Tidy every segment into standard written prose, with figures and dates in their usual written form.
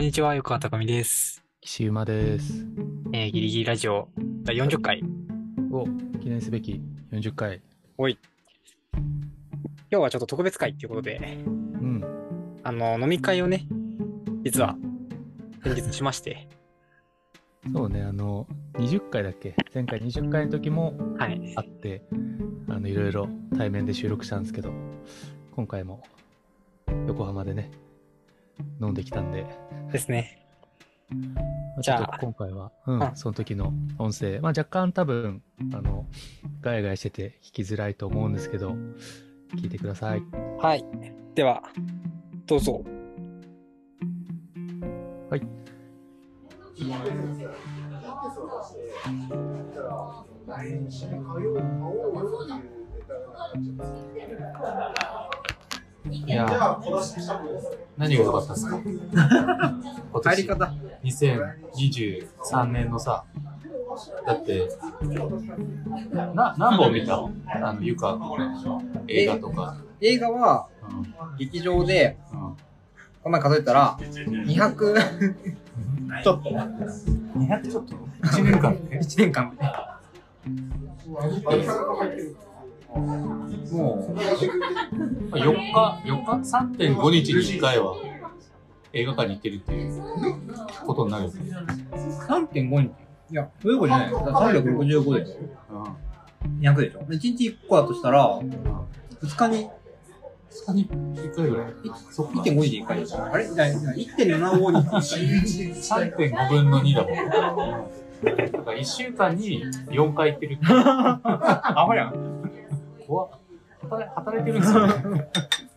にちは、横川貴美です。 岸馬です。 ギリギリラジオ第40回。 を記念すべき40回。 おい。今日はちょっと特別会っていうことで、 うん。 飲み会をね、実は先日しまして。 そうね、20回だっけ？前回20回の時もはい。 あって、いろいろ対面で収録したんですけど、今回も横浜でね、飲んできたんで。 ですね。 ちょっと今回は、その時の音声、若干多分、ガヤガヤしてて聞きづらいと思うんですけど、聞いてください。 はい。では、どうぞ。 はい。いや、何が良かったですか？ 入り方。 2023年のさ、だって、何本見たの？ゆかの映画とか。 映画は、劇場で、こんな数えたら、200ちょっと。 200ちょっと ?1 年間で ?1 年間で。 もう、4日 ?3.5 日に1回は映画館に行ってるっていうことになるよね。 3.5 日いや、そういうことじゃない。365でしょ。200でしょ。1日1個だとしたら、2日に 1回ぐらい。 1.5 日で1回でしょ。あれ ?1.75 日で1回。 3.5 分の2だもん。だから1週間に4回行ってるって。 アホやん。 怖っ。働いてるんですよね。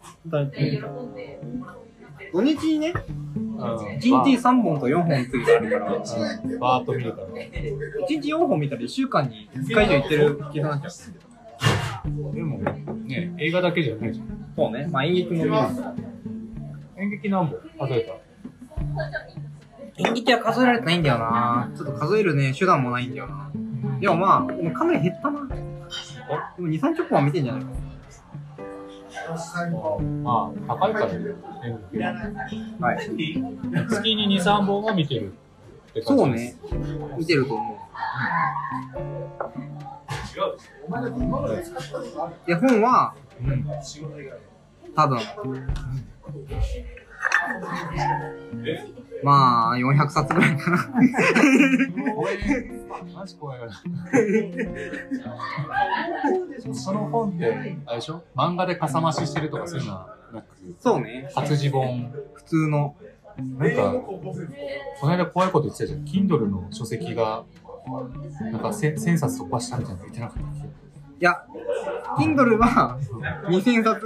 土日にね、1日3本と4本次があるから、 バーッと見るから。 1日4本見たら1週間に1回以上行ってる計算になっちゃう。でもね、映画だけじゃないじゃん。 そうね、演劇も見るんだ。 演劇何本数えた？ 演劇は数えられてないんだよな。ちょっと数えるね、手段もないんだよな。でもでもかなり減ったな。でも2、30本は見てんじゃないかな。 高いからね。 はい。 月に2、3本は見てるって感じ。 そうね。見てると思う。で、本は、多分、400冊ぐらいかな。 マジ怖いから。その本って、あれでしょ？漫画でかさ増ししてるとかそういうのはなく。 そうね。 活字本。 普通の。 なんか、この間怖いこと言ってたじゃん。Kindle の書籍が、なんか1000冊突破したみたいなの言ってなかったっけ？ いや、Kindle は2000冊。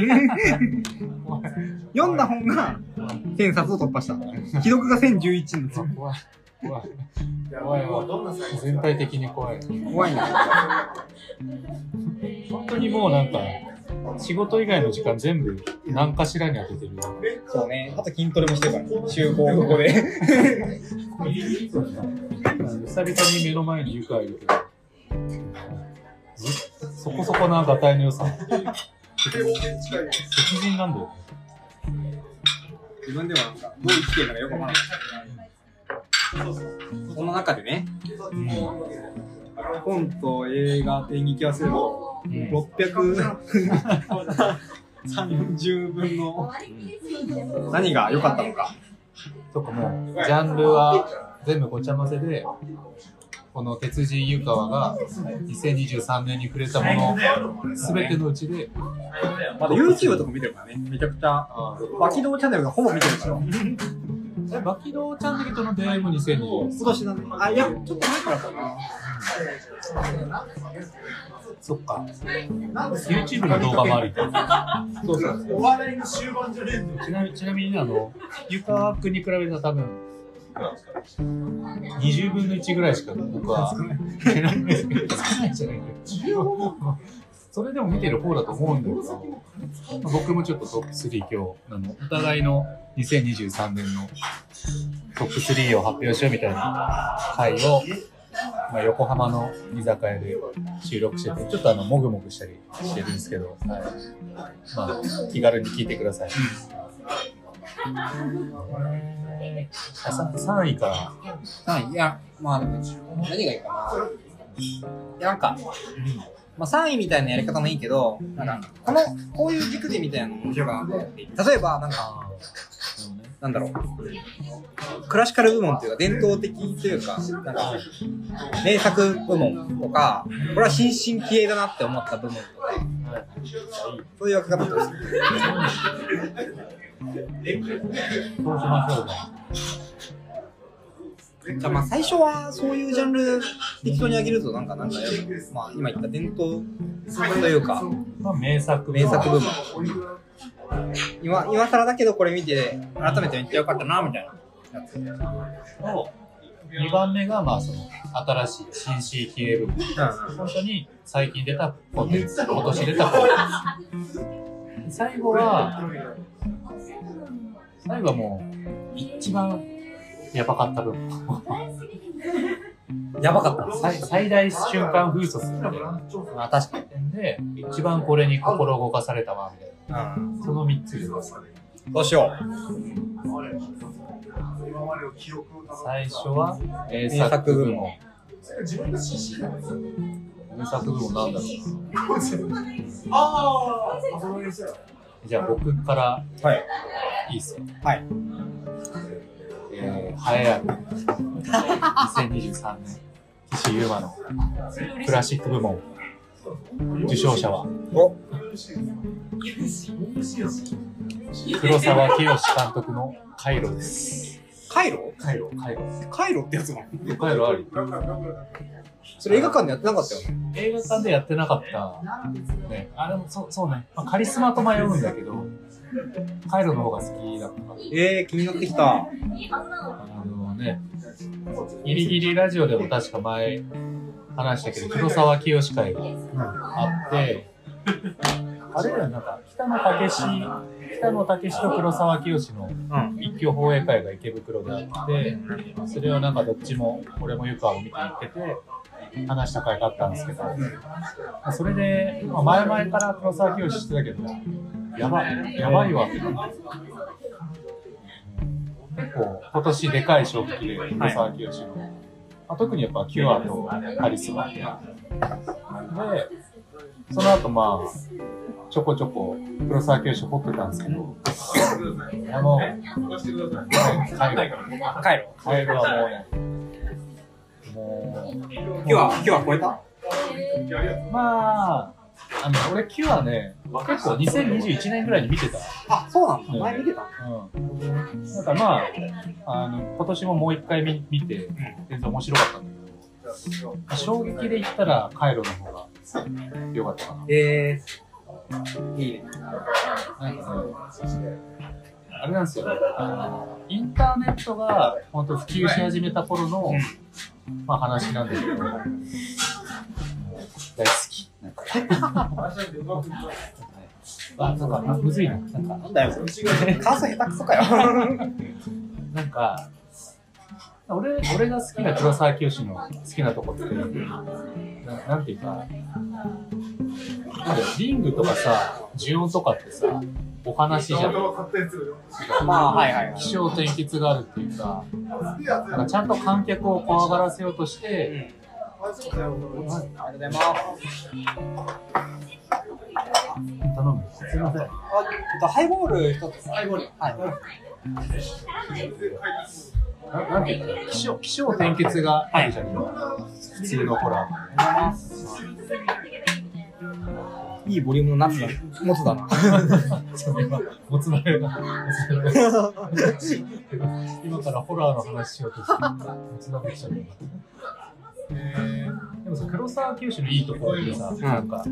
読んだ本が1000冊を突破した。記録が1011なんですよ。 怖いわ。全体的に怖い。 怖いな。 本当にもうなんか、仕事以外の時間全部何かしらに当ててる。 そうね。あと筋トレもしてるからね。週5ここで。 久々に目の前に床いるけど、そこそこなガタイの良さ。敵人なんだよ。 自分ではなんかどう生きてるのかよくわからない。その中でね、本と映画、演劇はすると、630分の何が良かったのか。 とかもう、ジャンルは全部ごちゃ混ぜで、この鉄人湯川が2023年に触れたものすべてのうちで、 まだ YouTube とか見てるからね、めちゃくちゃ、バキドーチャンネルがほぼ見てるから。 バキドーチャンネルとの出会いも2020年。 今年なんで。いや、ちょっと前からかな。 そっか。YouTube の動画もあると。 そうそう。お笑いの終盤じゃねえんだよ。 ちなみに湯川君に比べたら多分、20分の1ぐらいしか僕は少ないじゃないけど、それでも見てる方だと思うんだけど、僕もちょっとトップ3今日お互いの2023年のトップ3を発表しようみたいな回を、横浜の居酒屋で収録してて、ちょっともぐもぐしたりしてるんですけど、気軽に聞いてください。 3位か。 いや、まあ、何がいいかな。いや、なんか、まあ、3位みたいなやり方もいいけど、なんか、こういう軸でみたいなのも面白いかなと思って。例えば、なんか、なんだろう。クラシカル部門っていうか、伝統的というか、なんか、名作部門とか、これは新進気鋭だなって思った部門とか、そういう分け方として。 そうしましょうか。 じゃあまあ最初はそういうジャンル適当に上げるとなんかまあ今言った伝統というか、 まあ、名作部門。今更だけどこれ見て改めてめっちゃ良かったなみたいなやつ。 2番目がまあその新しい新進気鋭部門。本当に最近出たコンテンツ、今年出たコンテンツ。最後はもう一番やばかった部分。 やばかった。 最大瞬間風速みたいな。 あ、確かに。 で、一番これに心動かされたわみたいな。その3つです。 どうしよう。 最初は名作部門。名作部門なんだろうな。じゃあ僕からいいっすか。 はい。 栄えある2023年岸優馬のクラシック部門受賞者は黒沢清監督のカイロです。 カイロってやつなの？ カイロあり。 それ映画館でやってなかったよね。 映画館でやってなかったね。あれもそうね、まあ、カリスマと迷うんだけどカイロの方が好きだったから。 気になってきた。 ね、ギリギリラジオでも確か前話したけど、黒沢清会があって、あれだよ、なんか、北野武と黒沢清の一挙放映会が池袋であって、それをなんかどっちも、俺も湯川も見て行ってて、話した回があったんですけど、それで、まあ、前々から黒沢清知ってたけど、やばいわって感じ。結構今年でかい衝撃で黒沢清の、まあ、特にやっぱキュアとカリスマで、その後まあちょこちょこ黒沢清掘ってたんですけど、カイロはもうキュア超えた？ まあ俺キュアね、結構2021年ぐらいに見てた。 あ、そうなんだ。前見てた。 だからまあ、今年ももう一回見て、全然面白かったんだけど、衝撃で言ったらカイロの方が良かったかな。 いいね。 なんかね、あれなんですよ、インターネットが本当普及し始めた頃の、まあ、話なんだけど、大好き。なんかむずいな。 なんだよ。感想下手くそかよ。 なんか俺が好きな黒沢清の好きなとこってなんていうか、リングとかさ、呪音とかってさ、お話じゃん。 まあ起承転結があるっていうか、なんかちゃんと観客を怖がらせようとして。 ありがとうございます。 頼む。すみません。 ハイボール一つ。ハイボール。はい。 なんていうか、起承転結があるじゃん。普通のホラー。 いいボリュームのもつだな。 もつ鍋が。今からホラーの話しようとして、もつ鍋来ちゃった。でもさ、黒沢清のいいところってさ、なんか、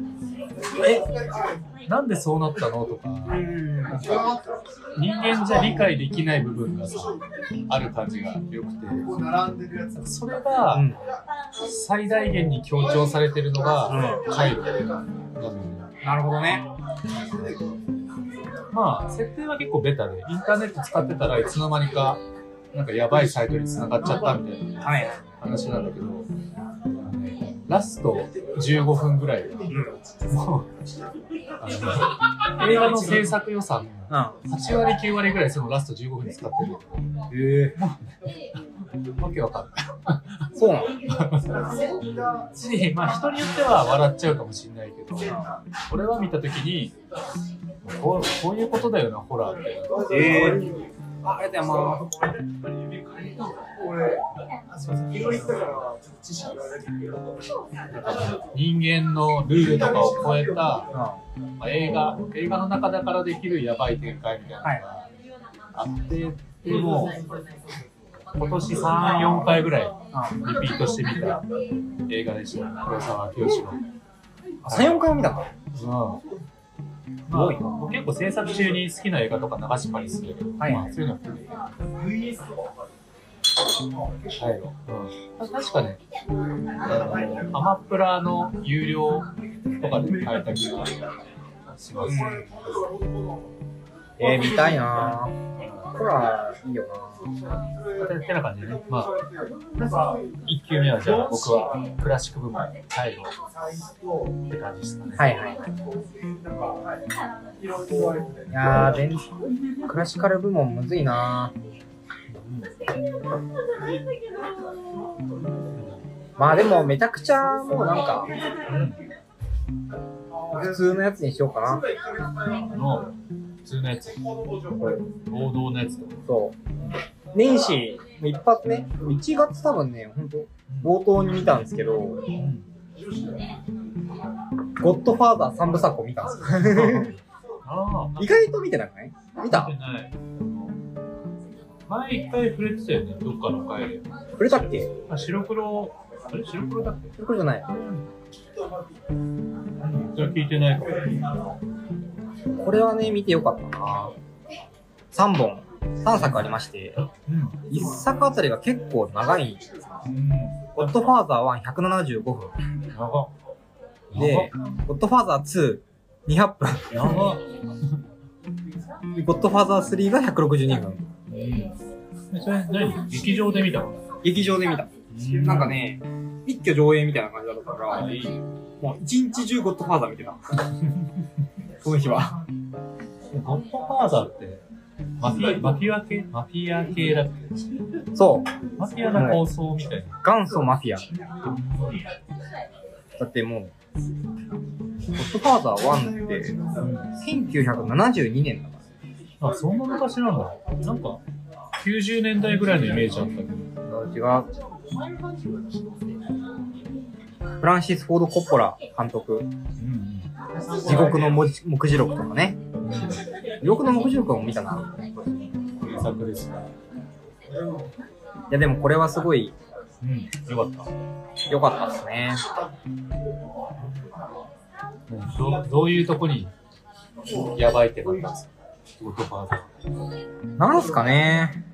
なんでそうなったのとか、なんか人間じゃ理解できない部分がさ、ある感じが良くて、それが最大限に強調されてるのがカイロなんだよね。 なるほどね。 まあ、設定は結構ベタで、インターネット使ってたらいつの間にか、なんかやばいサイトに繋がっちゃったみたいな話なんだけど、ラスト15分ぐらいは、もう、 映画の制作予算うん。 8割9割ぐらいそのラスト15分に使ってるけど、わけわかんない。 そうなの。 し、まあ人によっては笑っちゃうかもしれないけど、俺は見たときにこういうことだよな、ホラーって。 ありがとうございます。 人間のルールとかを超えた、まあ、映画の中だからできるやばい展開みたいなのがあって、でも今年3、4回ぐらいリピートしてみた映画でした。黒沢清の。 3、4回も見たの？ まあ、結構制作中に好きな映画とか流しっぱにするけど、まあ、そういうの含めて。確かね、アマプラの有料とかで買えた気がします。 見たいなぁ。ホラーいいよなぁ。ってな感じでね。まあ、1球目はじゃあ僕はクラシック部門最後って感じですかね。 はいはい。いやー、クラシカル部門むずいなぁ。まあでもめちゃくちゃもうなんか、普通のやつにしようかな。 普通のやつ。王道のやつと。 そう。年始一発目、1月多分ね、ほんと冒頭に見たんですけど、ゴッドファーザー3部作を見たんですよ。意外と見てなくない？見た？ 見てない。前一回触れてたよね、どっかの回で。 触れたっけ？ 白黒、あれ白黒だっけ？ 白黒じゃない。 じゃあ聞いてないかも。 これはね、見てよかったな。3作ありまして、1作あたりが結構長いんですよ。ゴッドファーザー1、175分。で、ゴッドファーザー2、200分。でゴッドファーザー3が162分。 それ何？劇場で見たの？ 劇場で見た。なんかね、一挙上映みたいな感じだったから、もう一日中ゴッドファーザー見てた。その日は。 ゴッドファーザーってマフィア系だっけ？ そう。 マフィアの構想みたいな。 元祖マフィア。だってもう、ゴッドファーザー1って1972年だから。 あ、そんな昔なんだ。なんか90年代ぐらいのイメージあったけど。 違う。フランシス・フォード・コッポラ監督。地獄の目次録とかね。地獄の目次録も見たな。 名作ですね。 いやでもこれはすごい、 よかった。 よかったですね。 どういうとこにやばいってなったんですか？ゴッドファーザー。 なんすかね。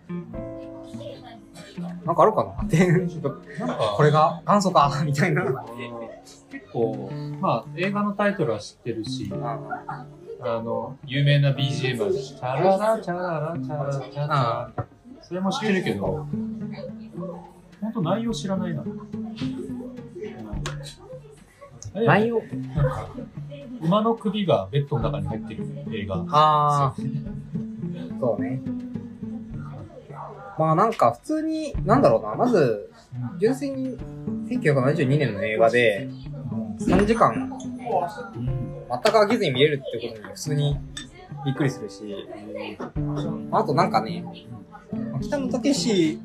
なんかあるかなって。なんかこれが元祖かみたいな。 結構、まあ映画のタイトルは知ってるし、有名な BGM はチャララチャララチャラチャラ、それも知ってるけど、本当内容知らないな。 内容？ なんか馬の首がベッドの中に入ってる映画。 ああ、そうね。まあなんか普通に、なんだろうな、まず、純粋に1972年の映画で、3時間、全く飽きずに見れるってことに普通にびっくりするし、あとなんかね、北野武的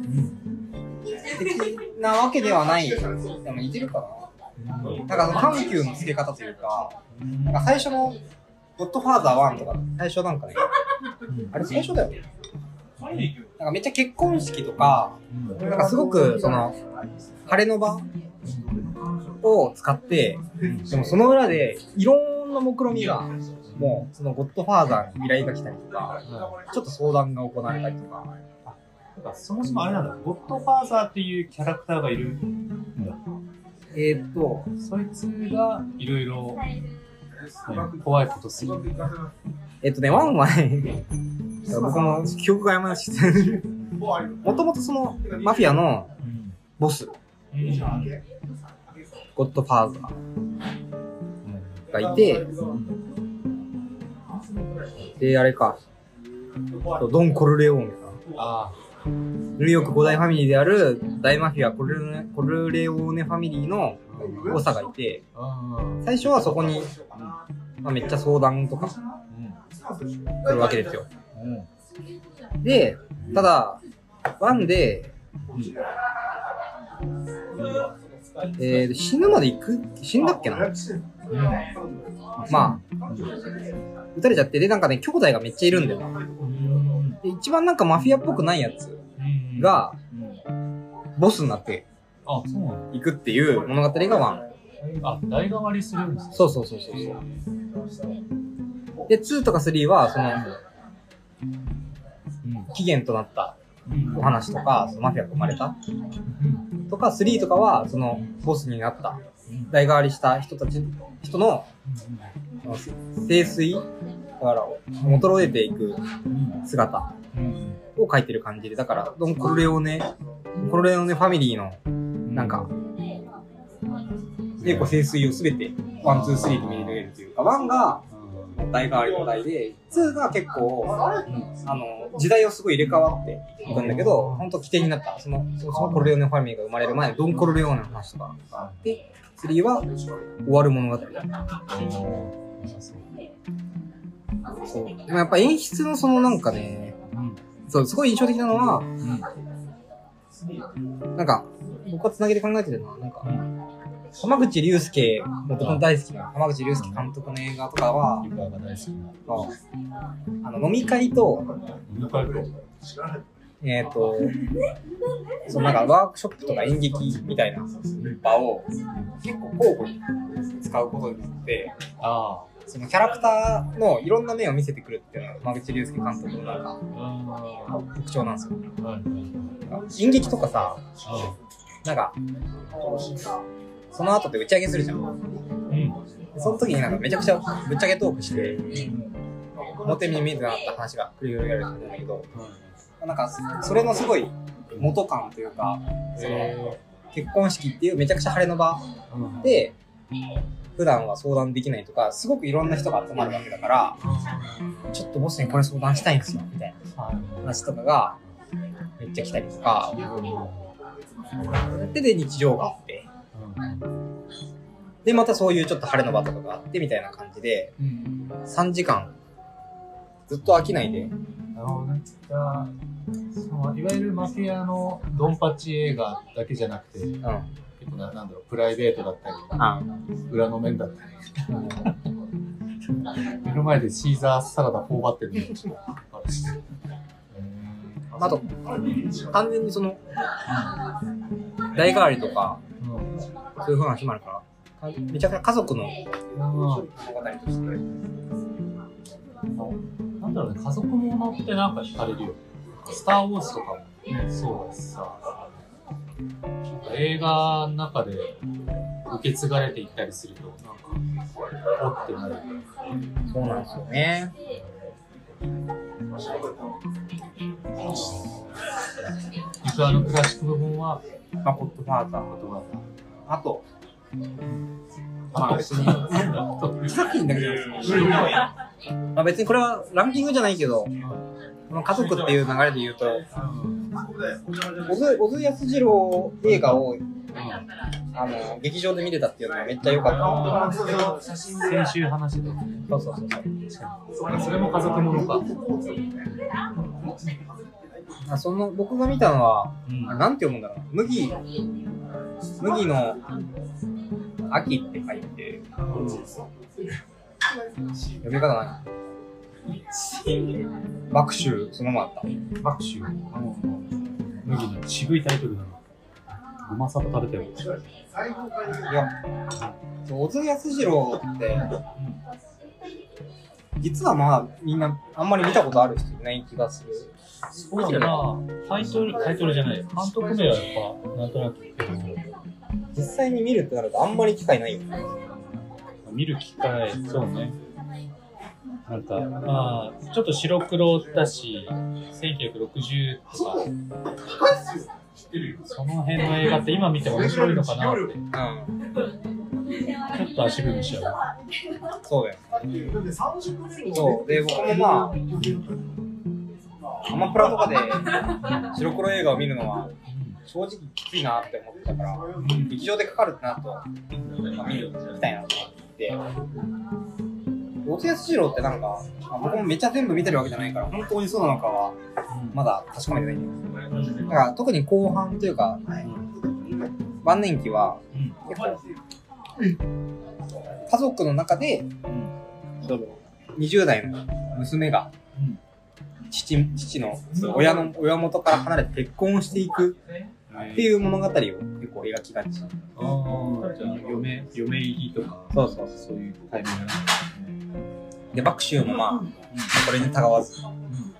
なわけではない、でも似てるかな。なんかその緩急の付け方というか、なんか最初のゴッドファーザー1とか、最初なんかね、あれ最初だよね。なんかめっちゃ結婚式とか、なんかすごくその晴れの場を使って、でもその裏でいろんな目論みが、もうそのゴッドファーザーに依頼が来たりとか、ちょっと相談が行われたりとか。 そもそもあれなんだ、ゴッドファーザーっていうキャラクターがいるんだ。 そいつがいろいろ怖いことする。 ワンはね、僕も記憶が曖昧だし、もともとそのマフィアのボス、ゴッドファーザーがいて、 で、あれか。ドン・コルレオーネか。 あニューヨーク5大ファミリーである大マフィアコルレオーネファミリーの長がいて、最初はそこに、まあ、めっちゃ相談とかするわけですよ。で、ただ、1で、死ぬまで死んだっけな、まあ、撃たれちゃって、で、なんかね、兄弟がめっちゃいるんだよな。で、一番なんかマフィアっぽくないやつが、ボスになっていくっていう物語が1。 あ、代替わりするんですね。 そう。で、2とか3は、その、起源となったお話とか、そのマフィアが生まれたとか、3とかは、その、ボスになった、代替わりした人の、清水だから、衰えていく姿を描いてる感じで、だから、コルレオーネファミリーの、なんか、結構清水をすべて、1、2、3で見れるというか、1が、代替わりの代で、2が結構、時代をすごい入れ替わっていくんだけど、ほんと起点になった、そのコルレオーネファミリーが生まれる前のドン・コルレオーネの話とかがあって、3は終わる物語。そう。でもやっぱ演出のそのなんかね、そう、すごい印象的なのは、なんか、僕はつなげて考えてるのは、なんか、浜口竜介、僕の大好きな浜口竜介監督の映画とかは、飲み会と、そのなんかワークショップとか演劇みたいな場を結構交互に使うことによって、そのキャラクターのいろんな面を見せてくるっていうのが浜口竜介監督のなんか特徴なんですよ。演劇とかさ、なんかその後で打ち上げするじゃん。その時になんかめちゃくちゃぶっちゃけトークして、表に見えてなかった話が繰り広げられると思うんだけど、なんかそれのすごい元感というか、その結婚式っていうめちゃくちゃ晴れの場で、普段は相談できないとか、すごくいろんな人が集まるわけだから、ちょっとボスにこれ相談したいんですよみたいな話とかがめっちゃ来たりとか、で日常があって、でまたそういうちょっと晴れの場とかがあってみたいな感じで、3時間ずっと飽きないで。 なるほどね。いわゆるマフィアのドンパチ映画だけじゃなくて、結構なんだろう、プライベートだったり、裏の面だったり、目の前でシーザーサラダ頬張ってるのもあるし。 あと、完全にその、代替わりとか、そういう話もあるから、めちゃくちゃ家族の物語として。 なんだろうね、家族ものってなんか惹かれるよ。スター・ウォーズとかもそうだしさ、なんか映画の中で受け継がれていったりすると、なんか、おってなる。 そうなんですよね。 実はクラシック部分は、 ゴッドファーザー。あと、まあ別に、さっきんだけど、まあ別にこれはランキングじゃないけど、この家族っていう流れで言うと、小津安二郎映画を、劇場で見れたっていうのはめっちゃ良かった。 先週話してた。 そう。 それも家族ものか。 僕が見たのは、なんて読むんだろう。麦の秋って書いて、読み方何？麦秋、そのままあった。 麦秋。麦の渋いタイトルだな。ごまさば食べたよ。 いや、小津安二郎って、実はまあみんなあんまり見たことある人いない気がする。 そうだな。タイトルじゃない。監督名はやっぱなんとなく。 実際に見るってなるとあんまり機会ないよ。 見る機会、そうね。なんかまあちょっと白黒だし、1960とか。その辺の映画って今見ても面白いのかなって。 ちょっと足踏みしちゃう。 そうだよ。そう。で、僕もまあ、アマプラとかで白黒映画を見るのは、正直きついなって思ってたから、劇場でかかるってなると、見に行きたいなと思って小津安二郎ってなんか、僕もめっちゃ全部見てるわけじゃないから、本当にそうなのかは、まだ確かめてないんだけど、だから特に後半というか、晩年期は、結構、家族の中で、20代の娘が、父の親元から離れて結婚していくっていう物語を結構描きがち。 じゃあ嫁入りとか、そういうタイミングなんですね。 で、麦秋もまあ、これにたがわず。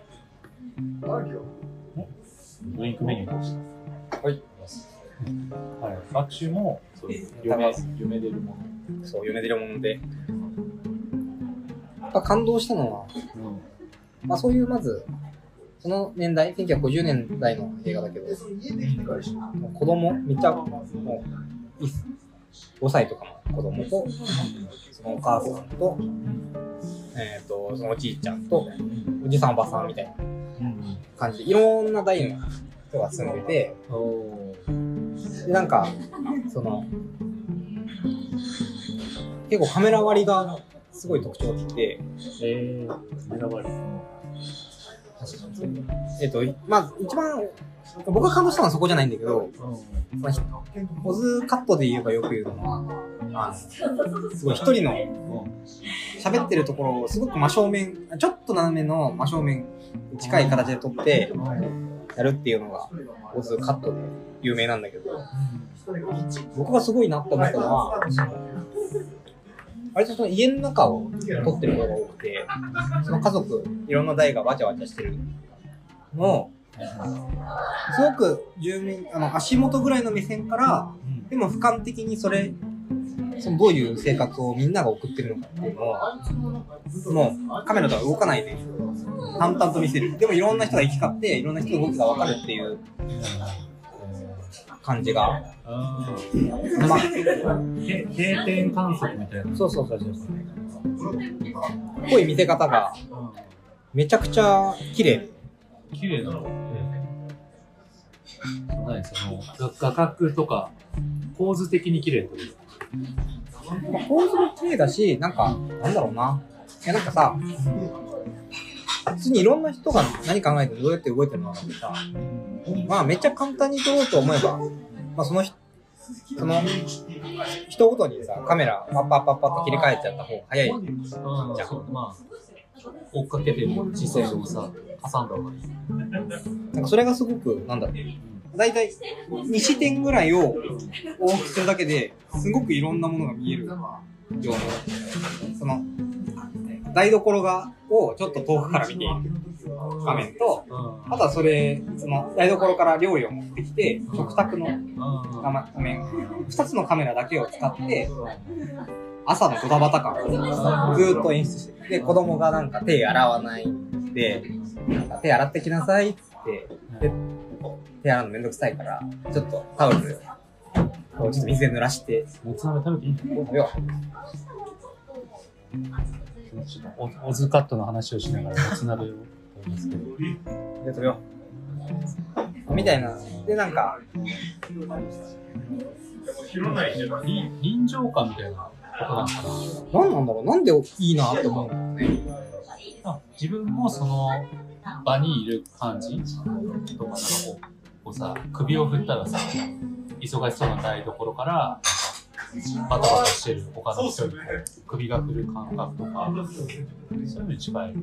ドリンクメニューとして。 はい。 はい。麦秋も、嫁出るもの。 そう、嫁出るもので。やっぱ感動したのは、まあそういうまず、その年代、1950年代の映画だけど、もう子供、めっちゃ、もう、5歳とかの子供と、そのお母さんと、そのおじいちゃんと、おじさんおばさんみたいな感じで、いろんな代の人が住んでて、で、なんか、結構カメラ割りがすごい特徴的で、 カメラ割り。 まあ、一番、僕が感動したのはそこじゃないんだけど、オズカットで言えばよく言うのは、すごい一人の喋ってるところをすごく真正面、ちょっと斜めの真正面に近い形で撮ってやるっていうのがオズカットで有名なんだけど、僕がすごいなって思ったのは、割とその家の中を撮ってる方が多くて、その家族、いろんな代がわちゃわちゃしてるのを、すごく足元ぐらいの目線から、でも俯瞰的にそのどういう生活をみんなが送ってるのかっていうのを、もうカメラとは動かないで、淡々と見せる。でもいろんな人が行き交って、いろんな人の動きがわかるっていう感じが。 まあ、定点観測みたいな。 そう。濃い見せ方が、めちゃくちゃ綺麗。 綺麗なの。画角とか構図的に綺麗ってこと？ 構図も綺麗だし、なんだろうな。なんかさ、普通にいろんな人が何考えてどうやって動いてるのかってさ、まあめっちゃ簡単に撮ろうと思えば、まあその人ごとにさ、カメラパッって切り替えちゃった方が早いじゃん。 まあ、追っかけてる視線をさ、挟んだ方がいい。 なんかそれがすごく、だいたい2視点ぐらいを往復するだけですごくいろんなものが見えるような、台所をちょっと遠くから見ている画面と、あとは台所から料理を持ってきて、食卓の画面、2つのカメラだけを使って、朝のドタバタ感をずーっと演出してる。で、子供がなんか手洗わないで、手洗ってきなさいって、で手洗うのめんどくさいから、ちょっとタオルで、ちょっと水で濡らして。 もつ鍋食べていいの？ 食べよう。オズカットの話をしながらもつ鍋を食べますけど。 食べよう。みたいな。で、なんか、 臨場感みたいなことなのかな。 何なんだろう、なんでいいなって思うんだろうね。 自分もその場にいる感じとか、こうさ、首を振ったらさ、忙しそうな台所からバタバタしてる他の人に首が振る感覚とか、そういうのに近いかな。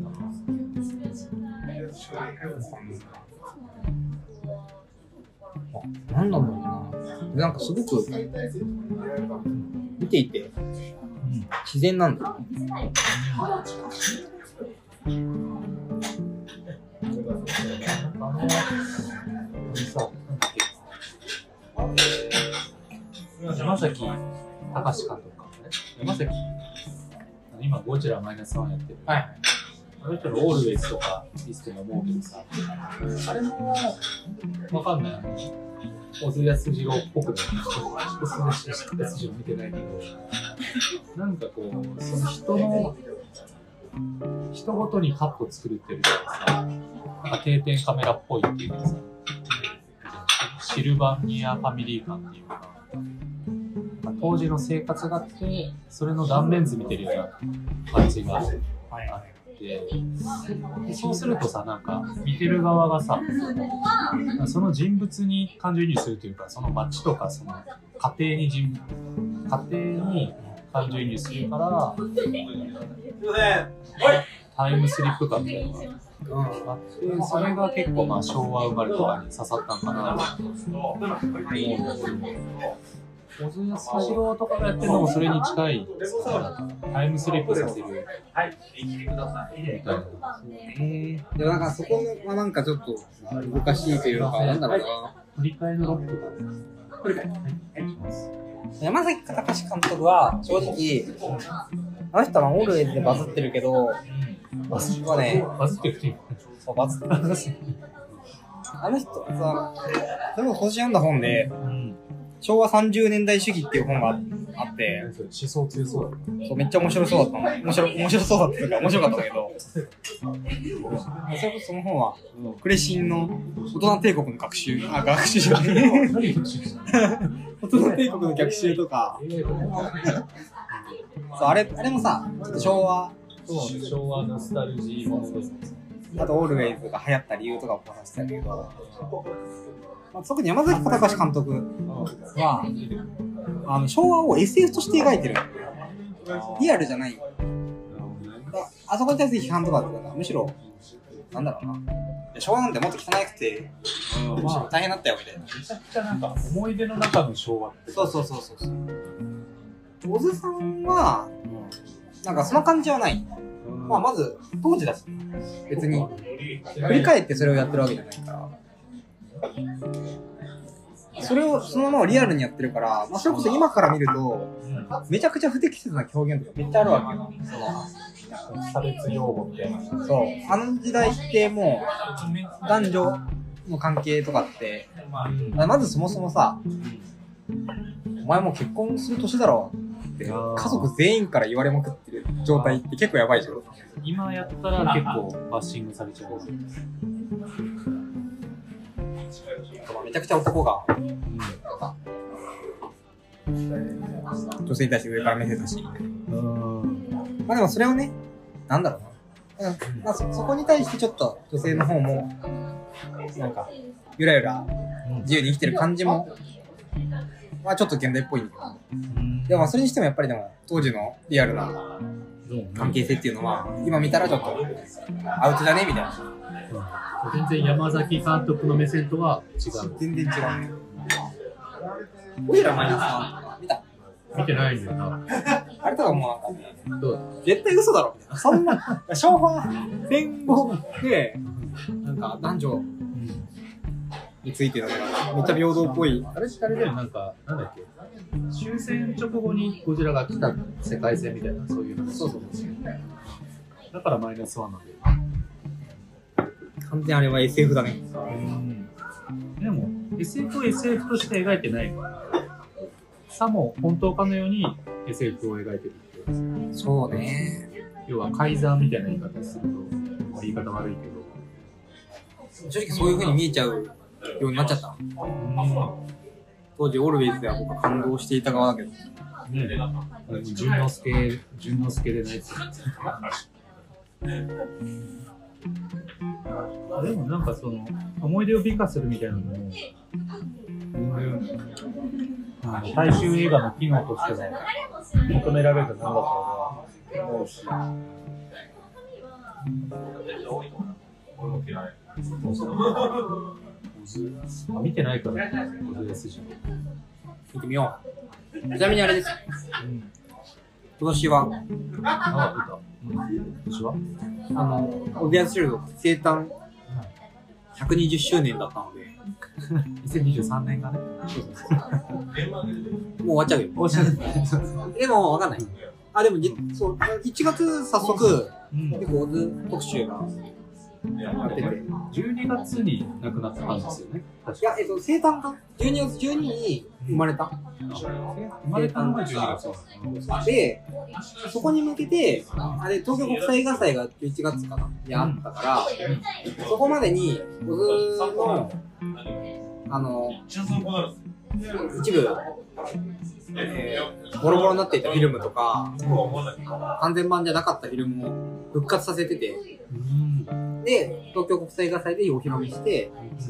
なんだろうな。なんかすごく見ていて自然なんだよ。 山崎隆監督かね。山崎、今ゴジラマイナス1やってる。 はい。 あの人のオールウェイズとかリストに思うけどさ、あれもわかんない。 小津安二郎っぽくない。小津安二郎見てないけど、なんかこう、その人ごとにカット作るっていうかさ、なんか定点カメラっぽいっていうかさ、シルバニアファミリー感っていうか、当時の生活があって、それの断面図見てるような感じがあって、そうするとさ、なんか見てる側がさ、その人物に感情移入するというか、その街とかその家庭に感情移入するから、タイムスリップ感みたいなのがあって、それが結構まあ昭和生まれとかに刺さったのかなと思うんだけど、小津安二郎とかがやってるのもそれに近いタイムスリップさせるみたいな。 でもなんかそこはなんかちょっと難しいというか、なんだろうな。 振り替えのロックが。 振り替え。山崎隆監督は正直、あの人はオールウェイズでバズってるけど、 バズってるっていう。 そう、バズってる。あの人さ、それも今年読んだ本で、昭和30年代主義っていう本があって、 思想強そうだった。 そう、めっちゃ面白そうだったの。面白そうだったというか、面白かったんだけど、それこそその本は、クレシンの大人帝国の学習じゃない。大人帝国の逆襲とか、そう、あれもさ、ちょっと昭和ノスタルジーものです。 あとオールウェイズが流行った理由とかを考察してたんだけど、特に山崎隆監督は、昭和を SF として描いてる。リアルじゃない。あそこに対する批判とかってむしろ、なんだろうな。昭和なんてもっと汚くて、大変だったよみたいな。 めちゃくちゃなんか思い出の中の昭和って。 そう。小津さんは、なんかその感じはない。まあまず、当時だし、別に、振り返ってそれをやってるわけじゃないから。それをそのままリアルにやってるから、まあ、それこそ今から見ると、めちゃくちゃ不適切な表現とかめっちゃあるわけよ。 差別用語みたいな。 そう。あの時代ってもう、男女の関係とかって、まずそもそもさ、お前もう結婚する年だろって、家族全員から言われまくってる状態って結構やばいじゃん。 今やったら結構バッシングされちゃう。 めちゃくちゃ男が、女性に対して上から目線だし、まあでもそれをね、なんだろうな、まあ、そこに対してちょっと女性の方もなんかゆらゆら自由に生きてる感じも、まあちょっと現代っぽいんだけど、でもそれにしてもやっぱりでも当時のリアルな関係性っていうのは今見たらちょっとアウトだねみたいな。 全然山崎監督の目線とは違う。 全然違うね。オイラマイナスさん見た？ 見てないんだよな。 あれとかもうなんかね、絶対嘘だろみたいな。そんな昭和戦後でなんか男女についてのめっちゃ平等っぽい。 あれでもなんかなんだっけ、終戦直後にゴジラが来た世界線みたいなそういうの。そう。だからマイナス1なんだよ。 完全にあれは SF だね。 でも SF を SF として描いてないから、さも本当かのように SF を描いてるっていう。 そうね。 要は改ざんみたいな言い方すると、言い方悪いけど、正直そういう風に見えちゃうようになっちゃった。当時オールウェイズでは僕は感動していた側だけど。 淳之介でないですよ。でもなんかその思い出を美化するみたいなのも大衆映画の機能としては求められるものだと思うし、見てないから見てみよう。ちなみにあれです。今年は今年はオビアスシールド生誕120周年だったので 2023年がね、 もう終わっちゃうよ。でもわかんない。あ、でもそう1月早速、結構オズ特集がやってて。 12月に亡くなったんですよね。確かいや、生誕が12月12日に生まれた。 生まれたのが12月で、そこに向けて、あれ、東京国際映画祭が11月かなにあったから、そこまでに、僕の、一部、ボロボロになっていたフィルムとか、完全版じゃなかったフィルムを復活させてて、で、東京国際映画祭でお披露目して、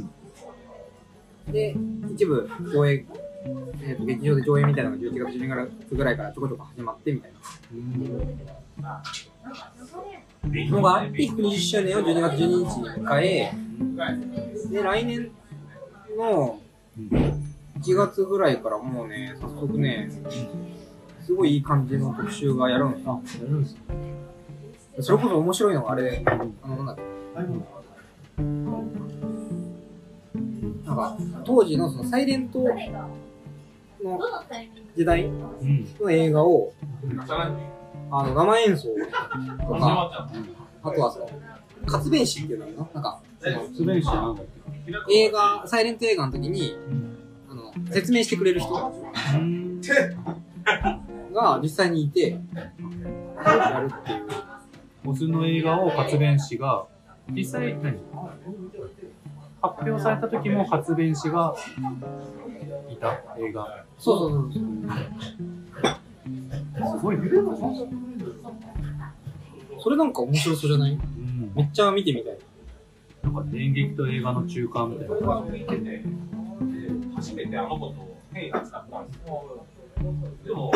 で、一部上映、劇場で上映みたいなのが11月12月ぐらいからちょこちょこ始まってみたいなのがあって、120周年を12月12日に迎え、で、来年の1月ぐらいからもうね、早速ね、すごいいい感じの特集がやるんですよ。それこそ面白いのがあれ、なんだっけ。なんか、当時のそのサイレントの時代の映画を、生演奏とか、あとはその、活弁士っていうのかな、なんか、 活弁士なんだっ映画、サイレント映画の時に、説明してくれる人が実際にいて、やるっていう。 オズの映画を活弁士が、実際発表された時も活弁士がいた映画。 そう。 すごいね。 それなんか面白そうじゃない？めっちゃ見てみたい。 なんか演劇と映画の中間みたいな感じ。 初めてあの子と変異が使ったんですよ。でも、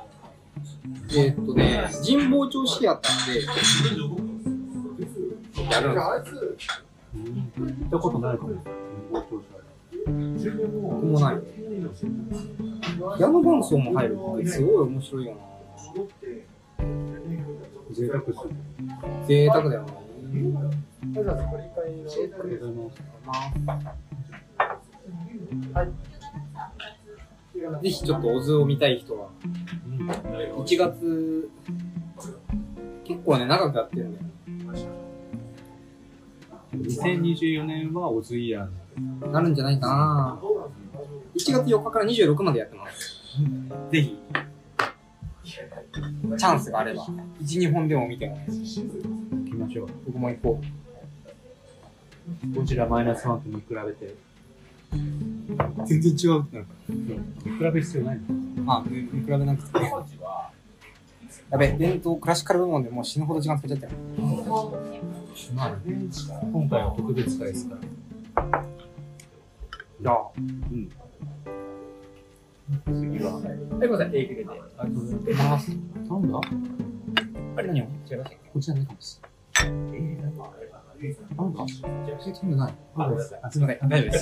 神保町シアターでやるんですよ。 行ったことないかも。 僕もない。矢野伴奏も入るってすごい面白いよな。 贅沢っすね。 贅沢だよな。ぜひちょっとオズを見たい人は、1月、結構ね、長くやってるんだよ。 2024年はオズイヤーなるんじゃないかな。1月4日から26までやってます。ぜひ、チャンスがあれば、1、2本でも見てもね。 行きましょう。 僕も行こう。こちらマイナスワンと見比べて。 全然違うってなるから。比べる必要ないの？ 見比べなくて。やべ、伝統クラシカル部門でもう死ぬほど時間使っちゃったよ。 今回は特別会ですから。 じゃあ、 次は。 ごめんなさい、英語で。ありがとうございます。 なんだ？ あれ何を違いましたっけ？ こちらないかもしれない。なんだ？ そんなない。すみません、大丈夫です。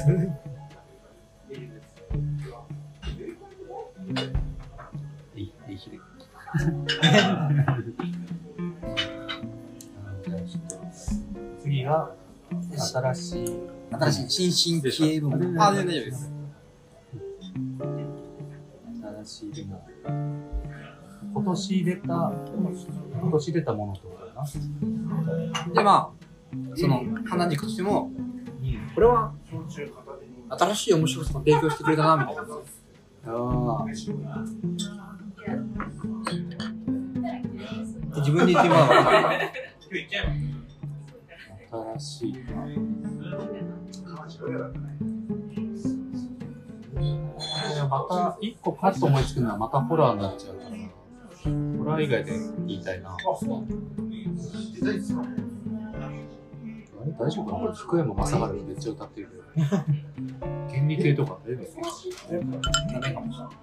次が新しい新進気鋭部門。全然大丈夫です。 新しいでも今年出たものってことだな。 で、まあ、その花軸としても、これは新しい面白さを提供してくれたなみたいな。自分で言ってもらうのか新しい。また一個パッと思いつくのはまたホラーになっちゃうから、ホラー以外で言いたいな。あれ大丈夫かな？これ福山雅治めっちゃ歌ってるけど。原理系とか大丈夫ですか？ダメかもしれない。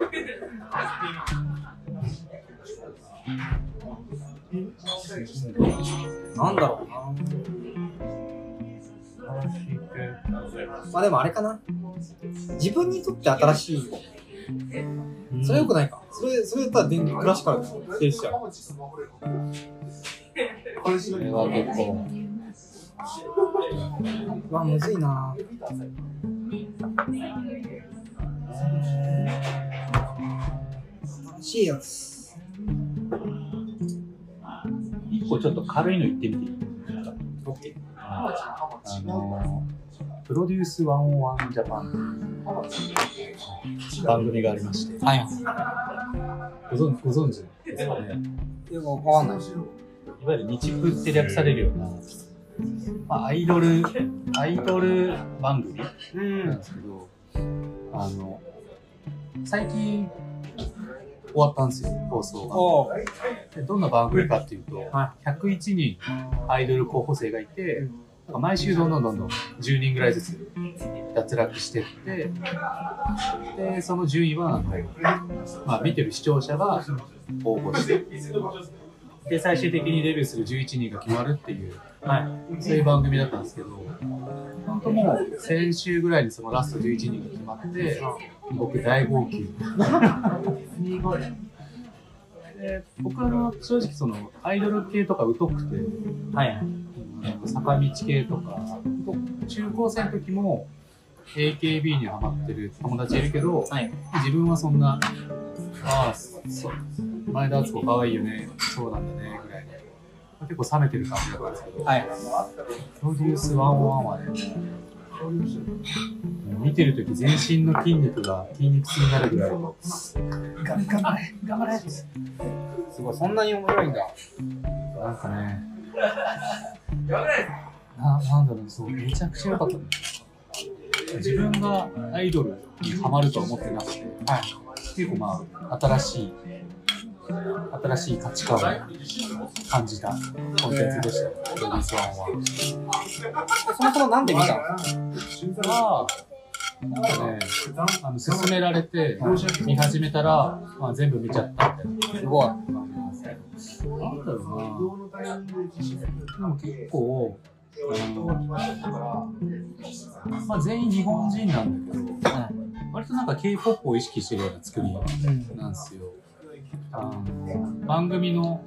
なんだろうな。まあでもあれかな。自分にとって新しい。それ良くないか。それだったらクラシカルですよ。停止しちゃう。 それは結構。 うわ、むずいな。新しいやつ。 一個ちょっと軽いの言ってみていい？ オッケー。 プロデュース101ジャパン番組がありまして、 はい。 ご存知ですかね。 わかんない。 いわゆる日プって略されるような、まあ、アイドル番組なんですけど、最近終わったんですよ、放送が。でどんな番組かっていうと、101人アイドル候補生がいて、なんか毎週どんどん10人ぐらいずつ脱落していって、でその順位はまあ、見てる視聴者が応募して、で最終的にデビューする11人が決まるっていう、そういう番組だったんですけど、本当もう先週ぐらいにそのラスト11人が決まって、僕大号泣。で僕は正直そのアイドル系とか疎くて、坂道系とか、中高生の時も AKB にハマってる友達いるけど、自分はそんな、前田敦子可愛いよね、そうなんだねぐらいで、結構冷めてる感じだったんですけど、プロデュース101はね、見てるとき全身の筋肉が筋肉痛になるぐらいの頑張れすごい、そんなに面白いんだ。 なんかね、なんだろう、そうめちゃくちゃ良かったんですよ。自分がアイドルにハマるとは思ってなくて、結構まあ新しい価値観を感じたコンテンツでした。プロデュース1は。 そもそもなんで見たの？ なんかね、勧められて見始めたら、まあ、全部見ちゃったみたいな。 すごい。 なんだろうな。でも結構、まあ、全員日本人なんだけど、割となんか K-POP を意識してるような作りなんですよ。番組の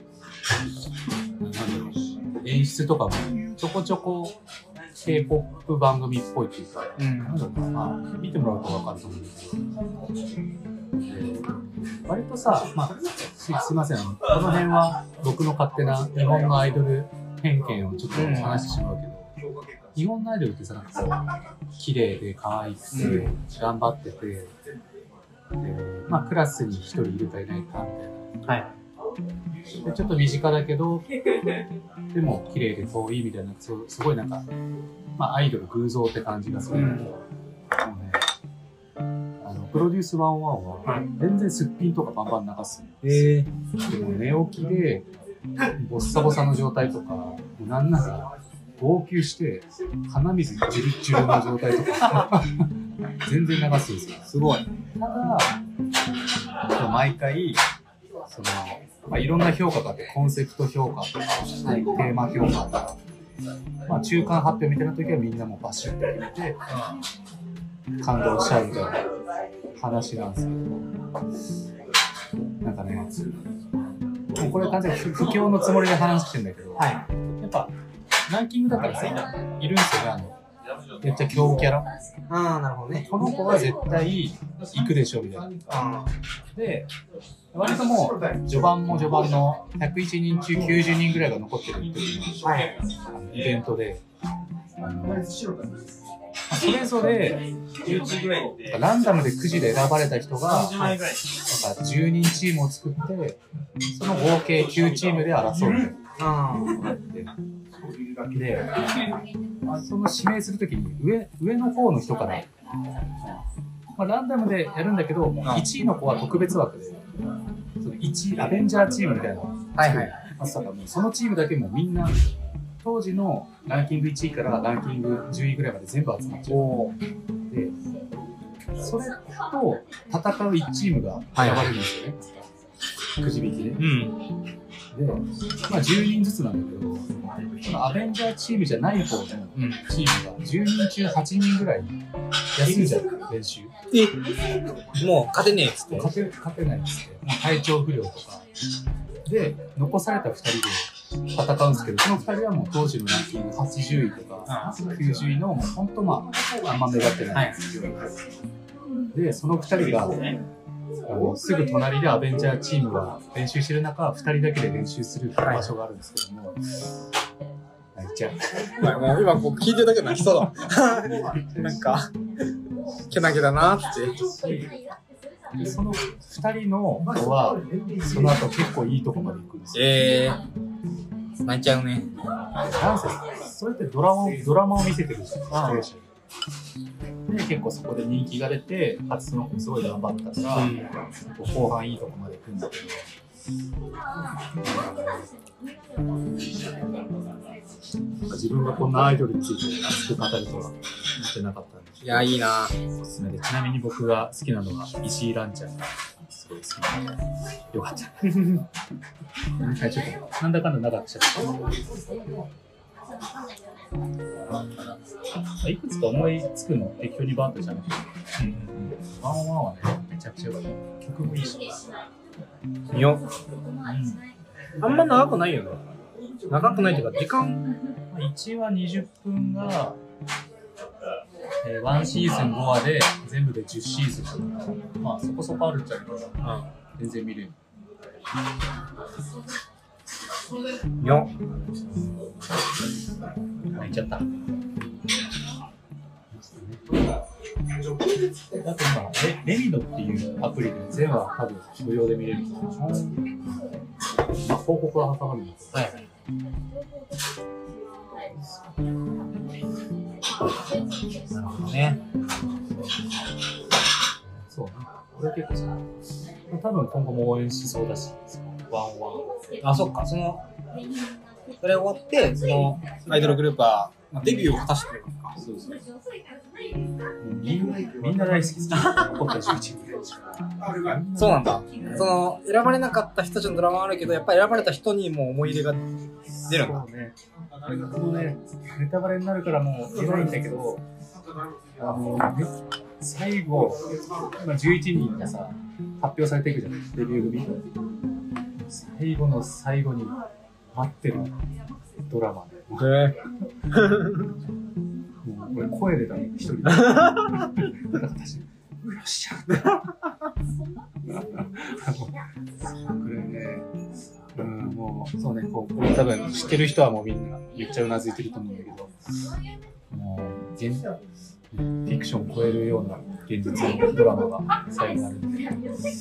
演出とかもちょこちょこ K-POP 番組っぽいっていうか、なんだろうな、まあ、見てもらうと分かると思うんですけど、割とさ、まあ、すいません、この辺は僕の勝手な日本のアイドル偏見をちょっと話してしまうけど、日本のアイドルってさ、なんかこう綺麗で可愛くて、頑張ってて、でまあ、クラスに一人いるかいないかみたいな。でちょっと身近だけど、でも綺麗で遠いみたいな、すごいなんか、まあ、アイドル偶像って感じがするんだけど、もうね、プロデュース101は全然すっぴんとかバンバン流す。でも寝起きで、ボッサボサの状態とか、なんなら号泣して鼻水ジュルジュルの状態とか全然流すんですよ。すごい。ただ毎回その、まあ、いろんな評価があって、コンセプト評価とか、テーマ評価とか、まあ、中間発表みたいな時はみんなもバシュッと決めて感動しちゃうみたいな話なんですけど、なんかね、もうこれ完全に不況のつもりで話してるんだけど、やっぱランキングだからさ、いるんですよね、めっちゃ強キャラ。 なるほどね。 この子は絶対行くでしょみたいな。で、割ともう序盤の101人中90人ぐらいが残ってるっていうイベントで、それぞれランダムでくじで選ばれた人がなんか10人チームを作って、その合計9チームで争うみたいな。で、その指名するときに上の方の人から、まあ、ランダムでやるんだけど、1位の子は特別枠で、そのアベンジャーチームみたいなのそのチームだけもみんな当時のランキング1位からランキング10位ぐらいまで全部集まっちゃう。で、それと戦う1チームが選ばれるんですよね。くじ引きで。で、まあ10人ずつなんだけど、そのアベンジャーチームじゃない方のチームが10人中8人ぐらい休んじゃう、練習。 もう勝てねえっつって。 勝てないっつって。体調不良とか。で、残された2人で戦うんですけど、その2人はもう当時のランキング80位とか90位の、もう本当まあ、あんま目立ってないんですけど、で、その2人が、すぐ隣でアベンジャーチームが練習してる中、2人だけで練習する場所があるんですけども、 ちゃう。 もう今こう聞いてるだけで泣きそうだ。なんか、けなげだなって。 でその2人の子は、その後結構いいとこまで行くんですよ。 泣いちゃうね。 なんせ、それってドラマを見せてるじゃん、視聴者に。で、結構そこで人気が出て、その子すごい頑張ったから、後半いいとこまで行くんだけど、自分がこんなアイドルについて熱く語るとは思ってなかったんで。 いや、いいな。 おすすめで。ちなみに僕が好きなのは石井蘭ちゃんがすごい好きなので、よかった。ちょっと、なんだかんだ長くしゃべっていくつか思いつくの適当にバンとじゃなくて、ワンワンはね、めちゃくちゃ良かった。曲もいいし。 よ。あんま長くないよね。長くないっていうか、時間。 1話20分が、1シーズン5話で全部で10シーズンだから、まあそこそこあるっちゃうから、全然見れる。 よ。 泣いちゃった。あと今、レミノっていうアプリで全話多分無料で見れる。まあ、広告は挟まるんですけど。はい。 なるほどね。 そうね。これ結構さ、多分今後も応援しそうだし、ワンワン。 あ、そっか。それ終わって、そのアイドルグループはデビューを果たしてるのか。 そうそう。みんな大好きです。残った11人。 そうなんだ。その選ばれなかった人たちのドラマはあるけど、やっぱり選ばれた人にも思い入れが出るんだ。 そうね。このね、ネタバレになるからもう言えないんだけど、最後、今11人がさ、発表されていくじゃない、デビュー組。最後の最後に待ってるドラマ。もうこれ声出たの一人で。よっしゃ。これね、もう、そうね、これ多分知ってる人はもうみんなめっちゃうなずいてると思うんだけど、もう、フィクションを超えるような現実のドラマが最後にあるんで。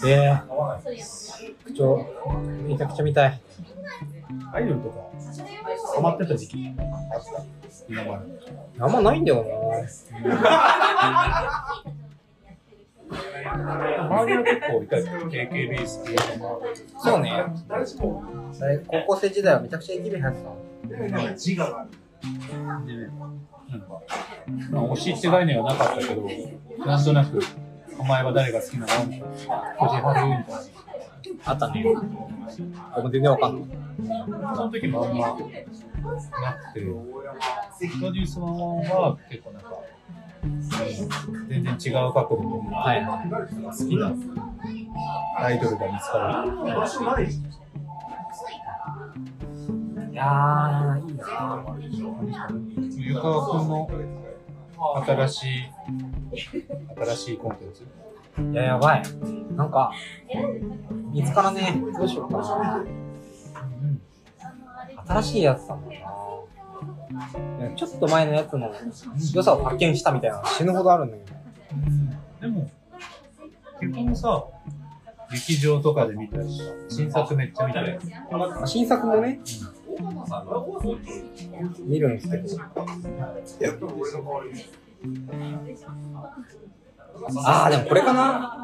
口調、めちゃくちゃ見たい。 アイドルとか、ハマってた時期あった？今まで。 あんまないんだよな。 周りは結構いたよ。AKB 好きとか。 そうね。高校生時代はめちゃくちゃ AKB 流行ってた。 でね、まあ、推しって概念はなかったけど、なんとなく、お前は誰が好きなの？こじはるみたいな。 あったね。僕も全然わかんない。 その時もあんまなくて、プロデュース1は結構なんか、全然違う角度で、好きなアイドルが見つかる。 いやー、いいなゆかわくんの新しいコンテンツ。 いや、やばい。なんか、見つからね。どうしようかな。新しいやつなんだよな。ちょっと前のやつの良さを発見したみたいなの死ぬほどあるんだけど。 でも、結構さ、劇場とかで見たりした。新作めっちゃ見たり。 新作もね、見るんですけど。あー、でもこれかな。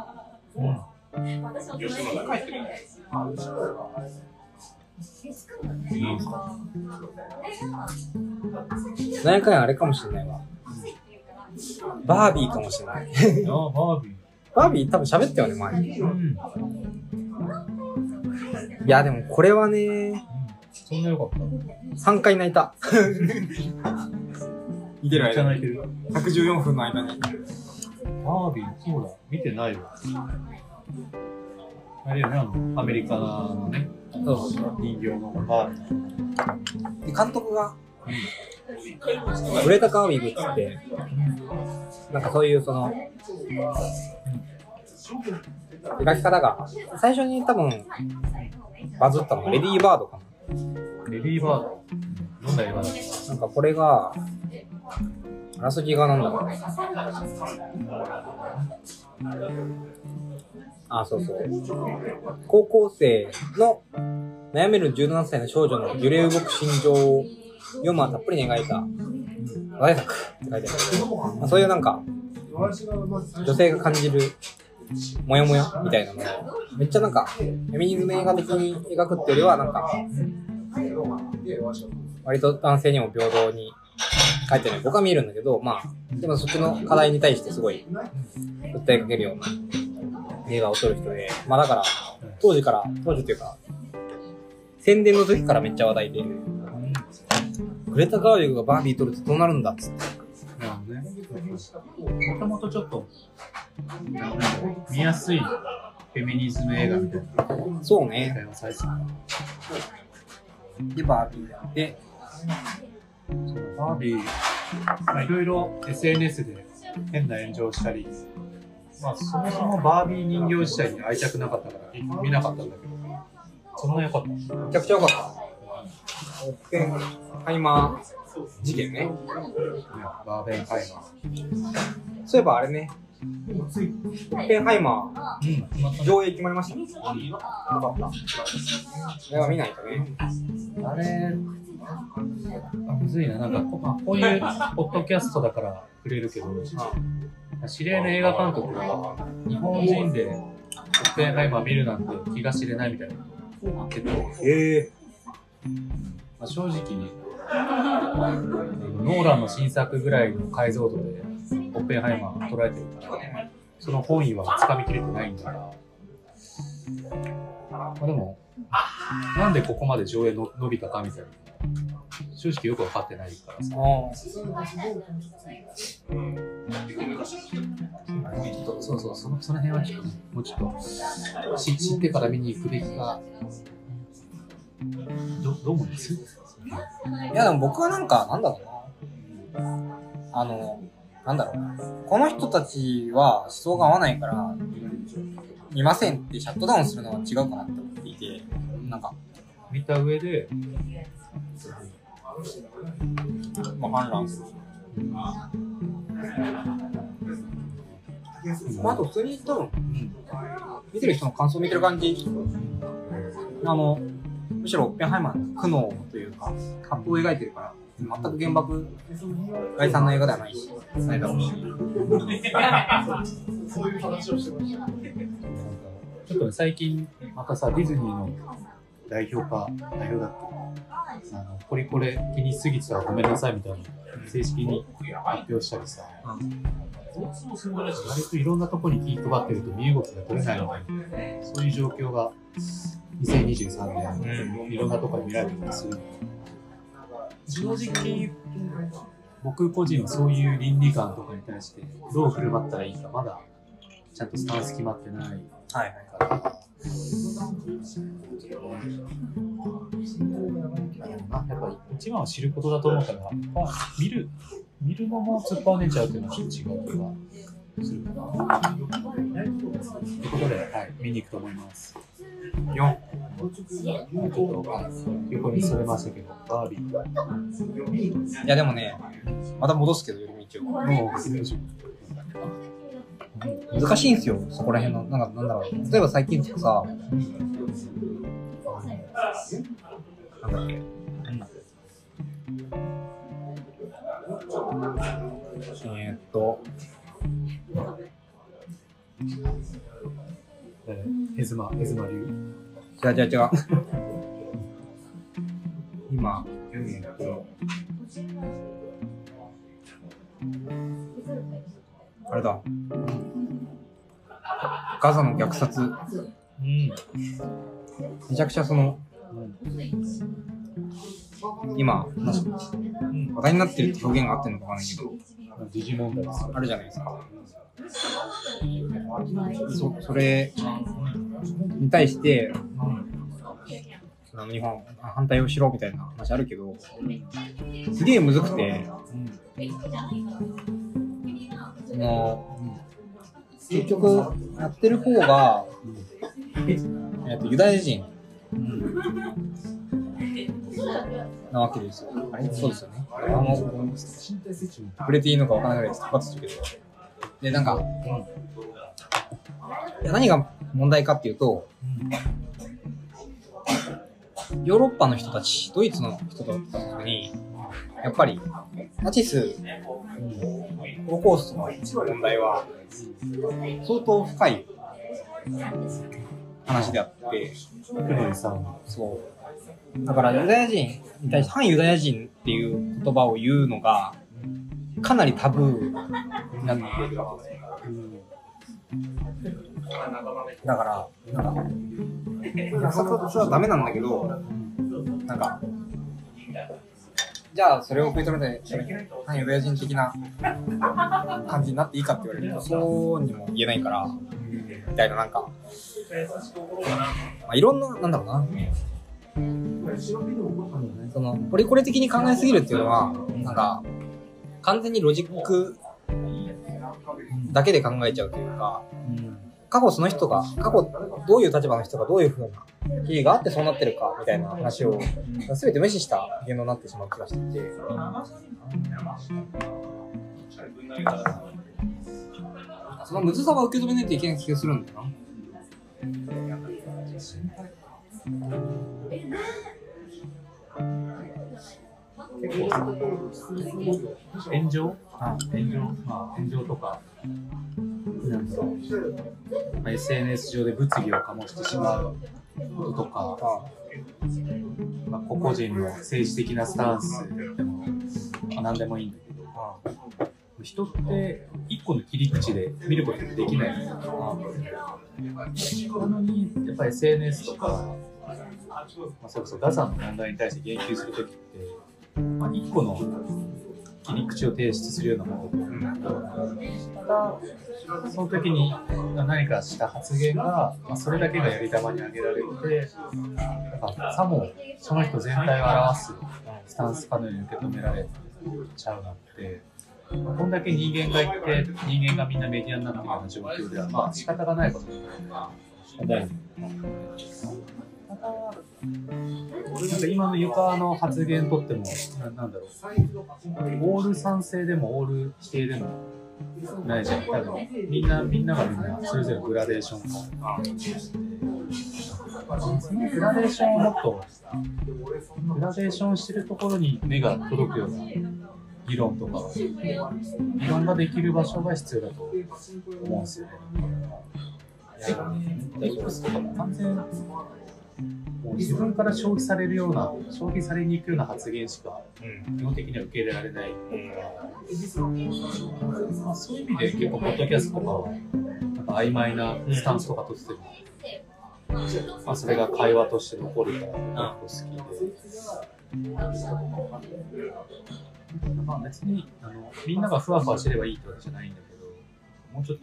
何やかんやあれかもしれないわ。バービーかもしれない。バービー多分喋ったよね、前に。いや、でもこれはね、 そんな良かった。 3回泣いた。見てる間に。 114分の間に。 バービー、そうだ、見てないわ。あれよね、アメリカのね、人形のバービー。で、監督が、グレータ・カービーグっつって、なんかそういうその、描き方が、最初に多分、バズったのがレディーバードかな。 レディーバードどんな映画だっなんかこれが、あらすじがなんだろう。あ、そうそう。高校生の悩める17歳の少女の揺れ動く心情を読むはたっぷりに描いた話題作って書いてあるけど、まあ、そういうなんか、女性が感じるモヤモヤみたいなのを、めっちゃなんか、フェミニズム映画的に描くっていうよりは、なんか、割と男性にも平等に書いてない。僕は見えるんだけど、まあ、でもそっちの課題に対してすごい訴えかけるような映画を撮る人で、まあだから、当時というか、宣伝の時からめっちゃ話題で、グレタ・ガーウィグがバービー撮るとどうなるんだっつって。 もともとちょっと、見やすいフェミニズム映画みたいな。 そうね。で、バービーやって、 バービー、まあ、いろいろ SNS で変な炎上したり、まあ、そもそもバービー人形自体に愛着なかったから見なかったんだけど、そんな良かった。 めちゃくちゃ良かった。オッペンハイマー事件ね。 バーベンハイマー。 そういえばあれね、オッペンハイマー、上映決まりましたね。よかった。映画見ないとね。 あれ、むずいな。なんか、こういうポッドキャストだから触れるけど、知り合いの映画監督が日本人でオッペンハイマー見るなんて気が知れないみたいなこと言ってて、まあ、正直にノーランの新作ぐらいの解像度でオッペンハイマー捉えてるから、その本意は掴みきれてないんだから、まあ、でもなんでここまで上映の伸びたかみたいな正直よく分かってないからさ。そうそう、その辺はちょっともうちょっと知ってから見に行くべきか。どう思います？いやでも僕はなんか、なんだろうな。なんだろう。この人たちは思想が合わないから、見ませんってシャットダウンするのは違うかなって思っていて、なんか。 見た上で、 まあ、反乱する。まあ、あと普通に多分、見てる人の感想を見てる感じ、むしろオッペンハイマーの苦悩というか、葛藤を描いてるから、全く原爆概算の映画ではないし、ないだろうし。 そういう話をしてました。 ちょっとね、最近、またさ、ディズニーの代表だっけ、これ気にしすぎてたらごめんなさいみたいな正式に発表したりさ、割といろんなとこに気配ってると身動きが取れないので、そういう状況が2023年、いろんなところで見られてるんでする。正直、僕個人はそういう倫理観とかに対してどう振る舞ったらいいか、まだちゃんとスタンス決まってないから。やっぱり一番は知ることだと思うから、見るのも突っ張ねちゃうっていうのはちょっと違う気がするかな。ということで、はい、見に行くと思います。4。ちょっと横にそれましたけど、バービー。 いやでもね、また戻すけど、寄り道を。難しいんですよ、そこら辺の。なんだろう。例えば最近とかさ、なんだっけ。 ヘズマ流。 違う。今、あれだ。ガザの虐殺。めちゃくちゃ今、話題になってるって表現があってるのかわかんないけど、 時事問題ですよ。 あるじゃないですか。それに対して、日本反対をしろみたいな話あるけど、すげえむずくて、結局やってる方が、ユダヤ人なわけですよ。あれそうですよね。触れていいのかわからないぐらい突っ張ってるけど。で、なんか、いや何が問題かっていうと、ヨーロッパの人たち、ドイツの人たちに、やっぱり、ナチス、ホロコーストの問題は、相当深い話であって、そう。だからユダヤ人に対して反ユダヤ人っていう言葉を言うのが、かなりタブーなんだけど、だから、なんか、それはダメなんだけど、なんか、じゃあそれを食い止めて、反ユダヤ人的な感じになっていいかって言われると、そうにも言えないから、みたいな、なんか、まあ、いろんな、なんだろうな、そのポリコレ的に考えすぎるっていうのは、なんか、完全にロジックだけで考えちゃうというか、過去その人が、過去どういう立場の人がどういう風な経緯があってそうなってるかみたいな話を全て無視した言動になってしまう気がしていて、そのむずさは受け止めないといけない気がするんだよな。 結構炎上とか、なんだろう、SNS 上で物議を醸してしまうこととか、個々人の政治的なスタンスでも、何でもいいんだけど、人って一個の切り口で見ることができないなのに、やっぱり SNS とか、それこそガザの問題に対して言及するときって、一個の切り口を提出するようなものだと、その時に何かした発言が、それだけがやり玉に挙げられて、なんかさもその人全体を表すスタンスかのように受け止められちゃうなんて、こんだけ人間がいて、人間がみんなメディアになっているような状況では、仕方がないことだと思う。なんか今のゆかの発言にとっても、なんだろう、オール賛成でもオール否定でもないじゃん。多分みんながそれぞれグラデーションがあって、そのグラデーションをもっとグラデーションしてるところに目が届くような議論とか議論ができる場所が必要だと思うんですよね。X とかも完全もう自分から消費されに行くような発言しか基本的には受け入れられない、そういう意味で結構ポッドキャストとかはなんか曖昧なスタンスとかとっても、それが会話として残るから結構好きで、別にみんながふわふわしてればいいってわけじゃないんだけど、もうちょっ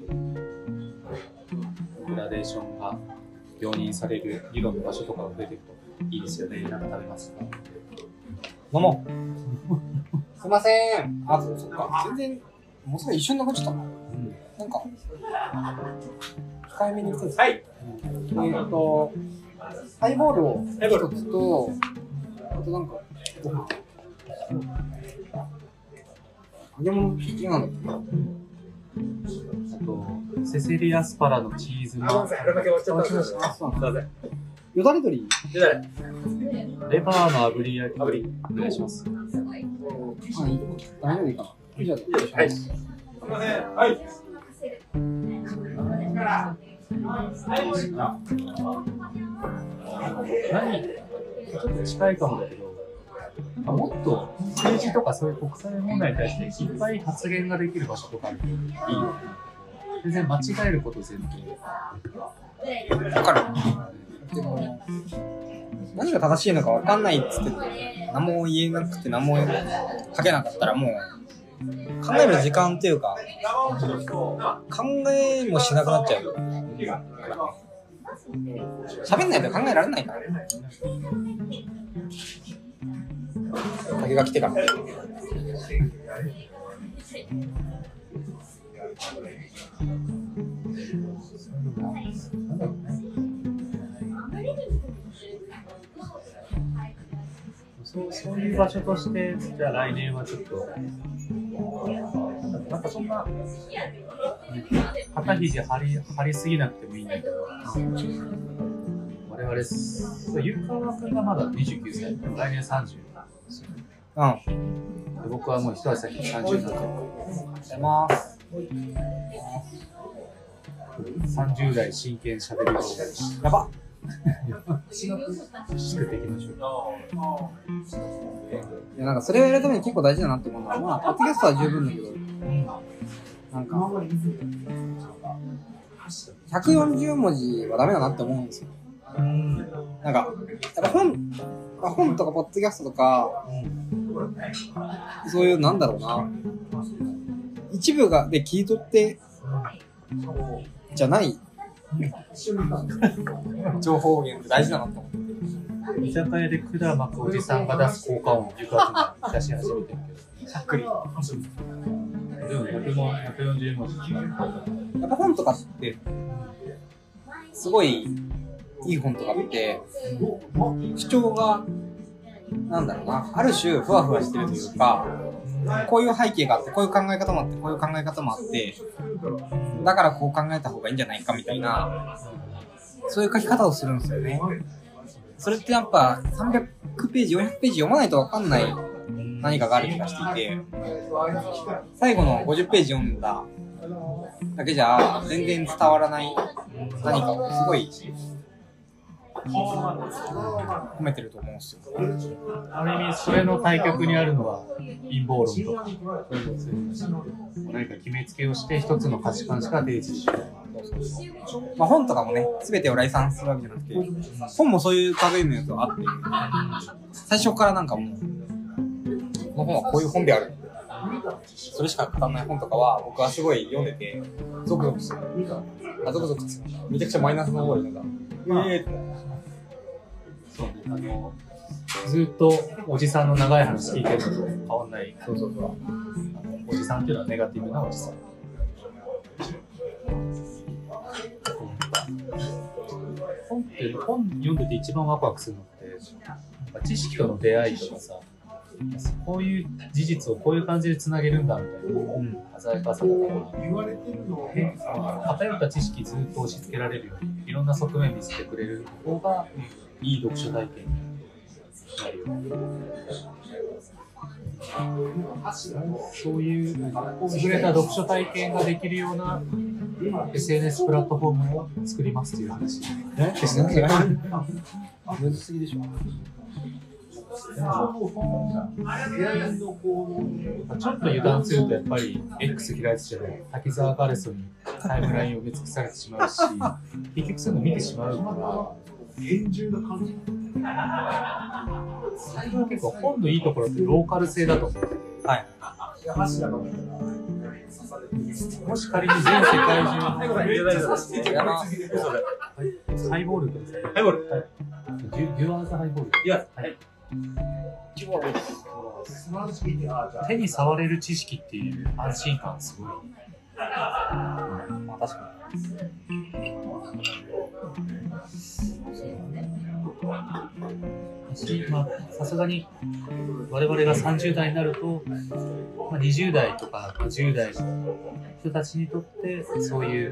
とグラデーションが容認される議論の場所とかが出てくるといいですよね。なんか食べますか？ 飲もう。すいません。あ、そっか。全然、もうすぐ一瞬なくなっちゃったな。なんか、控えめに言ってです。はい。ハイボールを一つと、あとなんか、揚げ物好きなんだけど。 あと、セセリアスパラのチーズの。 よだれ鶏レバーの炙り焼きお願いします。 大丈夫かな。じゃあ、はい。すみません。はい。 ちょっと近いかもだけど、もっと政治とかそういう国際問題に対していっぱい発言ができる場所とかあるといいよ。全然間違えること前提。 わかる。でも、何が正しいのかわかんないっつって何も言えなくて何も書けなかったらもう考える時間っていうか考えもしなくなっちゃうよ。喋んないと考えられないからね。竹が来てから。 そういう場所として、じゃあ来年はちょっと、なんかそんな、肩肘張りすぎなくてもいいんだけど、我々、ゆうかわくんがまだ29歳、来年30ですよね。で僕はもう一足先に30になっちゃう。 出ます。 30代真剣しゃべりをやばっ。 作っていきましょう。 いやなんかそれをやるために結構大事だなって思うのは、まあポッドキャストは十分だけど、なんか140文字はダメだなって思うんですよ。なんかやっぱ本とかポッドキャストとか、そういうなんだろうな、一部がで切り取ってじゃない情報源って大事だなと思って。 居酒屋で管巻くおじさんが出す効果音をゆかくんが出し始めてるけど、 しゃっくり。 でも140文字。 やっぱ本とかってすごいいい本とかって主張がなんだろうな、ある種ふわふわしてるというか、こういう背景があって、こういう考え方もあって、こういう考え方もあって、だからこう考えた方がいいんじゃないかみたいな、そういう書き方をするんですよね。それってやっぱ300ページ、400ページ読まないと分かんない何かがある気がしていて、最後の50ページ読んだだけじゃ全然伝わらない何かをすごい褒めてると思うんですよ。 ある意味それの対極にあるのは陰謀論とか、何か決めつけをして一つの価値観しか提示しない。 まあ、本とかもね、全てを来賛するわけじゃなくて、本もそういう類のやつがあって、最初からなんかもう、この本はこういう本である。それしか語らない本とかは、僕はすごい読んでて、ゾクゾクする。ゾクゾクする。めちゃくちゃマイナスの方がいいのが。 そうね、ずっとおじさんの長い話聞いてるのと変わんない。 そう。 おじさんっていうのはネガティブなおじさん。本読んでて一番ワクワクするのって、知識との出会いとかさ、こういう事実をこういう感じでつなげるんだみたいな鮮やかさとか、偏った知識ずっと押し付けられるようにいろんな側面見せてくれる方がいい読書体験になるよね。そういう優れた読書体験ができるような SNS プラットフォームを作りますという話。 むずすぎでしょ。 ちょっと油断するとやっぱり X 開いてちゃう滝沢ガレソにタイムラインを埋め尽くされてしまうし、結局そういうの見てしまうから厳重な感じ。最近は結構本のいいところってローカル性だと思ってて、 はい。 もし仮に全世界中のハイボールですね。ハイボール。デュアーズハイボール。いや、はい。手に触れる知識っていう安心感すごい。 まあ確かに。さすがに我々が30代になると、20代とか10代の人たちにとってそういう、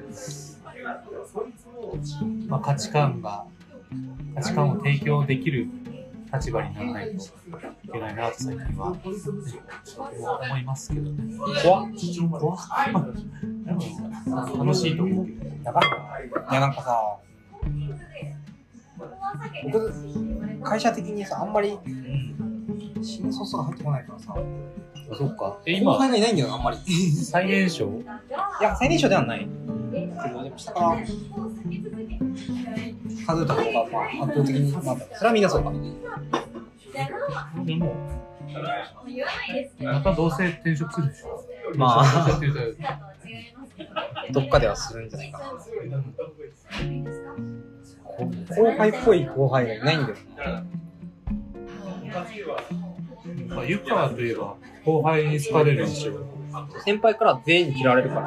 価値観を提供できる立場にならないといけないなと最近は思いますけどね。怖っでも楽しいと思うけど。 やばい。いやなんかさ、僕会社的にさあんまり新卒が入ってこないからさ。 あ、そっか。 後輩がいないんだよなあんまり。 最年少？ いや最年少ではない。でも下から数えた方が圧倒的にそれはみんなそうか。 でもまたどうせ転職するでしょ。 まあどっかではするんじゃないかな。後輩っぽい後輩がいないんだよ。 湯川といえば後輩に好かれる印象。 先輩から全員に嫌われるから。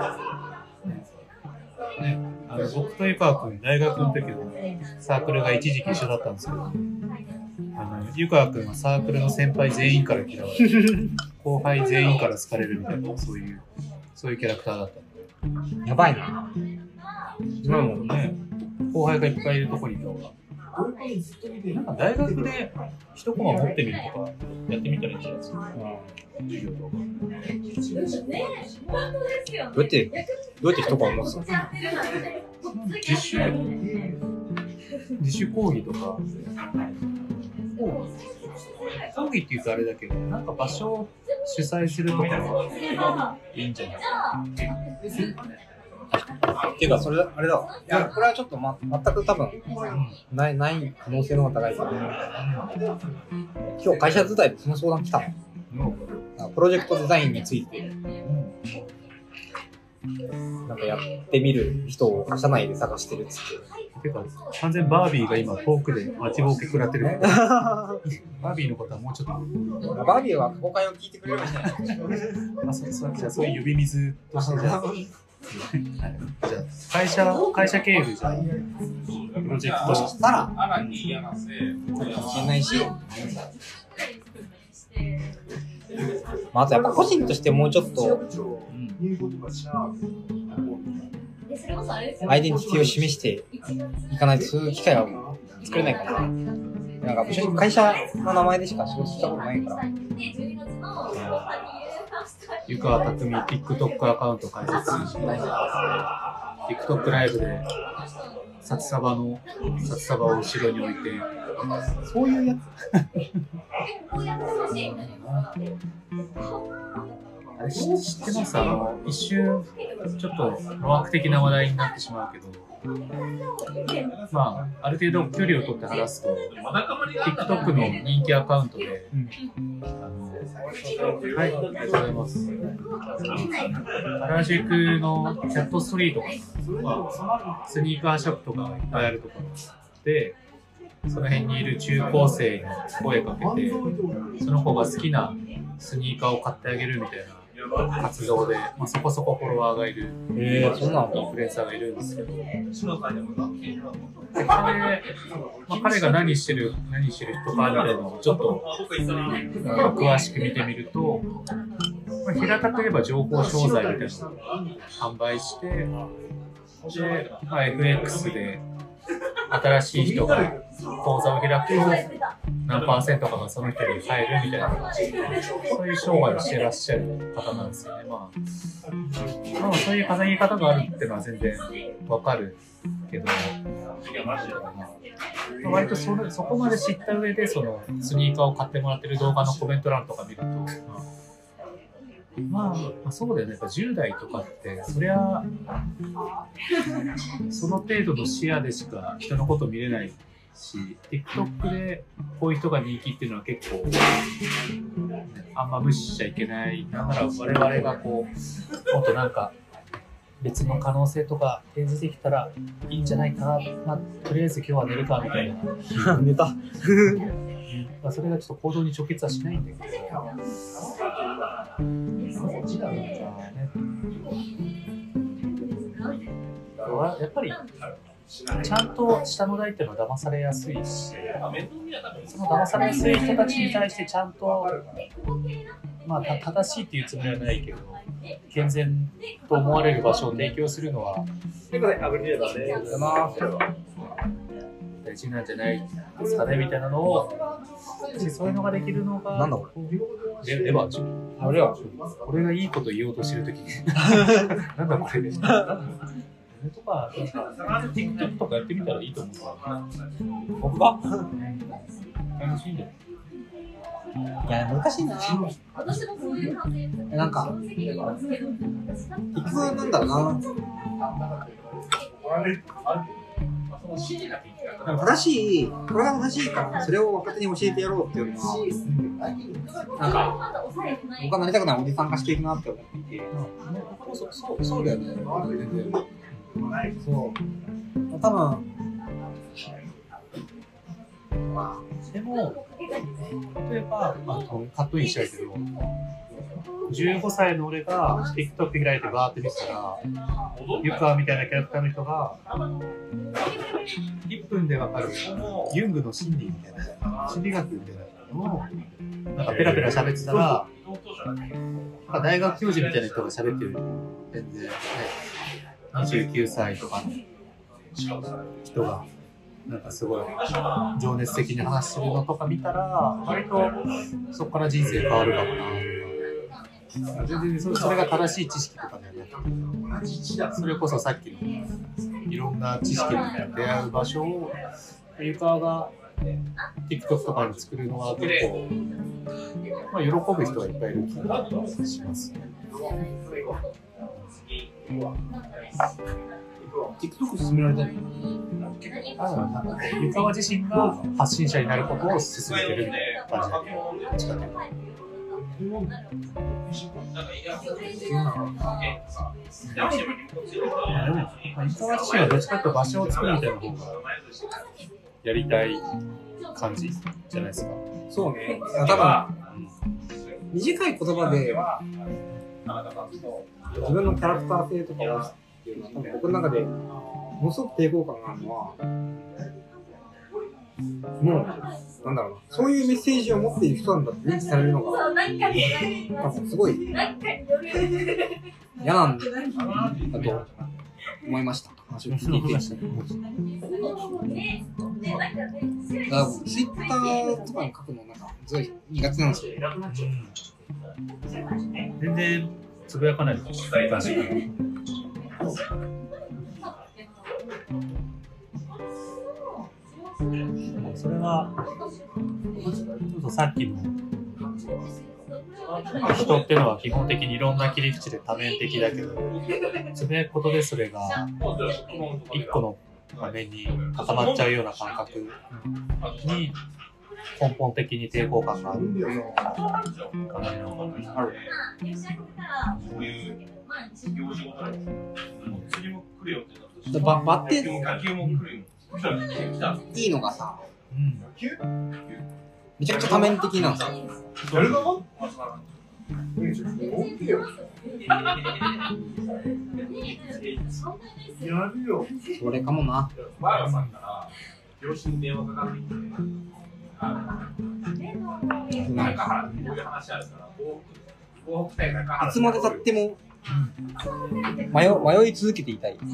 ね、僕と湯川君大学の時のサークルが一時期一緒だったんですけど、 湯川君はサークルの先輩全員から嫌われる、後輩全員から好かれるみたいな、そういうキャラクターだったんで。 やばいな。 今もね、後輩がいっぱいいるとこにいた方が。なんか大学で一コマ持ってみるとかやってみたらいいんじゃないですか。授業とか。 どうやって一コマ持つの？ 自主講義とか。講義って言うとあれだけど、なんか場所を主催するとかはいいんじゃないですか。 っていうか、それ、あれだわ。いや、これはちょっと全く多分、ない可能性の方が高いけど、今日会社伝いでその相談来たの。プロジェクトデザインについて、なんかやってみる人を社内で探してるっつって。 てか、完全バービーが今遠くで待ちぼうけ食らってる。バービーのことはもうちょっと。 バービーは公開を聞いてくれればいいんじゃないじゃあそういう呼び水としてじゃあ。じゃあ会社経由でじゃあプロジェクトそしたらかもしれないし、まあ、あとやっぱ個人としてもうちょっと、アイデンティティを示していかないとそういう機会は作れないから、なんか正直会社の名前でしか仕事したことないから。 湯川拓海 TikTok アカウント開設するし、TikTok ライブで札束を後ろに置いて、そういうやつあれ知ってます？一瞬ちょっとノワーク的な話題になってしまうけど、まあある程度距離を取って話すと TikTok の人気アカウントで、はい、ありがとうございます。原宿のキャットストリートか、スニーカーショップとかがいっぱいあるところで、その辺にいる中高生に声かけて、その子が好きなスニーカーを買ってあげるみたいな活動で、まあ、そこそこフォロワーがいる、 そんなインフルエンサーがいるんですけど、で彼が何してる人かみたいなのをちょっと詳しく見てみると、平たく言えば情報商材みたいなのを販売して、で、FX で新しい人が口座を開くと何%かがその人に入るみたいな、そういう商売をしてらっしゃる方なんですよね。まあそういう稼ぎ方があるっていうのは全然わかるけど、割とそこまで知った上でそのスニーカーを買ってもらってる動画のコメント欄とか見ると、まあそうだよね。やっぱ10代とかってそりゃその程度の視野でしか人のこと見れないし、TikTok でこういう人が人気っていうのは結構あんま無視しちゃいけない。なんなら我々がこうもっとなんか別の可能性とか提示できたらいいんじゃないかな。まあとりあえず今日は寝るかみたいな。 寝た。 まあそれがちょっと行動に直結はしないんだけど。やっぱりちゃんと下の代っていうのは騙されやすいし、その騙されやすい人たちに対してちゃんと、まあ正しいっていうつもりはないけど、健全と思われる場所を提供するのは大事なんじゃないですかねみたいなのを、そういうのができるのが、 なんだこれ？ レバーでしょ。 レバー。 俺がいいこと言おうとしてるときに、なんだこれとか、TikTok とかやってみたらいいと思うから。 僕が？ 楽しいんだよ。 いや、難しいな。なんか、結局なんだろうな。正しい、これが正しいから、それを若手に教えてやろうっていうのは、なんか、僕はなりたくないおじさん化していくなって思っていて。そうだよね。そう。多分、 でも、例えば、カットインしちゃうけど、 15歳の俺が TikTok 開いてバーって見てたら、ユカみたいなキャラクターの人が1分でわかるユングの心理みたいな、心理学みたいなのをなんかペラペラ喋ってたら、なんか大学教授みたいな人が喋ってる、全然、ね、29歳とかの人がなんかすごい情熱的に話してるのとか見たら、割とそこから人生変わるかもな。全然それが正しい知識とかではなくて、それこそさっきのいろんな知識に出会う場所をゆかが TikTok とかに作るのは結構、まあ、喜ぶ人がいっぱいいる気がします。 TikTok 進められてるの？ ゆかわ自身が発信者になることを進めてるみたいな感じだけど、どっちかというと。ゆかわ自身はどっちかというと場所を作るみたいな方がやりたい感じじゃないですか。 そうね。多分、短い言葉で自分のキャラクター性とかをっていうのは多分僕の中でものすごく抵抗感があるのは、もうなんだろうな、そういうメッセージを持っている人なんだって認知されるのが多分すごい嫌なんだと思いました。話を聞いていて。だからツイッターとかに書くのなんかすごい苦手なんですよ。 全然つぶやかないです。それはちょっとさっきの人っていうのは基本的にいろんな切り口で多面的だけど、つぶやくことでそれが一個の画面に固まっちゃうような感覚に根本的に抵抗感がある感じのある。 バっていいのがさ、めちゃくちゃ多面的なんですよ。それかもな。いつまでたっても迷い続けていたい。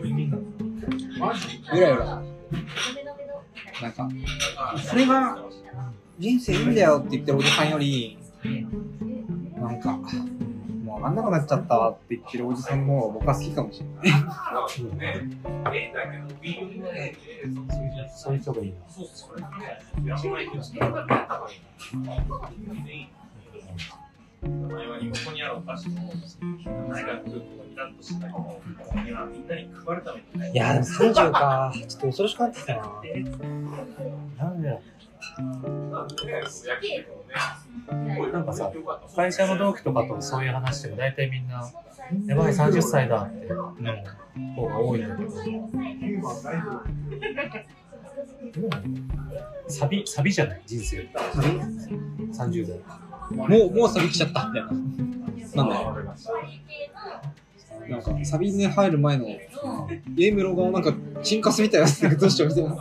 ゆらゆら。なんか、それが人生いいんだよって言ってるおじさんより、なんか、もう分かんなくなっちゃったって言ってるおじさんも僕は好きかもしれない。 そういう人がいいな。 いやでも30か、ちょっと恐ろしくなってきたな。 なんでなんかさ、会社の同期とかとそういう話しても大体みんなやばい30歳だって方が多いんだけど、サビじゃない人生。30代。 もうサビ来ちゃったみたいな。なんだよ。なんかサビに入る前のゲームロがなんかチンカスみたいなやつでどうしようみたいな。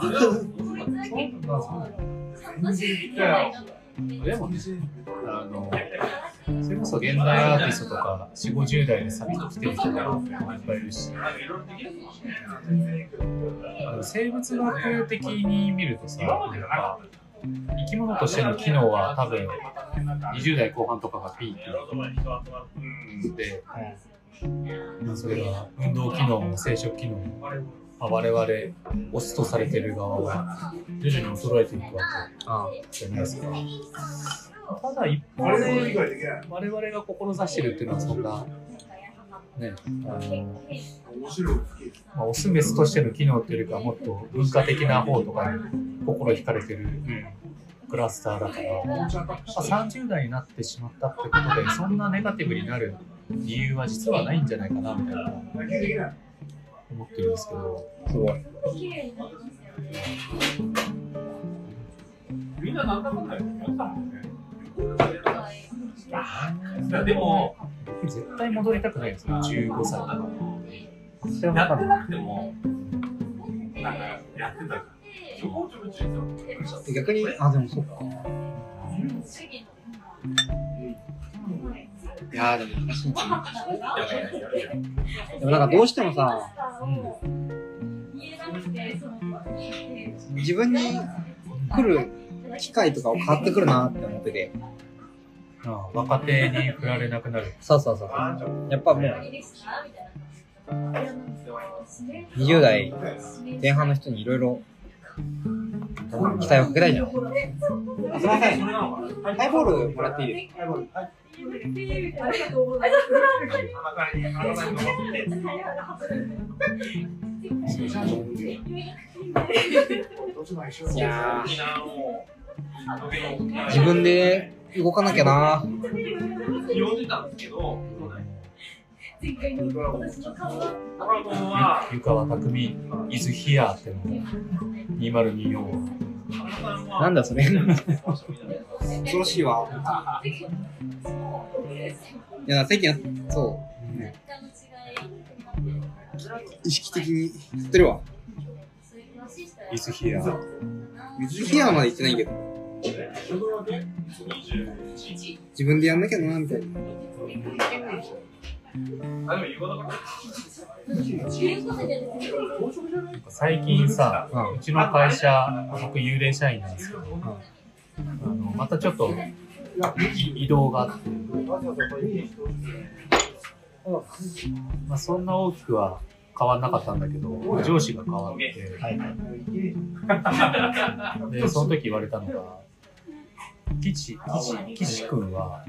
でもね、それこそ現代アーティストとか4、50代でサビ来てる人がいっぱいいるし、生物学的に見るとさ、なんか生き物としての機能は多分20代後半とかがピークで、それが運動機能も生殖機能も我々オスとされている側は徐々に衰えていくわけじゃないですか。ただ一方で我々が志してるっていうのはそんなね、オスメスとしての機能っていうよりかはもっと文化的な方とかに心惹かれてるクラスターだから、30代になってしまったってことでそんなネガティブになる理由は実はないんじゃないかなみたいな思ってるんですけど、 すごい。 みんななんだかんだ言ってたもんね。 でも、 絶対戻りたくないんですよ、15歳とか。 やってなくても、なんかやってたじゃん。 逆に、あ、でもそっか。いやーでも難しいな。でもなんかどうしてもさ、自分に来る機会とかを変わってくるなって思ってて。 若手に振られなくなる。 そうそうそう。やっぱもう、20代前半の人にいろいろ期待をかけたいじゃん。すいません。ハイボールもらっていいですか？ハイボール。はい。ありがとうございます。いやー、自分で動かなきゃな。 呼んでたんですけど、 湯川匠、イズヒアっての2024。 なんだそれ。恐ろしいわ。いや、最近そう、ね。意識的に振ってるわ。 イズヒア。 イズヒアまで言ってないけど。自分でやんなきゃなみたいな。 最近さ、うちの会社、僕幽霊社員なんですけど、またちょっと移動があって、まあ、そんな大きくは変わんなかったんだけど、上司が変わって、でその時言われたのが、岸君は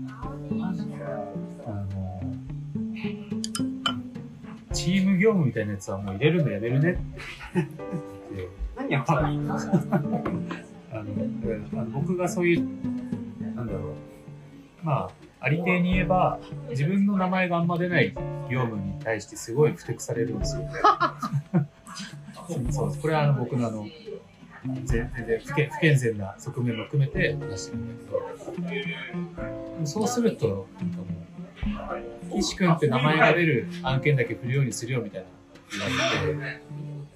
チーム業務みたいなやつはもう入れるのやめるねって言って、 何やったの？ 僕がそういう、なんだろう、まあ、ありていに言えば、自分の名前があんま出ない業務に対してすごい不適されるんですよ。そう、これは僕の全然不健全な側面も含めて出してるんだけど、そうすると、なんかもう、岸君って名前が出る案件だけ振るようにするよみたいな言われて、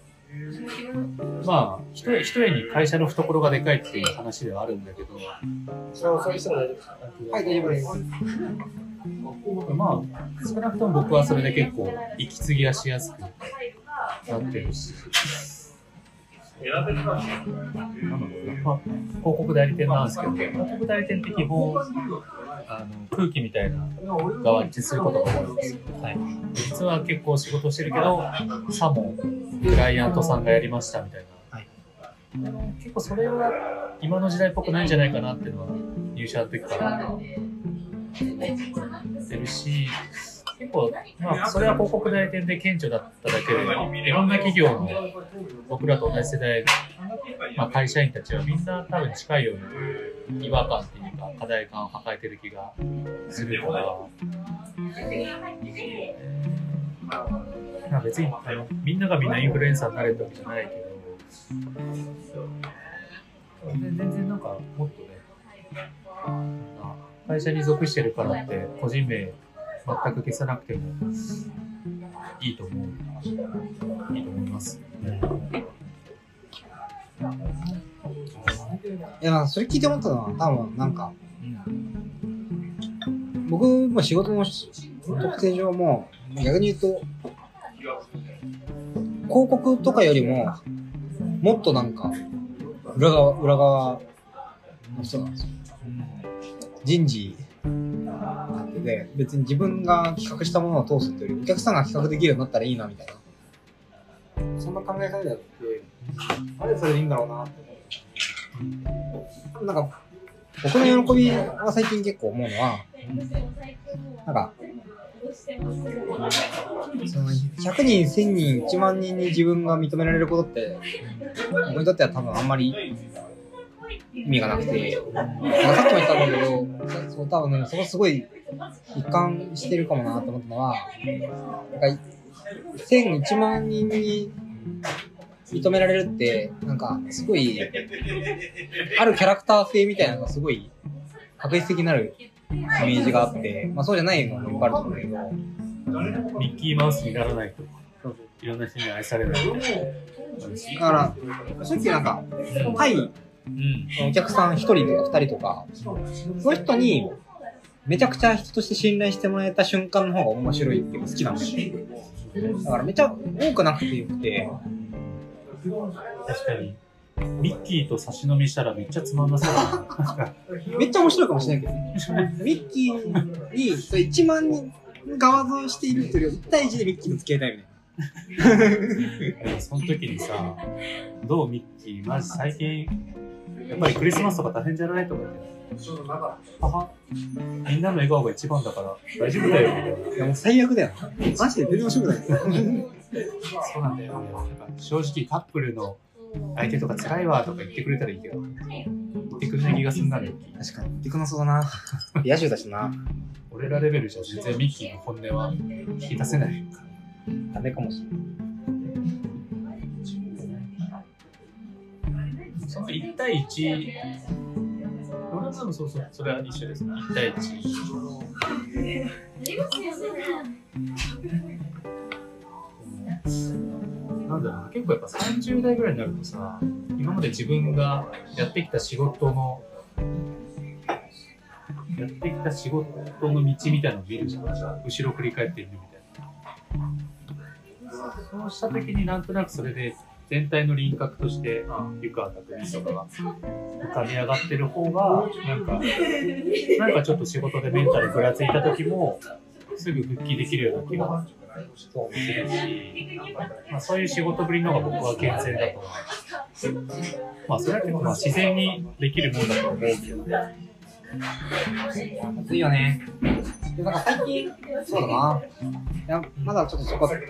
まあ、ひとえに会社の懐がでかいっていう話ではあるんだけど、 そういう人は大丈夫ですか？はい、大丈夫です。 まあ、少なくとも僕はそれで結構息継ぎがしやすくなってるし、広告代理店なんですけど、広告代理店って基本空気みたいな側に接することが多いんですよ。はい、実は結構仕事してるけど、さもクライアントさんがやりましたみたいな。はい、結構それは今の時代っぽくないんじゃないかなっていうのは入社の時から思ってるし、結構、まあ、それは広告代理店で顕著だっただけで、いろんな企業の僕らと同じ世代の、まあ、会社員たちはみんな多分近いような違和感っていうか、課題感を抱えてる気がするから、まあ、別にみんながみんなインフルエンサーになれるわけじゃないけど、全然なんかもっとね、会社に属してるからって個人名全く消さなくてもいいと思います。 いや、なんかそれ聞いて思ったのは、多分なんか、僕も仕事の特性上も逆に言うと、広告とかよりももっとなんか裏側の人なんですよ。人事で別に自分が企画したものを通すっていうよりお客さんが企画できるようになったらいいなみたいな、そんな考え方であって、あれそれでいいんだろうなって。なんか僕の喜びは最近結構思うのは、なんかその100人、1000人、1万人に自分が認められることって僕にとっては多分あんまり意味がなくて、さっきも言ったんだけど、そう多分ね、そこすごい一貫してるかもなと思ったのは、なんか1000、1万人に認められるってなんかすごいあるキャラクター性みたいなのがすごい確実的になるイメージがあって、まあそうじゃないのもいっぱいあると思うんだけど、 ミッキーマウスにならないと、いろんな人に愛されない。 だから、さっきなんか、タイのお客さん1人とか2人とか、その人に、めちゃくちゃ人として信頼してもらえた瞬間の方が面白いっていうか好きなんだよね。だからめちゃ多くなくてよくて。 確かに。ミッキーと差し飲みしたらめっちゃつまんなそうだな。 めっちゃ面白いかもしれないけどね。ミッキーに1万人側像しているというより1対1でミッキーと付き合いたいみたいな。 その時にさ、どうミッキー、マジ最近、やっぱりクリスマスとか大変じゃないとか言って。母、みんなの笑顔が一番だから大丈夫だよみたいな。 いやもう最悪だよ。マジで全然面白くない。 そうなんだよね。正直カップルの相手とか辛いわとか言ってくれたらいいけど、言ってくれない気がすんな、ミッキー。 確かに言ってくなそうだな。野獣だしな。 俺らレベルじゃ全然ミッキーの本音は引き出せない。 ダメかもしれない。 その1対1、俺は多分そう、それは一緒です。1対1。なんだろうな、結構やっぱ30代ぐらいになるとさ、今まで自分がやってきた仕事の道みたいなのを見るじゃん。後ろ振り返ってみるみたいな。そうした時になんとなくそれで全体の輪郭として湯川拓海とかが浮かび上がってる方がなんかちょっと仕事でメンタルぐらついた時もすぐ復帰できるような気がするし、まあ、そういう仕事ぶりの方が僕は健全だと思う。まあそれは結構自然にできるもんだと思うけどね。 熱いよね。でなんか最近、そうだな。いや、まだちょっとそこ、突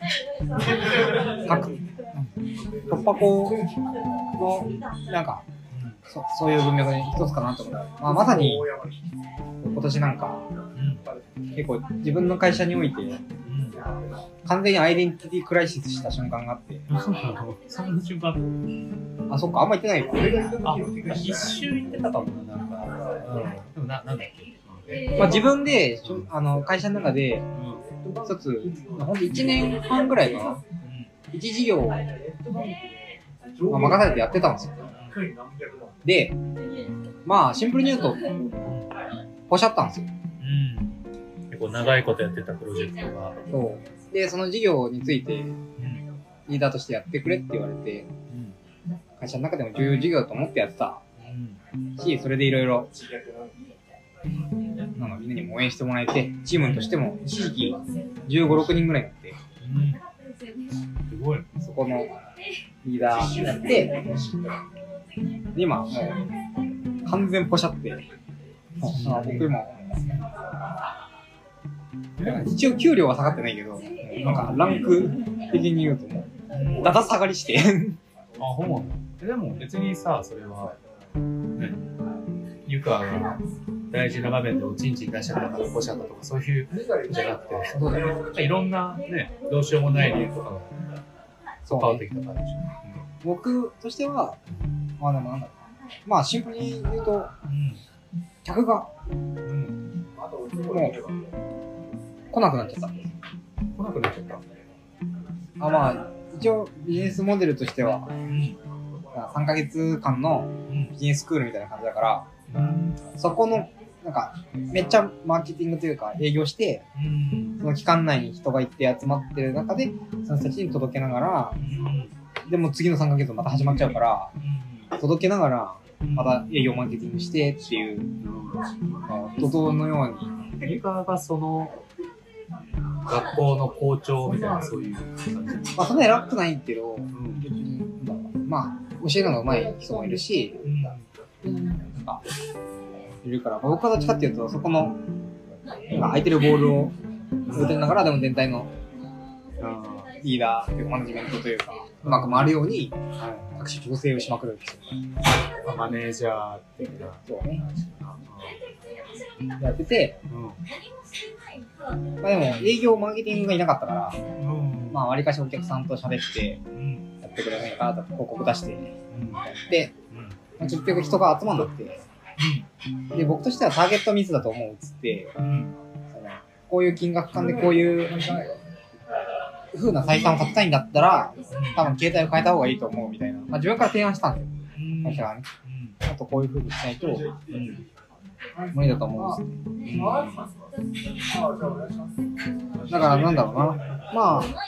破口の、なんか、そういう文脈の一つかなと思った。まあ、まさに、今年なんか、結構自分の会社において、完全にアイデンティティクライシスした瞬間があって。 そんな瞬間あ、そっか、あんま言ってないか。 あ、一周言ってたかもな、なんか。でもなんだっけ。 まあ自分で、会社の中で、一つ、ほんと1年半ぐらいかな。一事業を、任されてやってたんですよ。で、まあシンプルに言うと、ポシャったんですよ。 結構長いことやってたプロジェクトが。 そう。で、その事業について、リーダーとしてやってくれって言われて、会社の中でも重要事業だと思ってやってたし、それでいろいろ、みんなにも応援してもらえて、チームとしても一時期15、6人ぐらいになって、 すごい。 そこのリーダーやって、で今もう完全ポシャって、僕も、一応給料は下がってないけど、なんかランク的に言うともう、だだ下がりして。 あ、ほんま。でも別にさ、それは、ね、湯川が大事な場面でおちんちん出しちゃったからポシャったとかそういうじゃなくて、 そうだね。 いろんなね、どうしようもない理由とかが関わってきたからでしょ。 僕としては、まあでもなんだろう。まあシンプルに言うと、客が、もう、来なくなっちゃった。 来なくなっちゃった。 まあ、一応ビジネスモデルとしては、3ヶ月間のビジネススクールみたいな感じだから、そこの、なんか、めっちゃマーケティングというか営業して、その期間内に人がいて集まってる中で、その人たちに届けながら、でも次の3ヶ月また始まっちゃうから、届けながら、また営業マーケティングしてっていう、怒涛のように。 湯川がその、学校の校長みたいなそういう感じ。 まあそんな偉くないけど、別に、まあ教えるのが上手い人もいるし、なんかいるから、僕はどっちかっていうとそこのなんか空いてるボールを打てながらでも全体のリーダーというかマネジメントというかうまく回るように各種調整をしまくるんですよ。 マネージャー的な。 そうね。やってて。まあでも営業マーケティングがいなかったから、まあ割かしお客さんと喋ってやってくれないかと広告出してやって、結局人が集まんなくて、 で、僕としてはターゲットミスだと思うっつって、こういう金額感でこういう風な採算を立てたいんだったら、多分携帯を変えた方がいいと思うみたいな。まあ、自分から提案したんですよ。会社がね。あとこういう風にしないと、無理だと思うんですよ。だからなんだろうな。まあ、う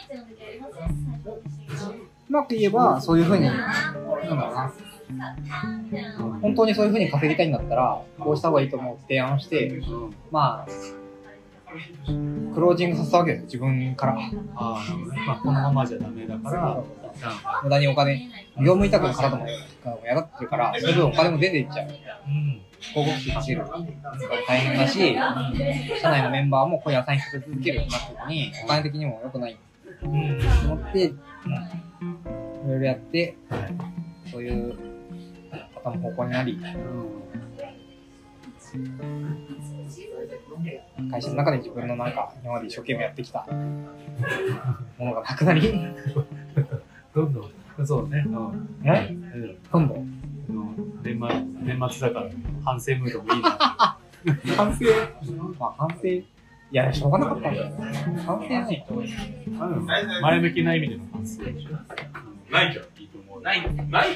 まく言えば、そういう風に、なんだろうな。本当にそういう風に稼ぎたいんだったら、こうした方がいいと思うって提案して、まあ、クロージングさせたわけですよ、自分から。 まあ、このままじゃダメだから、 無駄にお金、業務委託の方ともやがってるから、それ分お金も出ていっちゃう。広告費かける。大変だし、社内のメンバーもこういうアサインして続けるってなった時に、お金的にも良くないと思って、いろいろやって、そういう方の方向になり、会社の中で自分のなんか今まで一生懸命やってきたものがなくなりどんどんそうね、どんどん年末だから反省ムードもいいな反省まあ反省いやしょうがなかったんだよ反省ないと前向きな意味での反省でしょないからいいと思うないから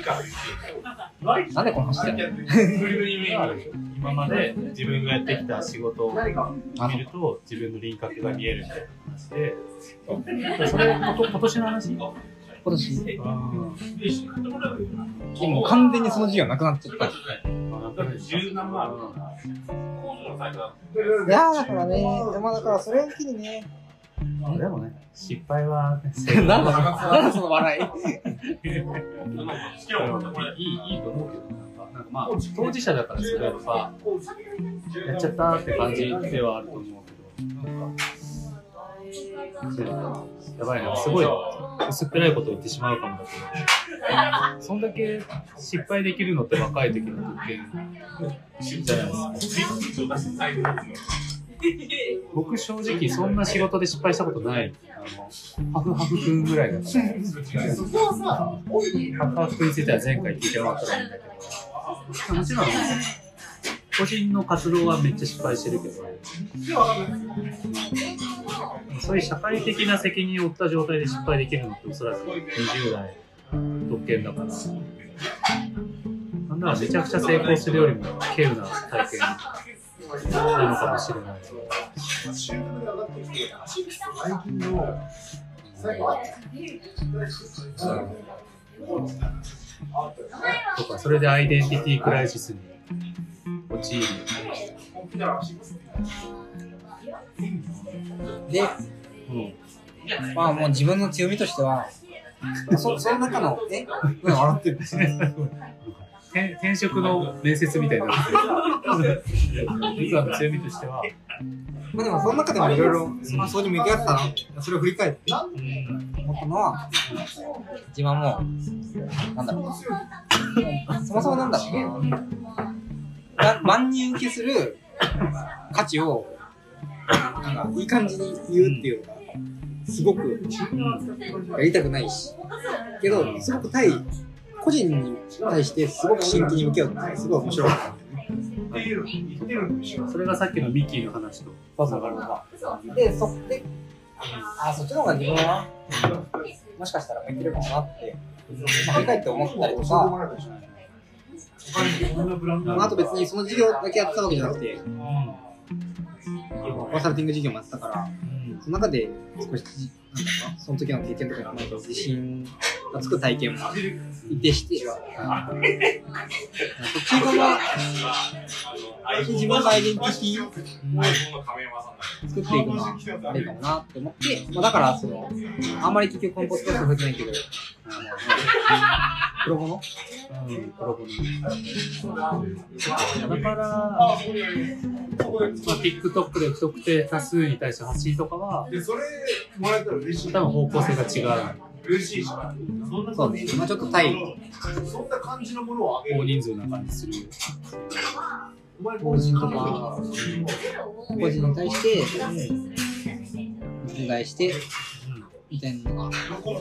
なんでこの話してんの今まで自分がやってきた仕事を見ると自分の輪郭が見えるみたいな話で、それ今年の話？ 今年？でも完全にその授業なくなっちゃった。 10何万。 いやだからね、まあだからそれを機にね。 でもね、失敗はなんだその笑い。 いいと思うけど。なんかまあ当事者だからそれはさやっちゃったって感じではあると思うけど、やばいな、すごい薄っぺらいことを言ってしまうかもだけど、そんだけ失敗できるのって若い時の物件じゃないですか。僕正直そんな仕事で失敗したことない。ハフハフくんぐらいだから。ハフハフくんについては前回聞いてもらったらいいんだけど、もちろん個人の活動はめっちゃ失敗してるけど、そういう社会的な責任を負った状態で失敗できるのっておそらく20代特権だから、なんならめちゃくちゃ成功するよりも稀有な体験なのかもしれない。とか、それでアイデンティティクライシスに陥る。 で、まあもう自分の強みとしては、その中の、笑ってる。 転職の面接みたいになってる。実は強みとしては、 まあでもその中でもいろいろそうに向き合ったな、それを振り返って思ったのは、自分はもうなんだろう、そもそもなんだろうな、万人受けする価値をなんかいい感じに言うっていうのがすごくやりたくないし、けどすごく個人に対してすごく真剣に向き合うってすごい面白かった。 それがさっきのミッキーの話とつながるのか。 で、そっちの方が自分はもしかしたら向いてるかもなって、振り返って思ったりとか、あと別にその授業だけやってたわけじゃなくて、コンサルティング授業もやってたから、その中で少しその時の経験とかになんか自信がつく体験も一定して、そっち側自分のアイデンティティを作っていくのはあれかもなって思って、まあ、だからあんまり結局コンポストは触れてないけど、プロボノ、 だから、まあ、TikTok で不特定多数に対して発信とかは、多分方向性が違う。 そうね、まあ、ちょっと大人数な感じする。 法人とか個人に対してお願いしてみたいなのが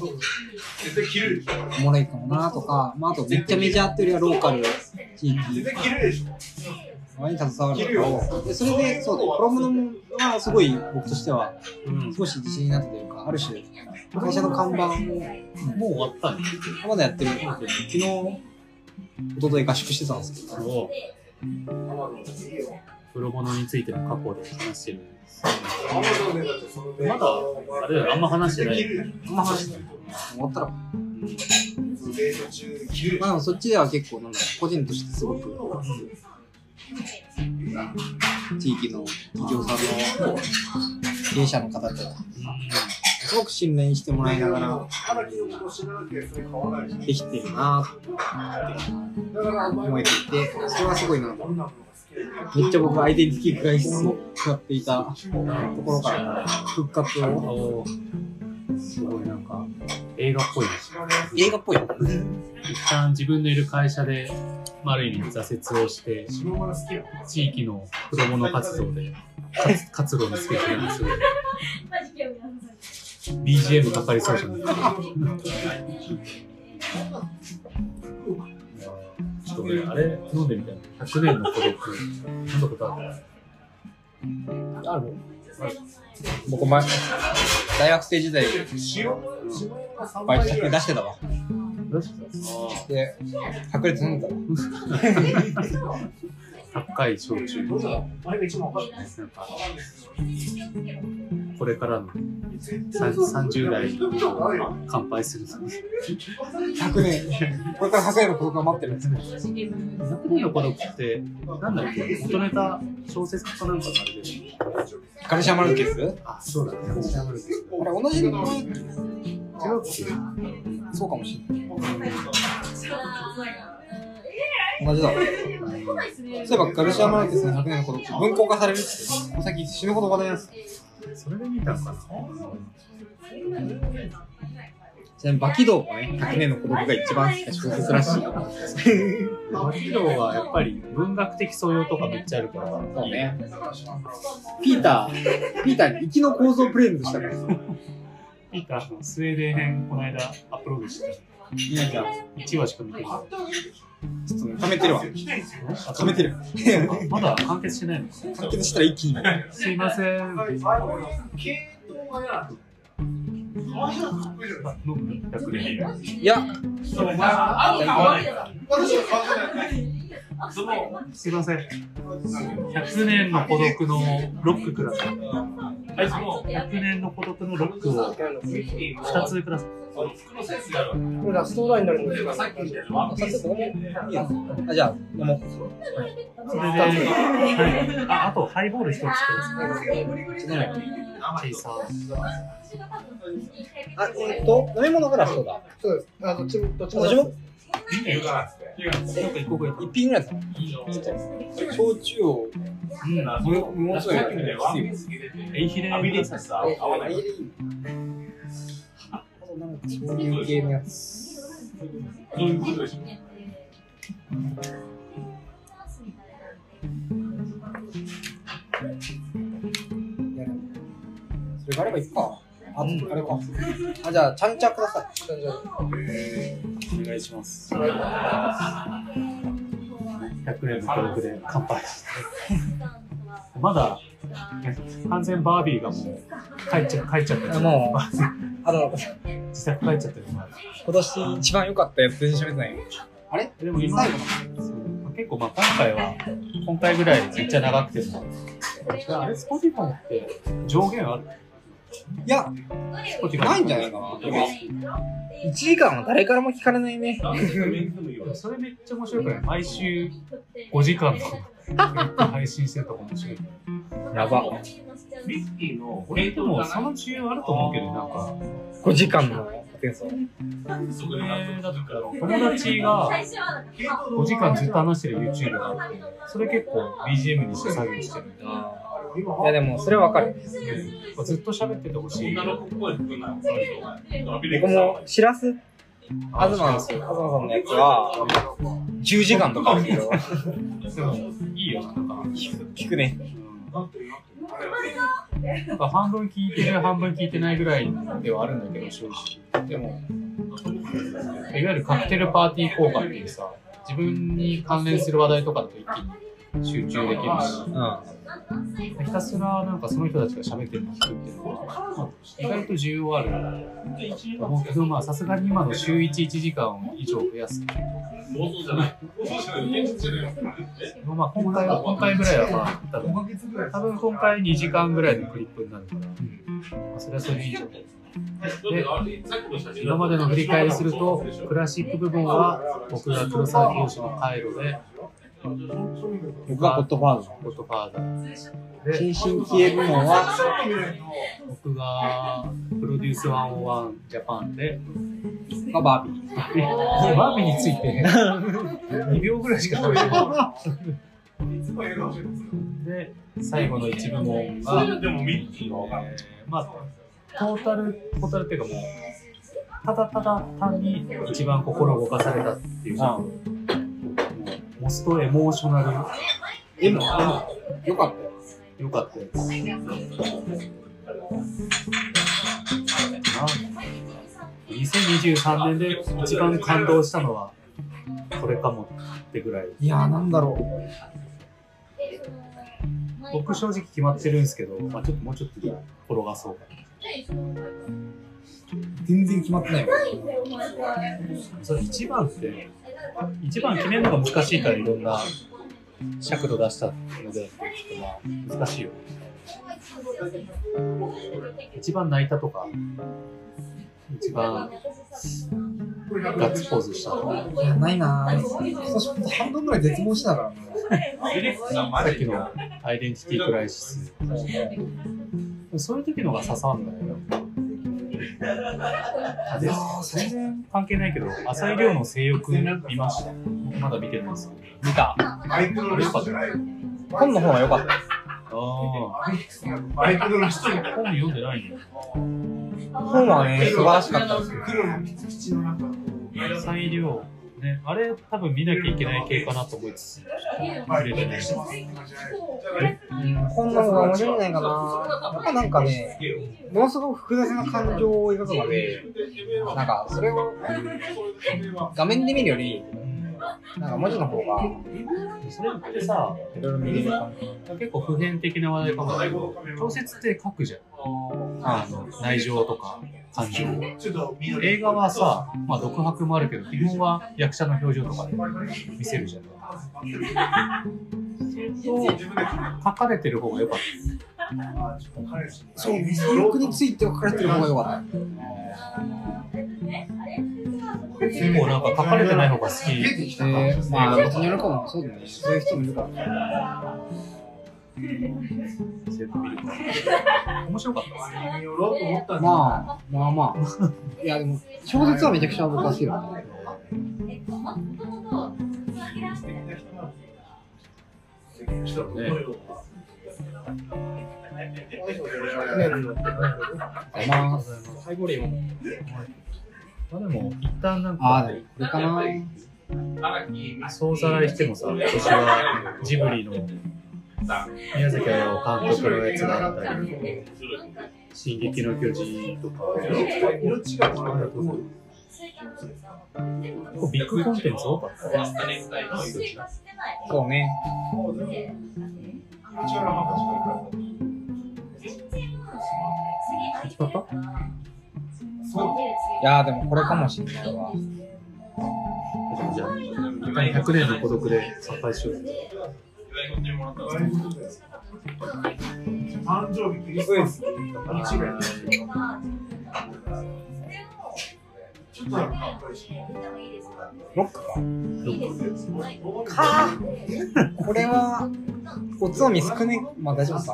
おもろいかもなとか、まあ、あとめっちゃメジャーっていうよりはローカル地域たまに携わるとかを、でそれで、そうだよ、プロムノはすごい僕としては、少し自信になったというか、ある種、会社の看板を、 もう終わったんですまだやってる。昨日、一昨日合宿してたんですけど、 プロモノについての過去で話してるんです。まだ、あれだよ、あんま話してない。 あんま話してない。終わったら。まあでもそっちでは結構なんだろう、個人としてすごく、地域の企業さんの経営者の方と、すごく信頼してもらいながらできてるなって思えていて、それはすごいなと。めっちゃ僕アイデンティティクライシスを使っていたところから復活を。 すごいなんか映画っぽいですよね。 映画っぽい。 一旦自分のいる会社で、ある意味挫折をして、地域のプロモノ活動で活路を見つけてるんですよ。BGM かかりそうじゃない。ちょっと俺、あれ飲んでみたいな。100年の孤独。飲んだことある？ ある？僕前、大学生時代、バイト先で出してたわ。で、隠れて飲んだわ。 高い焼酎。なんかこれからの30代乾杯する。 100年。これから100年の孤独が待ってるんですね。 100年の孤独って、なんだっけ、元ネタ小説家かなんかのあれで。 ガルシア・マルケス？ あ、そうだね。ガルシア・マルケス。 あれ、同じの違うっけ？そうかもしれない。同じだ。そういえば、ガルシア・マルケスの100年の孤独、文庫化されるって、最近死ぬほど話題なんです。 それで見たのかな。 ちなみに、バキドウもね、100年の孤独が一番好きな小説らしい。 バキドウはやっぱり文学的素養とかめっちゃあるから。 そうね。ピーターに生きの構造プレゼントしたから。 ピーターのスウェーデン編、この間アップロードして、 見なきゃ。 1話しか見てない。 ちょっとね、貯めてるわ。貯めてる。 まだ完結しないのか。 完結したら一気に。 すいません。飲む？100年。 いや、 すいません。100年の孤独のロックください。100年の孤独のロックを2つください。 これラストオーダーになるんですよ。 あ、じゃあ、飲もう。 それで、はい。あとハイボール1つください。チェイサー。 あ、飲み物がラストだ。 そうです。どっちも。 私も一個ぐらい。 一品ぐらいだった。焼酎を、もうちょいやってみて。 エイヒレください。 なんかそういう系のやつ。それがあればいいか。あれか。あ、じゃあ、ちゃんちゃください。 お願いします。100年の孤独で乾杯。まだ、完全バービーがもう帰っちゃった。 もう、 自宅帰っちゃったよ。 今年一番良かったやつ全然喋ってないよ。あれでも今、結構今回ぐらいめっちゃ長くても。あれ、Spotify って上限ある？ いや、ないんじゃないかな。1時間は誰からも聞かれないね。 それめっちゃ面白くない？毎週5時間の配信してると面白い。 やば。 でもその需要あると思うけど、なんか 5時間のテンション。 それだったら友達が5時間ずっと話してる YouTube があって、それ結構 BGM にして作業してるんだ。 いやでもそれはわかる。 ずっと喋っててほしい。 僕もしらす東さんのやつは10時間とかあるけど。 でもいいよ、なんか聞くね。 なんか半分聞いてる半分聞いてないぐらいではあるんだけど、正直。でもいわゆるカクテルパーティー効果っていうさ、自分に関連する話題とかだと一気に集中できるし、 うん。 ひたすらなんかその人たちが喋ってるのを聞くっていうのは、意外と需要あると思うけど、まあさすがに今の週1、1時間以上増やす。まあ今回ぐらいはまあ、多分今回2時間ぐらいのクリップになるから、まあ、それはそれでいいじゃん。で、今までの振り返りすると、クラシック部分は僕が黒沢清の回路で、 僕はゴッドファーザゴッドファーザー。 ー。新進気鋭部門は、 僕がプロデュース101ジャパンで、 バービー。 バービーについて2秒ぐらいしか食べてない。で、最後の一部門が、まあ、トータルっていうかもう、ただ単に一番心を動かされたっていうか、モストエモーショナル。 よかったよ。 よかったやつ。2023年で一番感動したのはこれかもってぐらい。 いやー、なんだろ僕正直決まってるんですけど、まあ、もうちょっと転がそうかな。 全然決まってないよ。 それ一番決めるのが難しいからいろんな尺度出したので、ちょっとまあ難しいよ。一番泣いたとか、一番ガッツポーズしたとか。 いや、ないなぁ。今年半分ぐらい絶望してたからね。 さっきのアイデンティティクライシス。そういう時のが刺さんだよ。全然関係ないけど、浅井亮の性欲見ました。まだ見てないんですけど。 見た。 よかったよ。 本の方が良かった。 ああ。本読んでないんだ。 本はね、素晴らしかったですよ。 浅井亮。ね、あれ多分見なきゃいけない系かなと思いつつ、触れてない。 本の方が面白いんじゃないかな。やっぱなんかね、ものすごく複雑な感情を描くので、なんかそれを画面で見るより、なんか文字の方が、 それってさ、 いろいろ見れるか結構普遍的な話題かもだけど、小説って書くじゃん。内情とか感情を。映画はさ、まあ独白もあるけど、基本は役者の表情とかで見せるじゃん。書かれてる方が良かった。 そうね、性欲について書かれてる方が良かった。 結構なんか書かれてない方が好き。 まあ別にやるかも、そうだね。そういう人もいるから。 全部見るか。面白かった。 まあ。いやでも、小説はめちゃくちゃ僕は好きだね。ハイボール今。 まあでも、一旦なんか、 これかな。 総ざらいしてもさ、今年はジブリの宮崎駿監督のやつがあったり、進撃の巨人とか、ビッグコンテンツ多かったね。 そうね。 決まった？ いやーでもこれかもしれないわ。 じゃあ、100年の孤独で参拝しよう。 誕生日クリスマス日がちょっとなんかロックか。これはおつまみ少ね。まあ大丈夫か。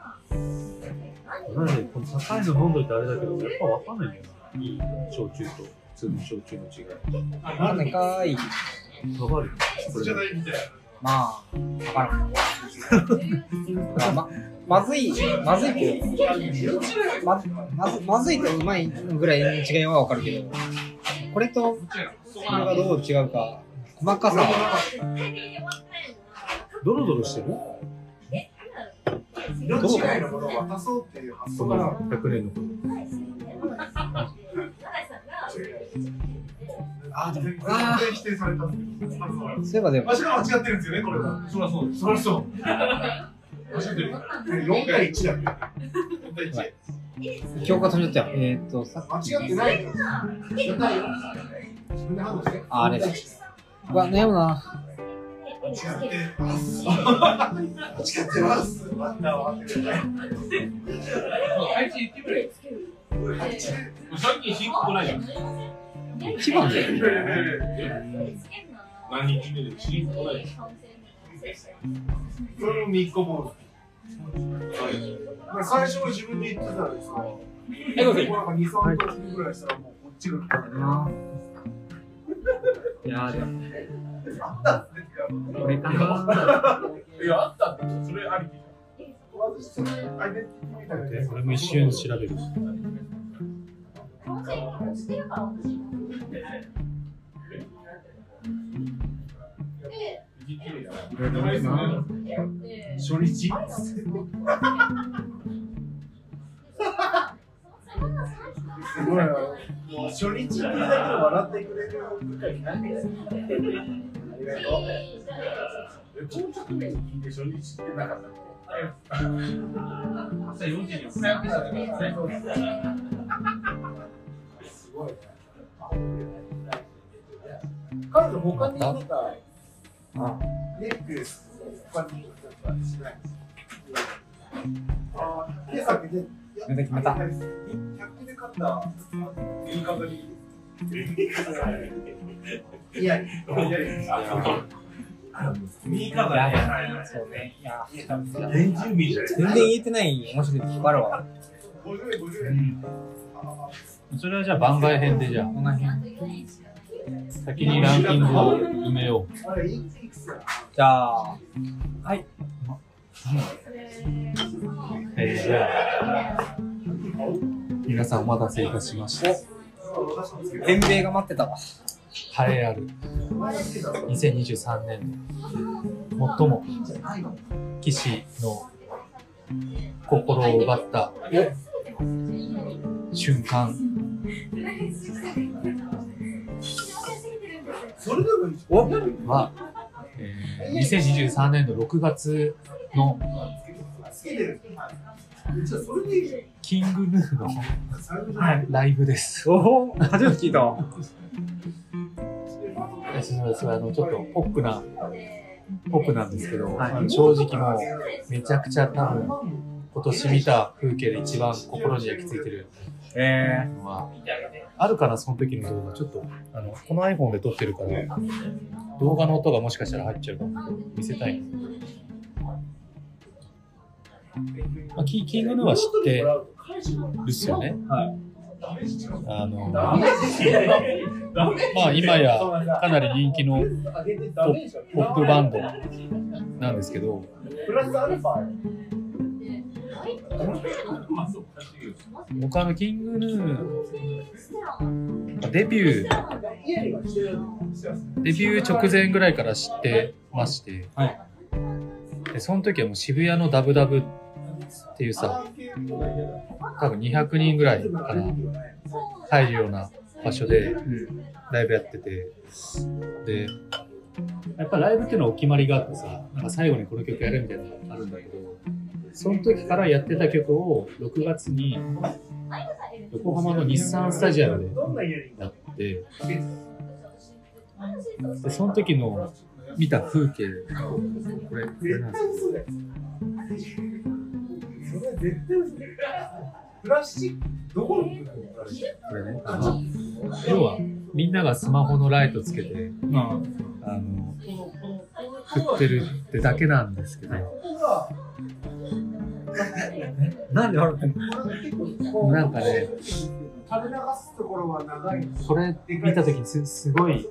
なんでこの高いの飲んどいてあれだけど、やっぱ分かんないんだよな。いい焼酎と普通の焼酎の違い。 なんでかーい。 分かる？これじゃないまあ、分からん。まずいけど、まずいとうまいぐらいの違いは分かるけど、これとこれがどう違うか、細かさは。 ドロドロしてる？ 色違いのものを渡そうっていう発想が 100年のこと。 あ、でも、 全然否定されたんですけど、 そういえばでも、 場所が間違ってるんですよね、これは。 そりゃそうです。 そりゃそう。間違ってる。4対1だっけ？4対1。 教科飛んじゃったよ。さっき。 間違ってないよ。自分で判断して。 あれだ。うわ、悩むな。 間違ってます。間違ってます。ワンダーを当ててください。 配置言ってくれ。さっき申告ないじゃん。 一番だよ。 何日目で申告ないじゃん。 それも3日後。最初は自分で言ってたんですよ。なんか2、3ヶ月ぐらいしたらもうこっちが来たんだな。 いやーでも、 あったんですよ。 これかな。 いや、あったんだよ。それありきじ私それアイデンティティみたいなやつ。 これも一瞬調べる。 初日すごいな。もう初日にだけ笑ってくれる部下いないんですよ。ありがとう。 ちょっと聞いて初日ってなかったっけ？朝4時に早くした時ですね。 すごいね。彼女他になんかネックレス他になんかしないんですか？手先で決めた。 100均で買ったいい方にいや右肩やね。 ばい。そうね。いや、 原住民じゃない。 全然言えてない面白いとこあるわ。 50円。 それはじゃあ番外編でじゃあこの辺。 先にランキングを埋めよう。 あれいくつだ？ じゃあ、はい。 じゃあ皆さんお待たせいたしました。 全米が待ってたわ。 栄えある2023年度最も棋士の心を奪った瞬間。は、2023年度6月のキングヌーのライブです。 おお、初めて聞いたわ。 そうちょっとポップなんですけど、 はい正直もうめちゃくちゃ多分今年見た風景で一番心に焼き付いてるのはあるかな。その時の動画ちょっとこの iPhone で撮ってるから動画の音がもしかしたら入っちゃうかも。見せたい。キングヌーは知ってるっすよね。 はい。 まあ今やかなり人気のポップバンドなんですけど、僕キングヌーデビュー直前ぐらいから知ってまして、 はい、 でその時はもう渋谷のダブダブっていうさ、多分200人ぐらいかな入るような場所でライブやってて、でやっぱライブっていうのはお決まりがあってさ、なんか最後にこの曲やるみたいなのがあるんだけど、その時からやってた曲を6月に横浜の日産スタジアムでやって、でその時の見た風景、これなんですよ。 プラスチックどこのこれね、要はみんながスマホのライトつけて、振ってるってだけなんですけど、 なんで笑ってんの？ なんかね、 垂れ流すところは長い。 これ見た時にすごい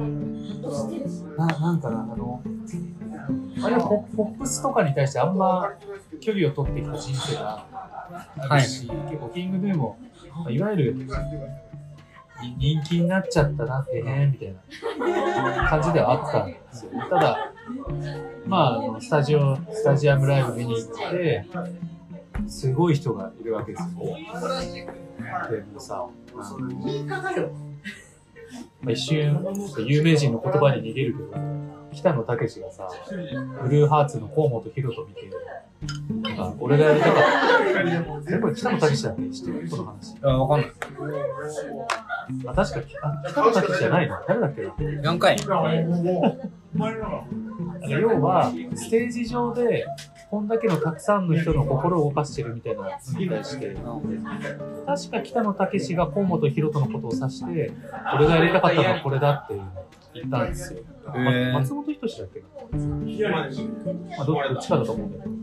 なんかな、あれポップスとかに対してあんま距離を取ってきた人生があるし、結構キングヌーもいわゆる人気になっちゃったなみたいな感じではあったんですよ。ただまあスタジアムライブ見に行ってすごい人がいるわけですよ。でもさ、 一瞬有名人の言葉に逃げるけど、北野武がさ、ブルーハーツの河本大翔見て、なんか俺がやりたかった。これ北野武だっけ？知ってるこの話。 わかんない。 あ、確か北野武じゃないの？誰だっけな。 4回。 要は、ステージ上で、こんだけのたくさんの人の心を動かしてるみたいなのに対して、確か北野武が河本大翔のことを指して、俺がやりたかったのはこれだって言ったんですよ。松本人志だっけな。どっちかだと思うんだけど。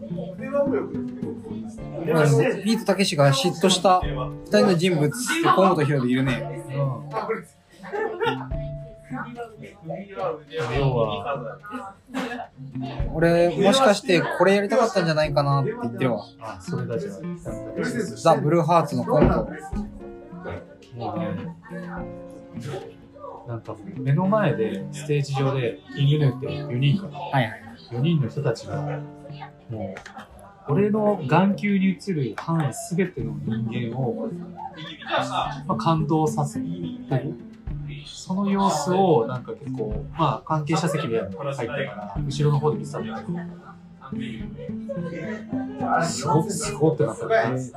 ビートたけしが嫉妬した2人の人物って河本大翔でいるね。 要は、 俺、もしかしてこれやりたかったんじゃないかなって言ってるわ。 あ、それだじゃあ。 ザ・ブルーハーツのコント。 もうね、なんか目の前でステージ上でキングヌーって4人かな。 はいはい。 4人の人たちが、もう、俺の眼球に映る範囲すべての人間を、感動させる。その様子をなんか結構、関係者席で入ってから後ろの方で見てたんだけど、すごってなったから、結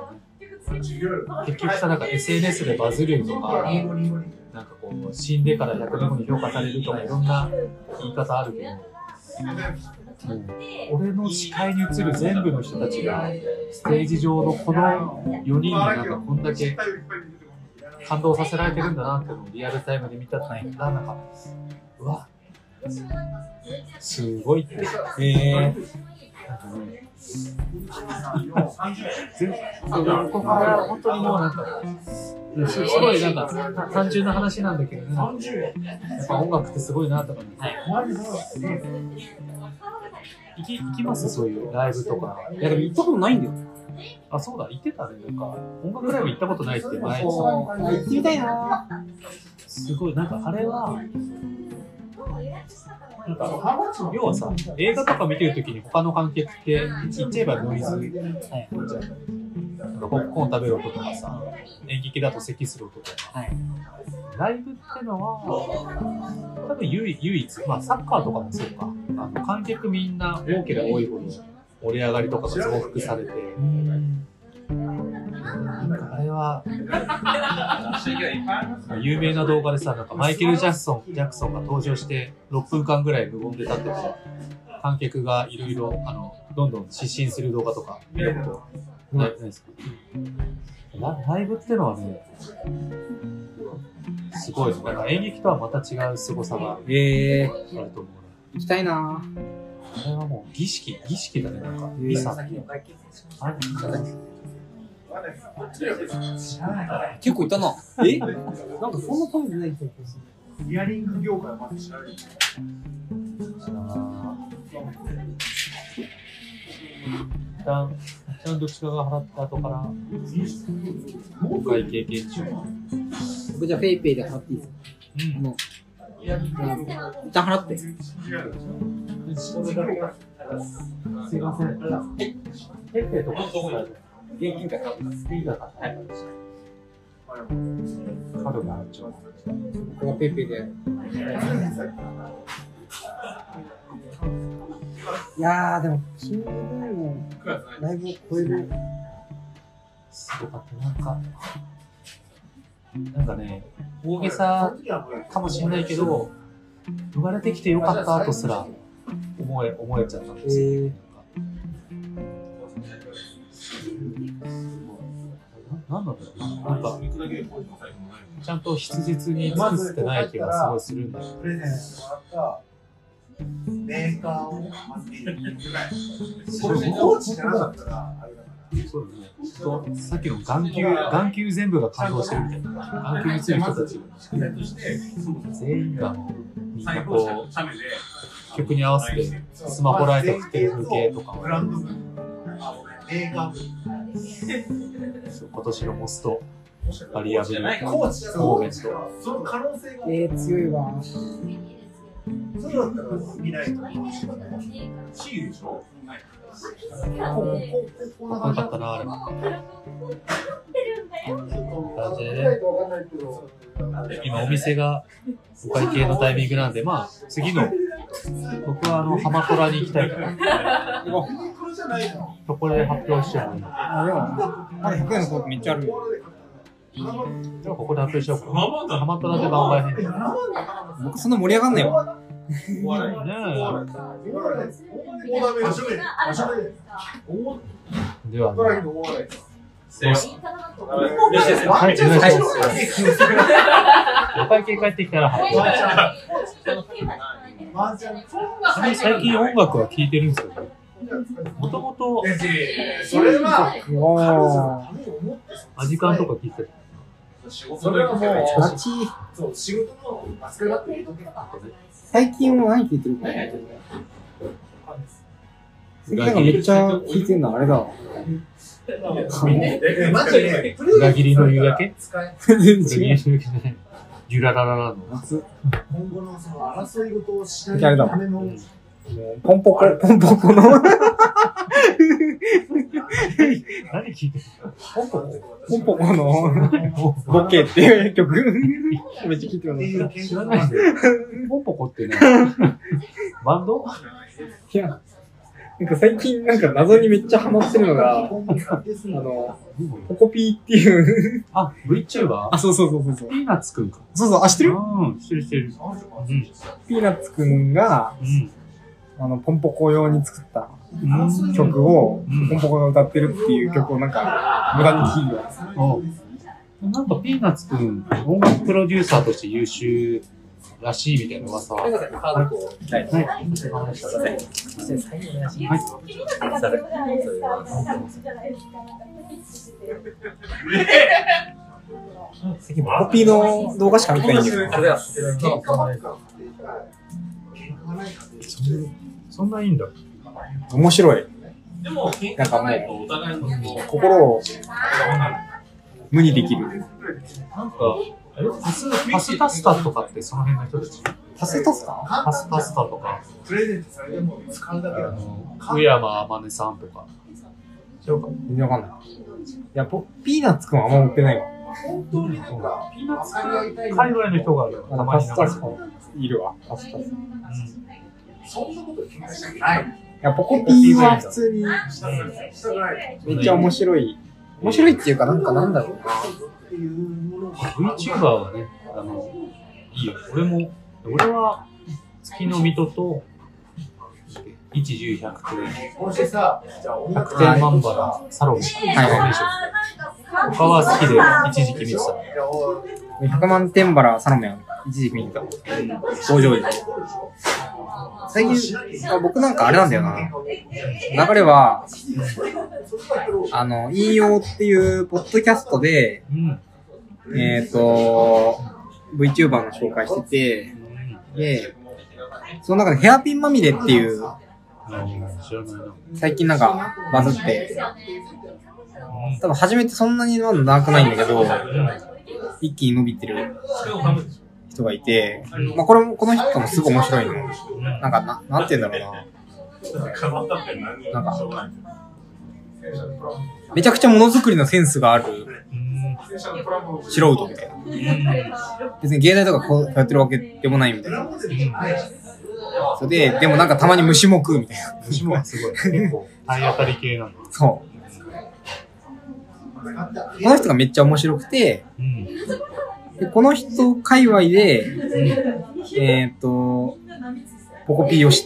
局さ、なんか SNS でバズるとか、なんかこう死んでから100年後に評価されるとかいろんな言い方あるけど、もう俺の視界に映る全部の人たちがステージ上のこの4人になんかこんだけ感動させられてるんだなっていうのをリアルタイムで見たらなんかうわすごいって。ここから本当にもうなんかすごいなんか単純な話なんだけどね、やっぱ音楽ってすごいなとか、行きますそういうライブとか。 いやでも行ったことないんだよ。 あ、そうだ、行ってたね。なんか音楽ライブ行ったことないって前行ってみたいな。 すごいなんかあれはなんか要はさ、映画とか見てるときに他の観客って言っちゃえばノイズ、なんかポップコーン食べる音とかさ、演劇だと咳する音とか、ライブってのは多分唯一、サッカーとかもそうか、観客みんな多ければ多いほど盛り上がりとかが増幅されて、あれは有名な動画でさ、なんかマイケル・ジャクソンが登場して6分間ぐらい無言で立ってて、観客がいろいろどんどん失神する動画とか見たことないですか？ライブってのはね、すごい、なんか演劇とはまた違う凄さがあると思う。 行きたいな。 あれはもう儀式だね、なんかミサ。 結構いたな。なんかそんな感じない気がする。 イヤリング業界はまだ知らない。 一旦どっちかが払った後からお会計検証。 僕じゃあペイペイで払っていいですか？一旦払って。 すいません。ペイペイとか現金から払ってます。 いいだから。カードがあっちゃう。 僕がペイペイで。いやーでもキングヌーのライブを超える。 すごかった。なんかね、大げさかもしれないけど、生まれてきてよかったとすら思えちゃったんですよ。なんだろう、なんかちゃんと筆実に尽くせてない気がすごいするんだよ。 プレゼントもらったメーカーをこれコーチじゃなかったらあれだから。 そうだね。さっきの眼球全部が感動してるみたいな。眼球についてる人たち全員がみんなこう曲に合わせてスマホライト振ってる風景とか。 メーカー今年のモストバリアブルコーチモーメント。 その可能性が強いわ。 そうだったら見ないと。 チーでしょ？ かっこよかったな、あれ。感じでね。 今お店がお会計のタイミングなんで、まあ、次の、僕はハマトラに行きたいから、そこで発表しちゃう。 あ、でも、まだ100円のコートめっちゃあるよ。 じゃあここで発表しようか。ハマトラで番外編。 僕そんな盛り上がんないわ。 ねでは、はい、お願いします。お会計帰ってきたら発表。最近音楽は聴いてるんですけど、もともと、アジカンとか聴いてた。 それはもう、仕事のマスクラット最近は何聞いてるかなんかめっちゃ聞いてるのあれだわ。 裏切りの夕焼け全然違う。 ゆららららの。 今後のその争い事をしないためのポンポコの。 何聞いてるポンポコのボケっていう曲。めっちゃ聞いてるの。 知らないんだよ。ポンポコってね、バンドいや、なんか最近なんか謎にめっちゃハマってるのが、ポコピーっていう。 あ、VTuber？ あ、そう。 ピーナッツくんか。 そう、あ、知ってる？ うん、知ってる。 ピーナッツくんが、ポンポコ用に作った曲を、ポンポコが歌ってるっていう曲をなんか、無駄に聴いてます。 なんかピーナッツくん、音楽プロデューサーとして優秀らしいみたいな噂は。はい。 最近ポコピーの動画しか見てないんだけど。 そんないいんだ。 面白い。 でも、 なんかもう、 お互いの心を無にできる。 なんか、パスタスタとかってその辺の人たち？ パスタスタ？ パスタスタとか、 プレゼントされても使うだけだ上山天音さんとか。 全然わかんない。いや、ピーナッツくんはあんま売ってないわ。 本当になんかピーナッツ界隈の人がたまにパスタスタいるわ。パスタスタ。 そんなこと気にしてない。 いや、ポコピーは普通にめっちゃ面白い。面白いっていうか、なんかなんだろうな。 VTuber はね、いいよ。俺は月の水戸と、1、10、100 もしさ、じゃあ音楽点万原、サロン。他は好きで一時期見てた。 100万点バラサロメン一時期見てた。工場で。最近、僕なんかあれなんだよな。流れは、引用っていうポッドキャストで、VTuber の紹介してて、で、その中でヘアピンまみれっていう、最近なんかバズって、多分初めてそんなにまだ長くないんだけど、一気に伸びてる人がいて、まあこの人もすごい面白いの。なんかなんて言うんだろうな。なんか、めちゃくちゃものづくりのセンスがある素人みたいな。別に芸大とかこうやってるわけでもないみたいな。それで、でもなんかたまに虫も食うみたいな。 虫もすごい。結構体当たり系なんだ。 そう。この人がめっちゃ面白くて、でこの人界隈で、ポコピーを知って、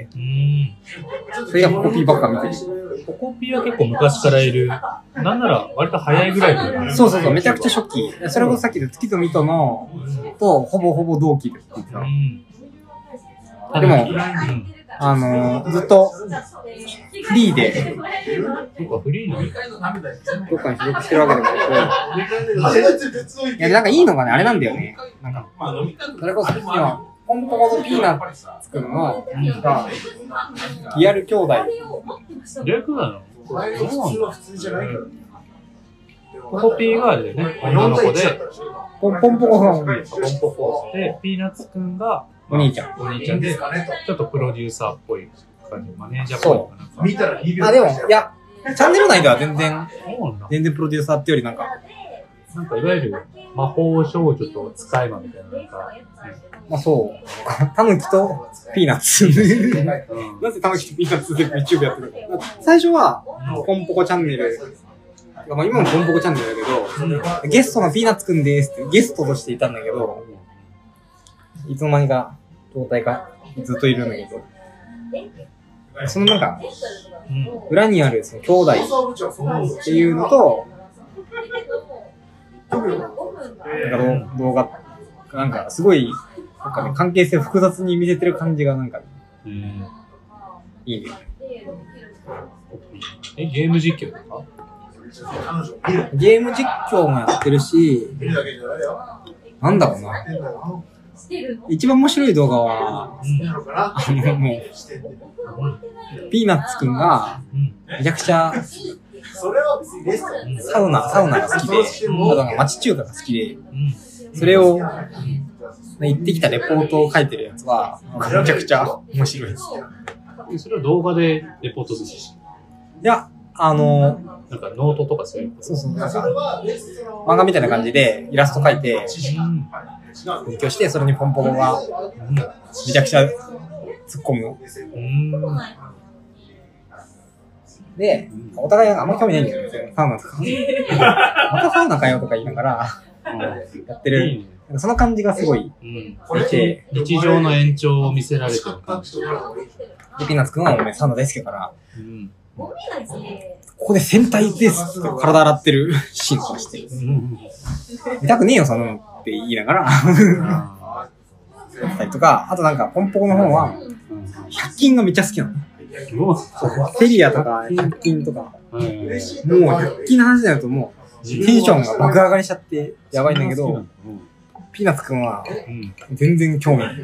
それがポコピーばっか見てる。 ポコピーは結構昔からいる。なんなら割と早いぐらいで。 そう、めちゃくちゃ初期。それこそさっきの月と水戸の、とほぼ同期ですって言ってた。でも、ずっと、フリーで、 フリーのどっかに所属してるわけでもなく、いや、なんかいいのがね、あれなんだよね。なんか、それこそ、今、ポンポコとピーナッツくんの、が、リアル兄弟。 リアル兄弟なの？ 普通じゃないから。 ポコピーがあれでね、女の子で、 ポンポコがポンポコで、ピーナッツくんが、 お兄ちゃんで、ちょっとプロデューサーっぽい感じ、マネージャーっぽいかな。 見たら2秒。 あ、でも、いや、チャンネル内では全然プロデューサーってよりなんか、 なんかいわゆる魔法少女と使い魔みたいな、なんか、 まあそう。タヌキとピーナッツ。 うんなぜタヌキとピーナッツで YouTube やってるのか。最初は、ポンポコチャンネル。まあ今もポンポコチャンネルだけど、ゲストのピーナッツくんですってゲストとしていたんだけど、いつの間にか状態がずっといるんだけど、そのなんか、裏にあるその兄弟っていうのと、なんか動画、なんかすごい、なんかね、関係性複雑に見せてる感じがなんか、いいね。 ゲーム実況とかゲーム実況もやってるし、なんだろうな。一番面白い動画は、もう、ピーナッツくんが、めちゃくちゃ、サウナが好きで、あと町中華が好きで、それを、行ってきたレポートを書いてるやつは、めちゃくちゃ面白いです。 それは動画でレポートするし。 いや、 なんかノートとかそういう。 そう、なんか、漫画みたいな感じでイラスト描いて、勉強して、それにポンポコが、めちゃくちゃ突っ込む。で、お互いあんま興味ないんだよね、サウナとか。またサウナかよとか言いながら、やってる。その感じがすごい、 日常の延長を見せられてる感じ。 で、ピーナッツくんは俺サウナ大好きだから、ここで戦隊ですって体洗ってるシーンとかしてる。見たくねえよ、そのって言いながら。やったりとか、あとなんか、ポンポコの方は、100均がめっちゃ好きなの。フェリアとか100均とか、もう100均の話になるともう、テンションが爆上がりしちゃってやばいんだけど、ピーナッツくんは、全然興味ない。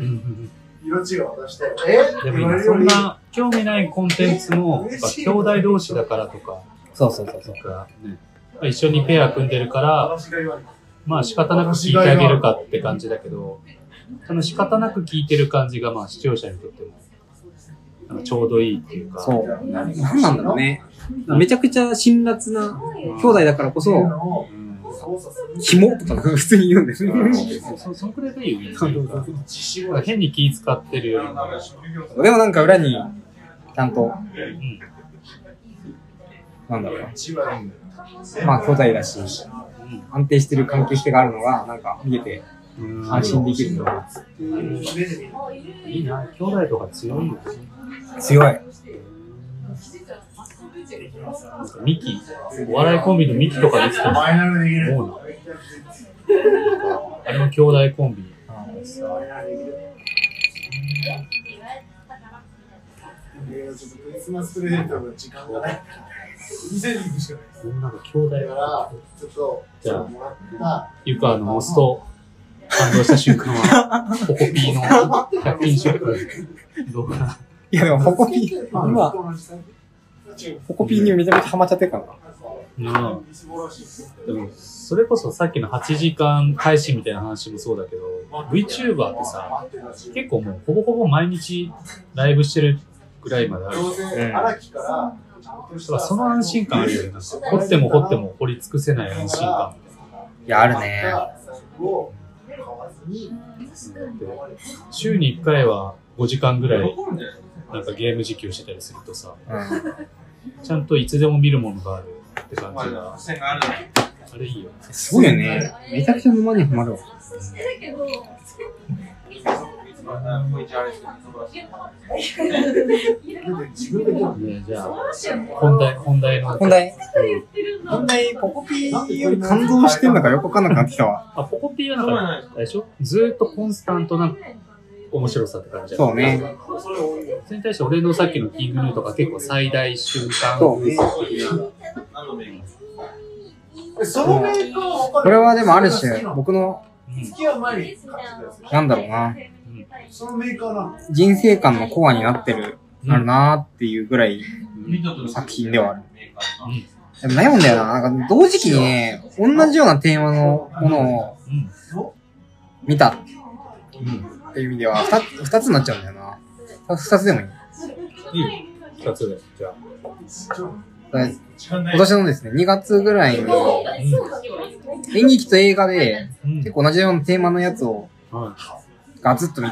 でも今そんな興味ないコンテンツも、兄弟同士だからとか、 そう。 一緒にペア組んでるから、まあ仕方なく聞いてあげるかって感じだけど、その仕方なく聞いてる感じがまあ視聴者にとってもちょうどいいっていうか。そう。なんなんだろうね。めちゃくちゃ辛辣な兄弟だからこそ、紐とか普通に言うんですよ。 そんくらいがいいよね。変に気使ってるよりも。 でもなんか裏に、ちゃんと、なんだろうな。まあ兄弟だし、安定してる関係性があるのが、なんか見えて安心できるのが。 いいな、兄弟とか強いよね。 強い。 ミキ、お笑いコンビのミキとか出てたの。もうあれも兄弟コンビ。 クリスマスプレゼントの時間がない。店に行くしかない。 なんか兄弟だからちょっとじゃあゆかの押すと感動した瞬間はポコピーの100均ショップ動画。 いやでもポコピー今ポコピーにめちゃめちゃハマっちゃってるからな。でもそれこそさっきの8時間配信みたいな話もそうだけど、VTuber ってさ結構もうほぼほぼ毎日ライブしてるぐらいまである。だからその安心感あるよね。掘っても掘っても掘り尽くせない安心感。 いや、あるね。 週に1回は5時間ぐらいなんかゲーム実況してたりするとさ、ちゃんといつでも見るものがあるって感じが。あれいいよね。 すごいよね。めちゃくちゃ沼にハマるわ。 じゃあ本題の本題ポコピーより感動してんのかよくわかんなくなってきたわ。 ポコピーはなんかあれでしょ、ずーっとコンスタントな面白さって感じだ。 そうね。 それに対して俺のさっきのキングヌーとか結構最大瞬間。 そうね。これはでもある種僕のなんだろうな。人生観のコアになってる、あるなーっていうぐらい作品ではある。でも悩むんだよな。なんか同時期にね、同じようなテーマのものを見たっていう意味では2つになっちゃうんだよな。2つでもいい。 いいよ。2つで。じゃあ。 今年のですね、2月ぐらいに、 演劇と映画で、 うん結構同じようなテーマのやつをはガツッと見て、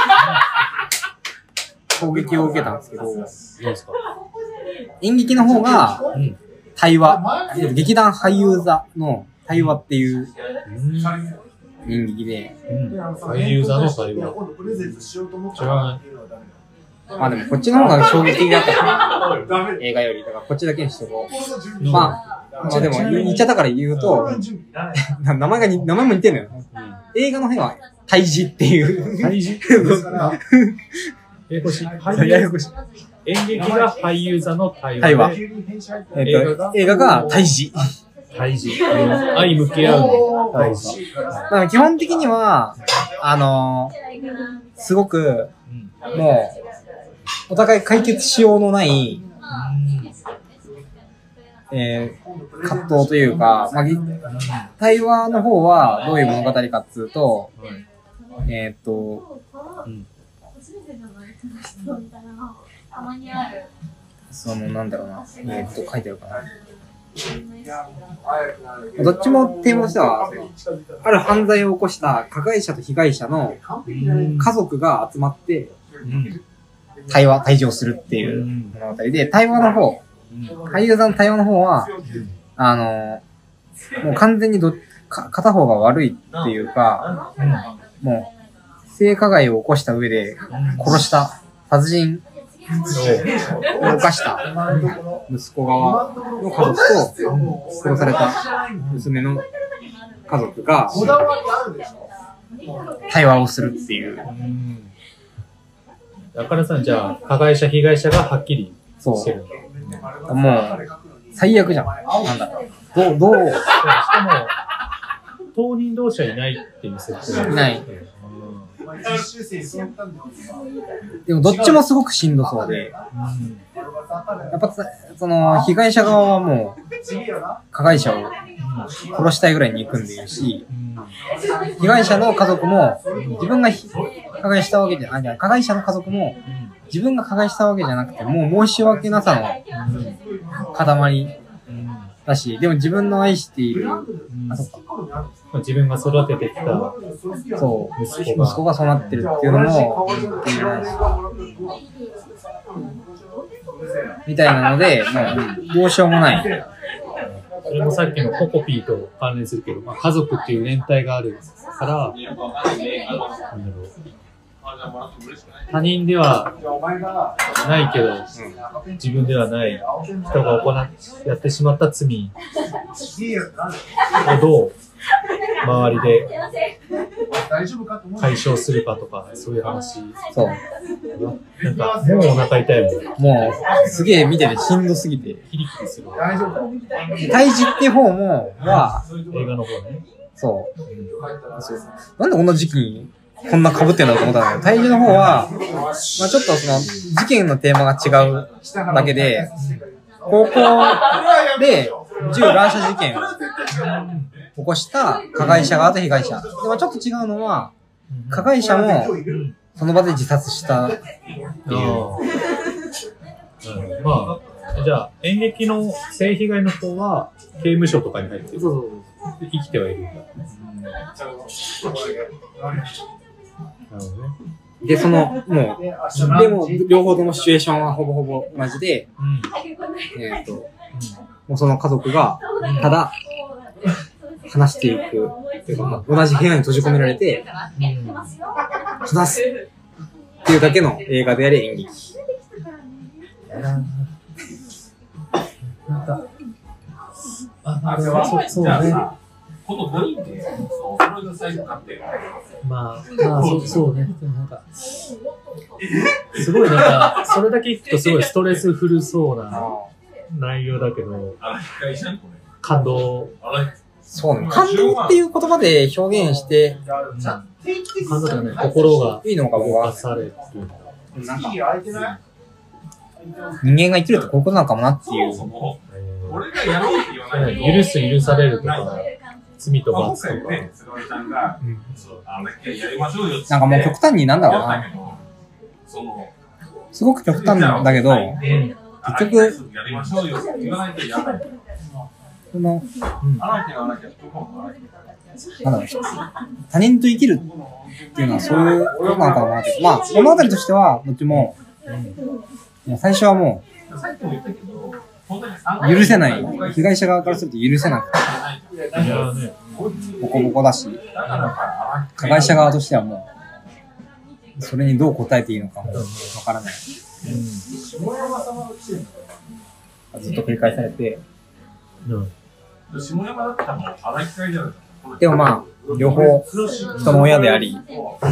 衝撃を受けたんですけど、 い。どうですか？ 演劇の方がうん。 対話、劇団俳優座の対話っていう演劇で、 俳優座の対話。知らない。 まあでもこっちの方が衝撃的だったな、映画より。だからこっちだけにしとこう。まあでも言っちゃったから言うと、名前も似てるのよ。映画の方は対峙っていう。 対峙ややこしい。 ややこしい。 演劇が俳優座の対対話話で。 映画が対峙。 対峙。相向き合う対峙。 だから基本的には、すごく、もう、お互い解決しようのない、葛藤というか、まあ、対話の方はどういう物語かっつうと、なんだろうな、書いてあるかな。どっちもテーマとしては、ある犯罪を起こした加害者と被害者の家族が集まって、対峙をするっていう物語で、対話の方、俳優さんの対話の方は、もう完全に片方が悪いっていうか、もう、性加害を起こした上で殺した殺人を犯した息子側の家族と殺された娘の家族が対話をするっていう。 だからさ、じゃあ、加害者、被害者がはっきりしてるんだ。 もう、最悪じゃん。なんだろう。どうしかも、当人同士はいないっていう設定。 いない。でもどっちもすごくしんどそうで、やっぱその被害者側はもう加害者を殺したいぐらいに憎んでいるし、被害者の家族も自分が加害したわけじゃない、加害者の家族も自分が加害したわけじゃなくて、もう申し訳なさの塊だし、でも自分の愛している、 自分が育ててきたそう息子がそうなってるっていうのもみたいなので、もうどうしようもない。 それもさっきのココピーと関連するけど、まあ、家族っていう連帯があるから、なんだろう、他人ではないけど、自分ではない人がやってしまった罪をどう周りで解消するかとか、そういう話。 そう。 なんか、もうお腹痛いもん。 もう、すげえ見ててしんどすぎて。 キリキリする。 対峙って方は、 映画の方ね。 そう。なんでこんな時期にこんな被ってんだろうと思ったんだけど、対峙の方は、まあちょっとその、事件のテーマが違うだけで、高校で銃乱射事件を起こした加害者側と被害者。でもちょっと違うのは、加害者もその場で自殺したっていう。 まあ、じゃあ演劇の性被害の方は刑務所とかに入ってる。生きてはいるんだ。なるほどね。 で、でも、両方ともシチュエーションはほぼほぼ同じで、もうその家族が、ただ、話していく、同じ部屋に閉じ込められて、話すっていうだけの映画であり演劇。 そうね。 この5人で、それが最初買って。 まあ、そうね。なんか、すごいなんか、それだけ聞くとすごいストレスフルそうな内容だけど、感動。 そうね。感動っていう言葉で表現して、 感動だよね。心がいいのかも動かされる。 なんか、人間が生きるってこういうことなのかもなっていう。 俺がやろうって言わない。 許す、許されるとか、罪と罰とか。 なんかもう極端になんだろうな。すごく極端なんだけど、結局、 その、なんだろう、他人と生きるっていうのはそういうことなのかなって。まあ、物語としては、どっちも、最初はもう、許せない。被害者側からすると許せなくて、ボコボコだし、加害者側としてはもう、それにどう答えていいのかもわからない。ずっと繰り返されて、でもまあ、両方人の親であり、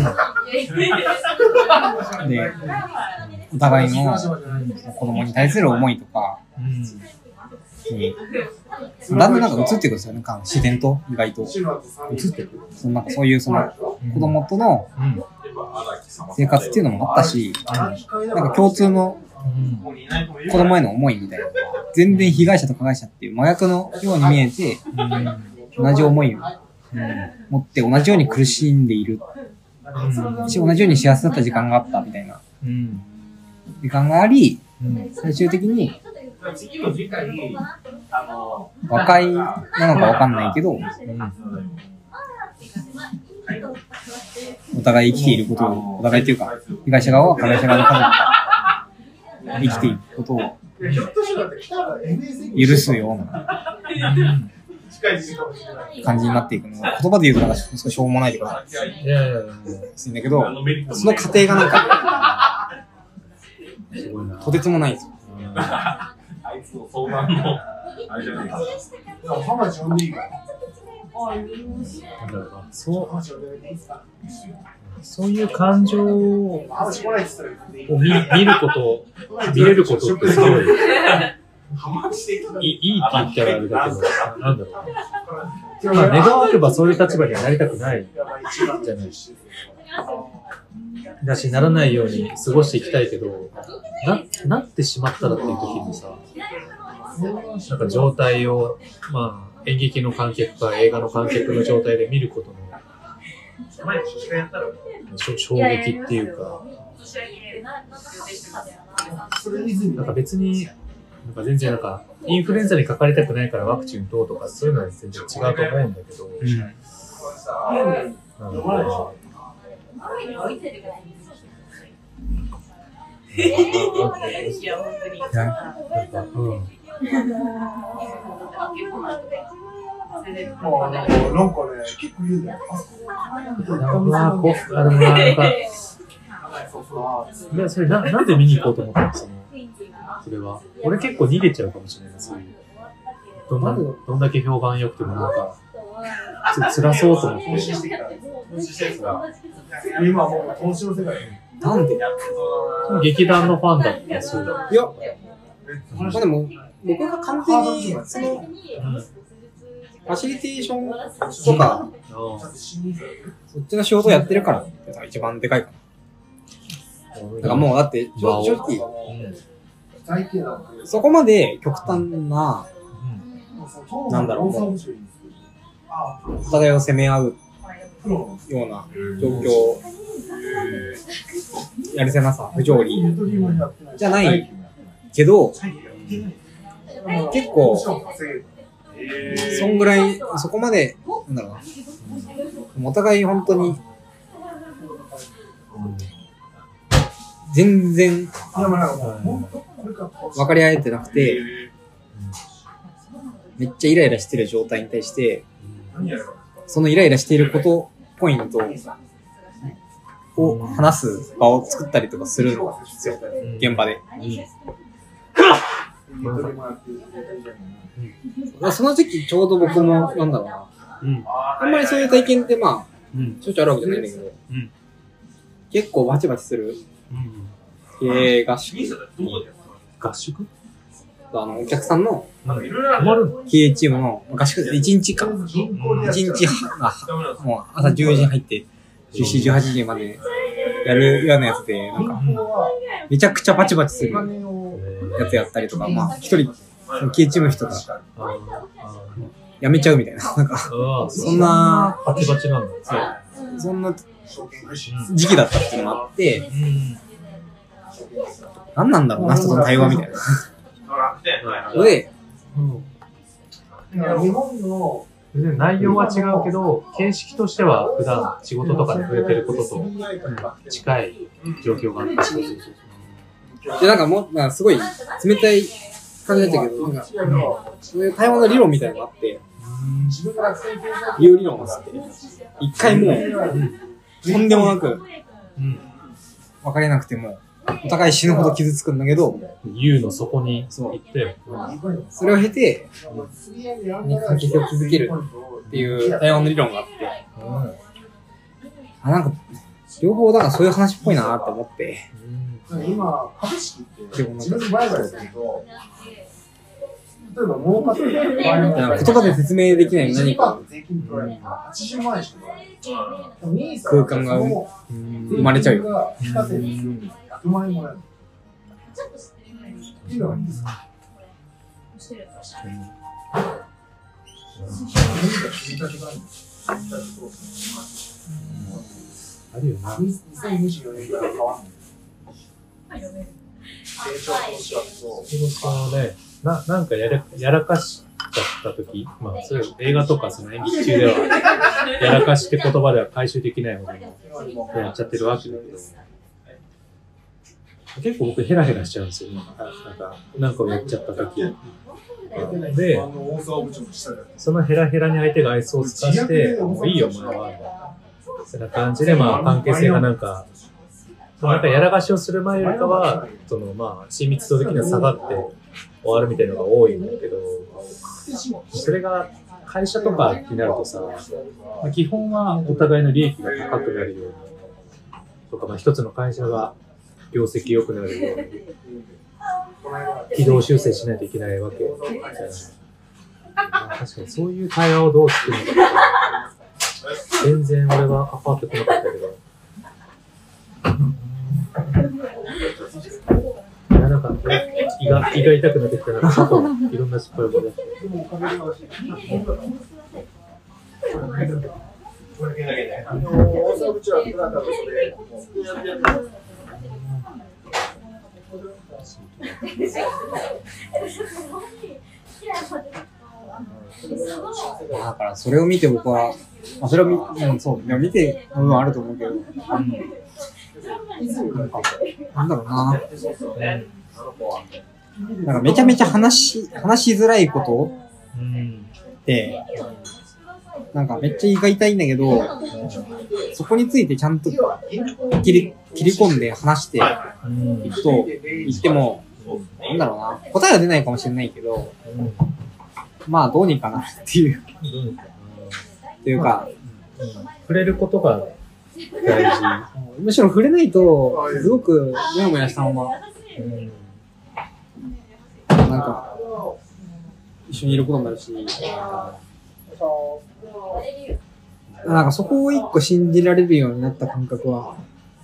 で、お互いの子供に対する思いとか、だんだんなんか移っていくんですよね、自然と意外と。移っていく。なんかそういうその子供との生活っていうのもあったし、なんか共通の子供への思いみたいなのが、全然被害者と加害者っていう真逆のように見えて、同じ思いを持って同じように苦しんでいる。同じように幸せだった時間があったみたいな。時間があり、最終的に、和解なのかわかんないけど、お互い生きていることを、お互いっていうか、被害者側は加害者側の家族が生きていることを許すような感じになっていくのが、言葉で言うとなんか少ししょうもないとか、いいんだけど、その過程がなんか、とてつもないんですよ。 あいつの相談の、あれじゃないか。浜地呼んでいいから。 そういう感情を見ること、見れることってすごい、いいって言ったらあれだけど、なんだろう。まあ、願わくばそういう立場にはなりたくないじゃないし。だし、ならないように過ごしていきたいけど、なってしまったらっていう時にさ、なんか状態を、まあ、演劇の観客か映画の観客の状態で見ることの衝撃っていうか、なんか別に、なんか全然なんか、インフルエンザにかかりたくないからワクチンどうとかそういうのは全然違うと思うんだけど、それなんで見に行こうと思ったの？それは。俺結構逃げちゃうかもしれない。そういう。どんだけ評判良くてもなんか、辛そうと思って。 今もう投資の世界。 なんで劇団のファンだったそういう。 いや、まあでも、僕が完全に、その、ファシリテーションとか、そっちの仕事をやってるからっていうのが一番でかいかな。だからもう、だって、正直、そこまで極端な、なんだろう、もう、お互いを責め合うような状況、やるせなさ、不条理じゃないけど、結構、そんぐらい、そこまで、なんだろうな、お互い本当に、全然、分かり合えてなくて、めっちゃイライラしてる状態に対して、そのイライラしていることポイントを話す場を作ったりとかするんですよ、現場で。その時期ちょうど僕も、なんだろうな、あんまりそういう体験ってまあ、しょっちゅうあるわけじゃないんだけど、結構バチバチする経営合宿。 合宿？ お客さんの経営チームの合宿で1日か。1日、もう朝10時に入って、14、18時までやるようなやつで、なんか、めちゃくちゃバチバチするやつやったりとか、まあ、一人、経営チームの人が、やめちゃうみたいな。なんか、そんな、 バチバチなんだ。 そんな時期だったっていうのもあって、何なんだろうな、人との対話みたいな。で、 日本の全然内容は違うけど、形式としては普段仕事とかで触れてることと近い状況がある。 で、なんかもう、なんかすごい冷たい感じだったけど、なんか、そういう対話の理論みたいなのがあって、利用理論を知って、一回もう、とんでもなく、分かれなくても、お互い死ぬほど傷つくんだけど、 U の底に行って、 それを経て、関係性を築けるっていう対話の理論があって、あ、なんか、両方だからそういう話っぽいなって思って、 今、株式って自分で売買すると、例えば儲かってる場合の言葉で説明できない何か税金取られる80万円しかもらえない。 空間が生まれちゃうよ。 非課税にするに100万円もらえる。っていうのがいいですか。 あるよな。 2024年から変わんない。成長投資枠と。 そうね。なんかやらかしちゃったとき、まあ、そういう映画とかその演技中では、やらかしって言葉では回収できないものをやっちゃってるわけだけど、結構僕ヘラヘラしちゃうんですよね。なんかをやっちゃったとき。で、そのヘラヘラに相手が愛想を尽かして、もういいよ、お前は。そんな感じで、まあ、関係性がなんかやらかしをする前よりかは、まあ、親密度的には下がって終わるみたいなのが多いんだけど、それが会社とかになるとさ、まあ、基本はお互いの利益が高くなるように、とか、まあ、一つの会社が業績良くなるように、軌道修正しないといけないわけじゃない。まあ、確かにそういう対話をどう作るのかとか、全然俺は関わってこなかったけど、なんか胃が痛くなってきたら、ちょっといろんな失敗を出して。 だからそれを見て僕は、まあ、それを見て部分あると思うけど、なんだろうな。なんかめちゃめちゃ話しづらいことって、なんかめっちゃ胃が痛いんだけど、そこについてちゃんと切り込んで話していくと言っても、なんだろうな。答えは出ないかもしれないけど、まあどうにかなるっていう。っていうか、 触れることが大事。 むしろ触れないと、すごくもやもやしたまま、なんか、一緒にいることになるし、なんかそこを一個信じられるようになった感覚は、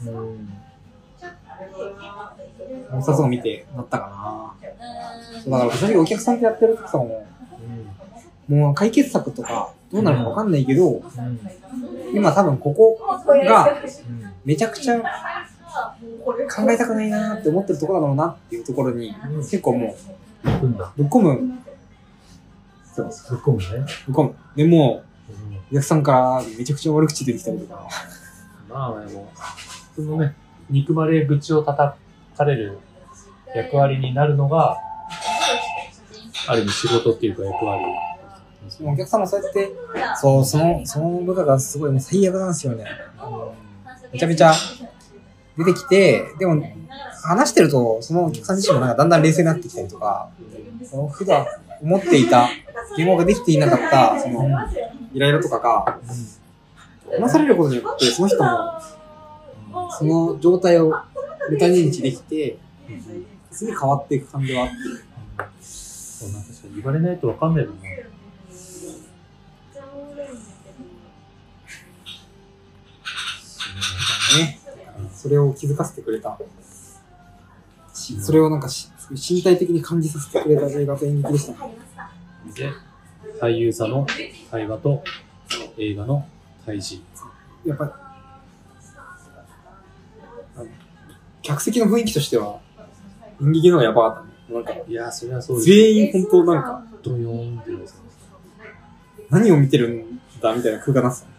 良さそう見てなったかな。だから正直お客さんとやってる時とかも、もう解決策とかどうなるかわかんないけど、今多分ここがめちゃくちゃ考えたくないなって思ってるところだろうなっていうところに結構もうぶっ込む。 そうぶっ込むね。 ぶっ込む。でもお客さんからめちゃくちゃ悪口出てきたりとか。 まあでもそのね、憎まれ愚痴を叩かれる役割になるのがある意味仕事っていうか役割。 お客さんもそうやって、その部下がすごいもう最悪なんですよね。めちゃめちゃ出てきて、でも話してると、そのお客さん自身もなんかだんだん冷静になってきたりとか、普段思っていた言語ができていなかったそのイライラとかが話されることによって、その人もその状態をメタ認知できて、すぐ変わっていく感じはあって。 そうなんか言われないと分かんないもんね。 それを気づかせてくれた。それをなんか身体的に感じさせてくれた映画と演劇でしたね。 で、俳優さんの会話と映画の対峙。 やっぱり客席の雰囲気としては演劇の方がやばかったね。なんかいや、それはそうです。 全員本当なんかドヨーンって何を見てるんだみたいな空間なさ。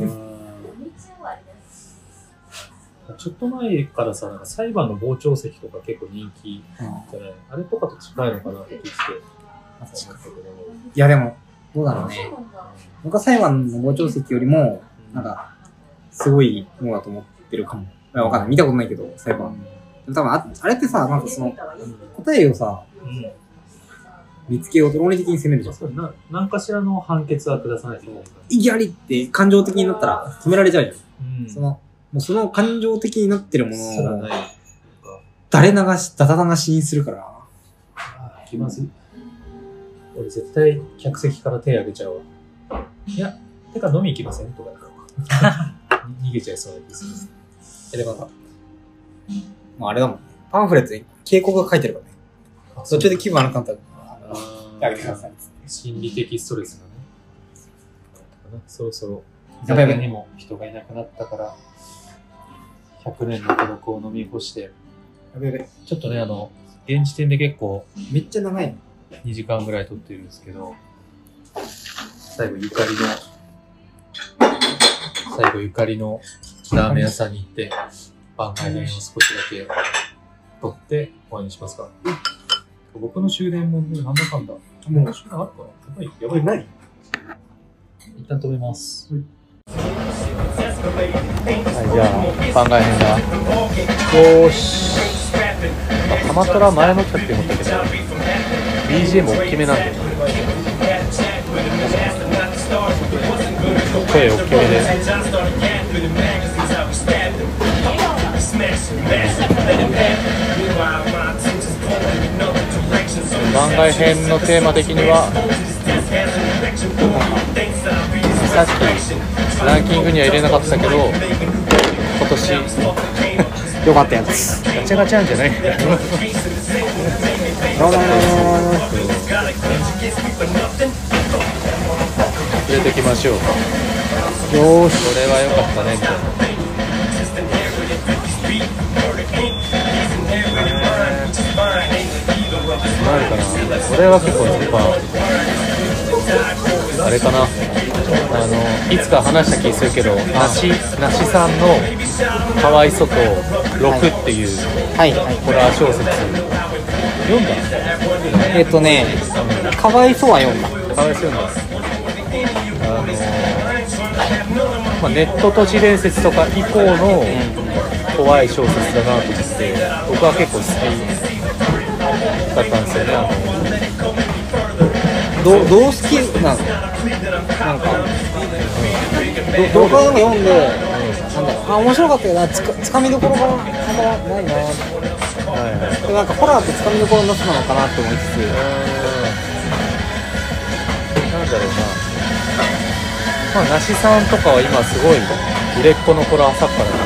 ちょっと前からさ、なんか裁判の傍聴席とか結構人気じゃない、あれとかと近いのかなって言って思ったけど。 いやでも、どうだろうね。僕は裁判の傍聴席よりも、なんか、すごいものだと思ってるかも。わかんない。見たことないけど、裁判。多分あれってさ、なんかその、答えをさ、見つけようと論理的に攻めるじゃん。 何かしらの判決は下さないと。 いきなりって感情的になったら止められちゃうじゃん。もうその感情的になってるものを、ダダ流しにするから。 気まずい。俺絶対客席から手挙げちゃうわ。いや、てか飲み行きませんとか逃げちゃいそうです。 でもなんか、まああれだもんね。パンフレットに警告が書いてるからね。途中で気分悪かったら、手挙げてください。 心理的ストレスがね。そろそろ、 やばいにも人がいなくなったから、100年の孤独を飲み干して、ちょっとね、現時点で結構、 めっちゃ長いの。 2時間ぐらい撮ってるんですけど、最後ゆかりのラーメン屋さんに行って、番外編を少しだけ撮って終わりにしますか。僕の終電もなんだかんだ。もう終電あるかな？やばい。何？一旦止めます。はい、じゃあ、番外編だ。よーし。たまったら前の企画って思ったけど、BGM 大きめなんで、声大きめで。番外編のテーマ的には、さっきランキングには入れなかったけど、今年よかったやつ。 ガチャガチャンじゃない入れていきましょう。よーし、これは良かったねみたいな。何かな、これは結構やっぱあれかな、いつか話した気するけど、梨さんのかわいそと6っていうホラー小説読んだ？ かわいそうは読んだ。 かわいそう読んだ。ネット都市伝説とか以降の怖い小説だなと思って、僕は結構好きだったんですよね。 どう好きなの？なんか、動画なんか読んで、なんだろう、面白かったけど、つかみどころがあんまないな。でなんかホラーってつかみどころの人なのかなって思いつつ、 なんだろうな。梨さんとかは今すごい売れっ子のホラー作家だから、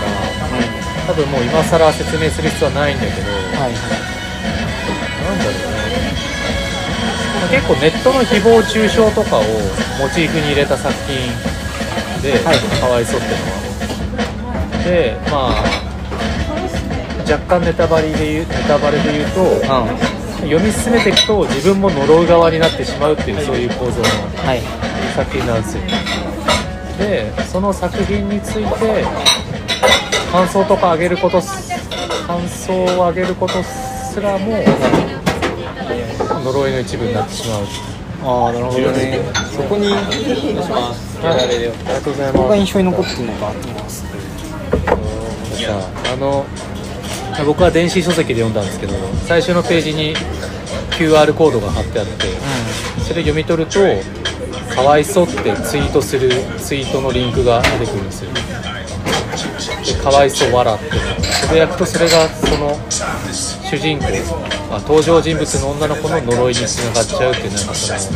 多分もう今更説明する必要はないんだけど、なんだろうね。結構ネットの誹謗中傷とかをモチーフに入れた作品で、かわいそうっていうのは。で、若干ネタバレで言うと、読み進めていくと自分も呪う側になってしまうっていう、そういう構造の作品なんですよ。で、その作品について感想を上げることすらも呪いの一部になってしまう。 ああ、なるほどね。そこに、ありがとうございます。ここが印象に残ってるのかと思います。 僕は電子書籍で読んだんですけど、最初のページに QR コードが貼ってあって、それ読み取るとかわいそうってツイートするツイートのリンクが出てくるんですよ。で、かわいそう笑ってつぶやくと、それがその主人公、登場人物の女の子の呪いにつながっちゃうっていう、なんかその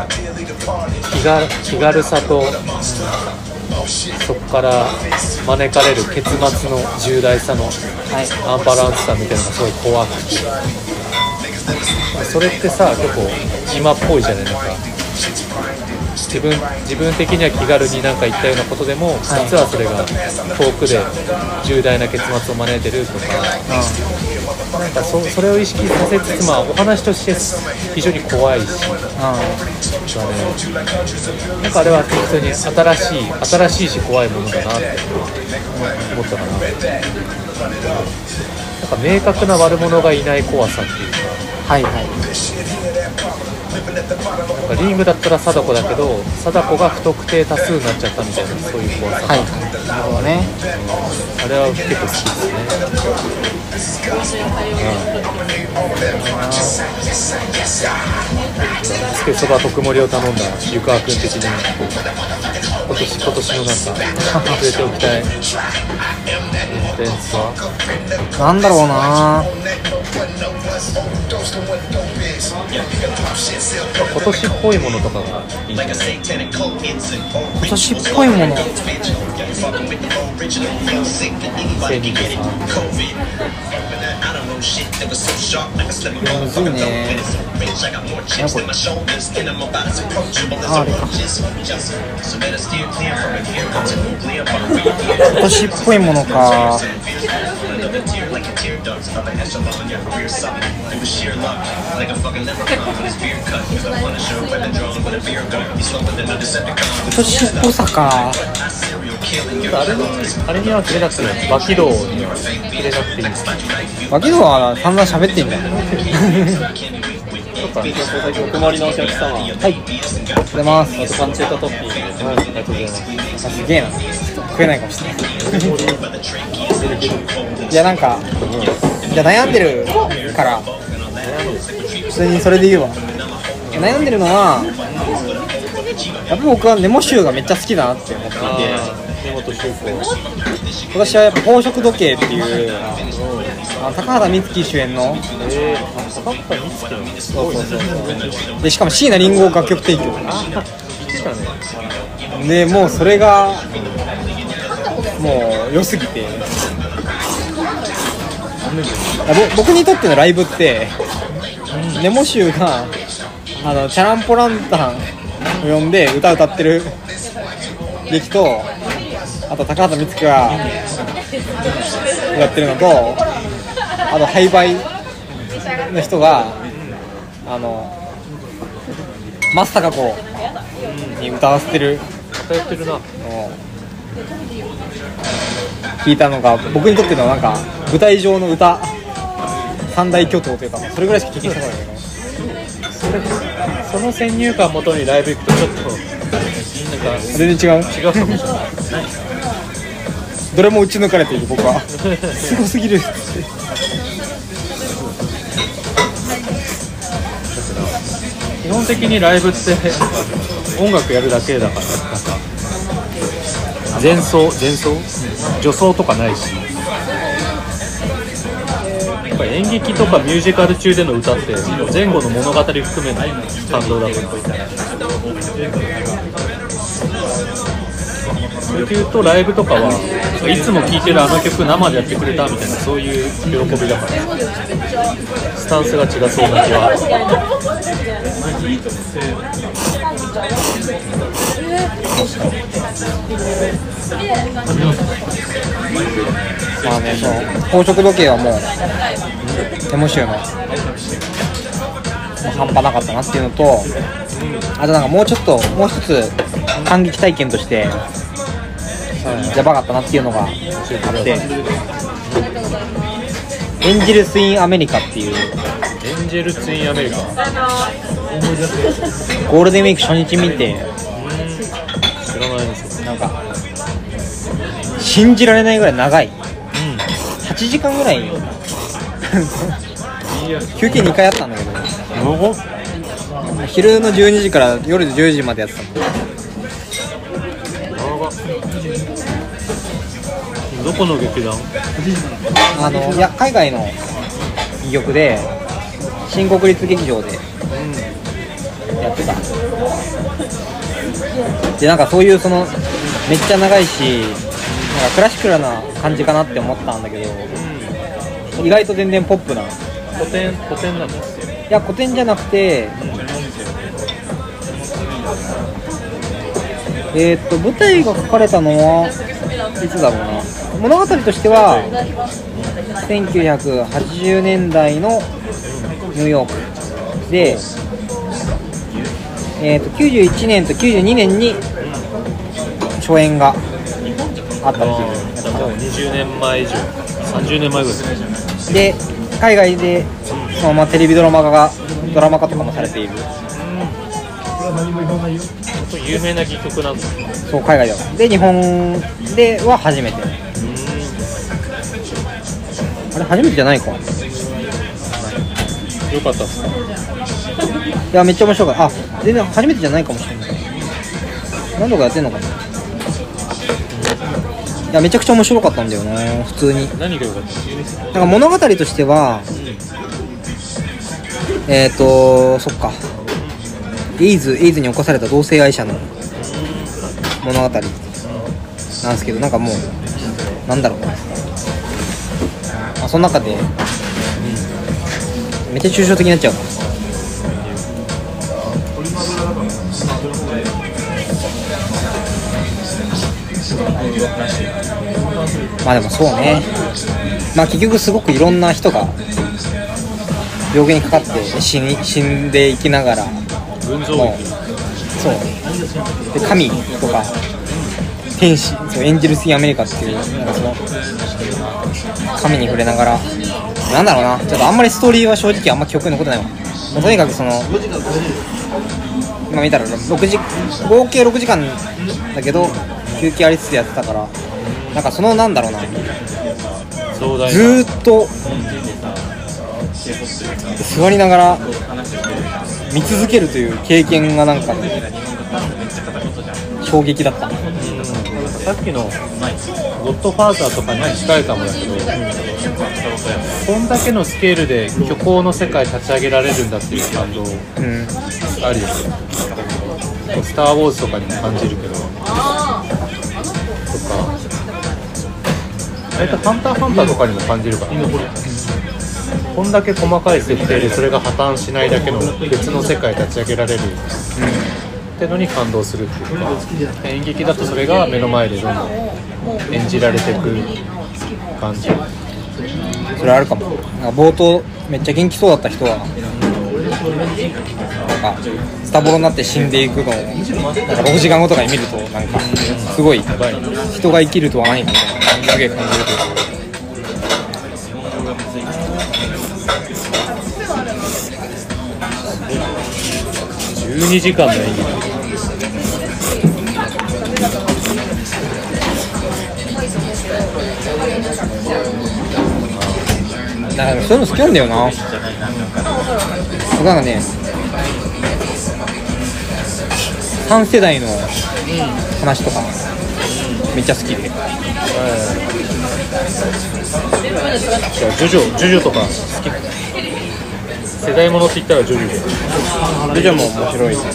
気軽さと、そこから招かれる結末の重大さのアンバランスさみたいなのがすごい怖くて、それってさ、結構今っぽいじゃないですか。自分的には気軽になんか言ったようなことでも、実はそれが遠くで重大な結末を招いてるとか、 なんかそれを意識させつつ、まあお話として非常に怖いし、なんかあれは本当に新しいし怖いものだなって思ったかな。なんか明確な悪者がいない怖さっていうか、 はいはい。 なんかリングだったら貞子だけど、貞子が不特定多数になっちゃったみたいな、そういう怖さ。 はいはい。なるほどね。 あれは結構好きですね。つけそば特盛りを頼んだ湯川君的に今年のなんか触れておきたいコンテンツはなんだろうな。 今年っぽいものとかがいいんじゃない？ 今年っぽいもの。むずいね。あれか。今年っぽいものか。今年っぽさか。 あれには触れなくていい。バキドウには触れなくていい。 バキドウは散々喋ってんじゃん。 お困りのお客様。はい。 ありがとうございます。 あとパンチェッタトッピング。 はい、ありがとうございます。 すげえな。食えないかもしれない。いやなんか、じゃあ悩んでるから普通にそれで言うわ。悩んでるのはやっぱ僕はネモ州がめっちゃ好きだなって思っていて、 根本周子。 今年はやっぱ宝飾時計っていう高畑充希主演の、 高畑充希のそうでしかも椎名林檎楽曲提供で、もうそれがもう良すぎて、僕にとってのライブってネモ州がチャランポランタンを呼んで歌ってる劇と、あと高畑充希がやってるのと、あとハイバイの人が松たか子に歌わせてるやってるな。 聞いたのが、僕にとってのなんか舞台上の歌三大巨頭というか、それぐらいしか経験したことないけど、 その先入観をもとにライブ行くとちょっとなんか全然違うかもしれない。 どれも打ち抜かれている僕はすごすぎる。 基本的にライブって音楽やるだけだから、なんか前奏助走とかないし、やっぱり演劇とかミュージカル中での歌って前後の物語含めない感動だから、それでいうとライブとかはいつも聴いてるあの曲生でやってくれたみたいな、そういう喜びだからスタンスが違そうな気は。 まあね、その宝飾時計はもうネモ州のもう半端なかったなっていうのと、あとなんかもう一つ感激体験としてやばかったなっていうのがあって、エンジェルス・イン・アメリカっていう、 エンジェルス・イン・アメリカ、 ゴールデンウィーク初日見て、 知らないですよ。 なんか信じられないぐらい長い、8時間ぐらい休憩2回あったんだけど、昼の12時から夜10時までやってたの。 どこの劇団？ いや海外の曲で新国立劇場でやってた。でなんかそういうめっちゃ長いし、なんかクラシカルな感じかなって思ったんだけど、意外と全然ポップな。 古典なんですよ。 いや古典じゃなくて、 舞台が書かれたのはいつだろうな。物語としては1980年代のニューヨークで、91年と92年に初演があったっていう。 20年前以上、30年前ぐらいで、海外でそのままテレビドラマ化とかもされている。 有名な戯曲なんですか？ そう、海外では。で、日本では初めて。あれ、初めてじゃないか。 よかったっすか？ いや、めっちゃ面白かった。あ、全然初めてじゃないかもしれない。何度かやってんのかな。いや、めちゃくちゃ面白かったんだよな、普通に。 何が良かった？ なんか物語としては、そっか。エイズに侵された同性愛者の物語なんですけど、なんかもう、なんだろうな。その中で、めっちゃ抽象的になっちゃう。まあでもそうね。まあ結局すごくいろんな人が病気にかかって死んでいきながら、 群像もうそうで神とか天使、そうエンジェルス・イン・アメリカっていうなんかその神に触れながら、なんだろうな、ちょっとあんまりストーリーは正直あんま記憶に残ってないわ。もうとにかくその今見たら合計6時間だけど休憩ありつつやってたから、なんかそのなんだろうな、ずーっと座りながら見続けるという経験がなんか衝撃だった。 さっきのゴッドファーザーとかに近いかもだけど、こんだけのスケールで虚構の世界立ち上げられるんだっていう感動ありですよ。スター・ウォーズとかにも感じるけど、とか割とハンター・ハンターとかにも感じるから、こんだけ細かい設定でそれが破綻しないだけの別の世界立ち上げられるってのに感動するっていうか、演劇だとそれが目の前でどんどん演じられていく感じ。 それあるかも。なんか冒頭めっちゃ元気そうだった人はなんかスタボロになって死んでいくのをなんか6時間後とかに見ると、なんかすごい人が生きるとは何かみたいなすげえ感じるというか。 12時間の演技だからそういうの好きなんだよな。僕なんかね、3世代の話とかめっちゃ好きで、 ジョジョとか好き。世代物って言ったらジョジョで、 ジョジョも面白い。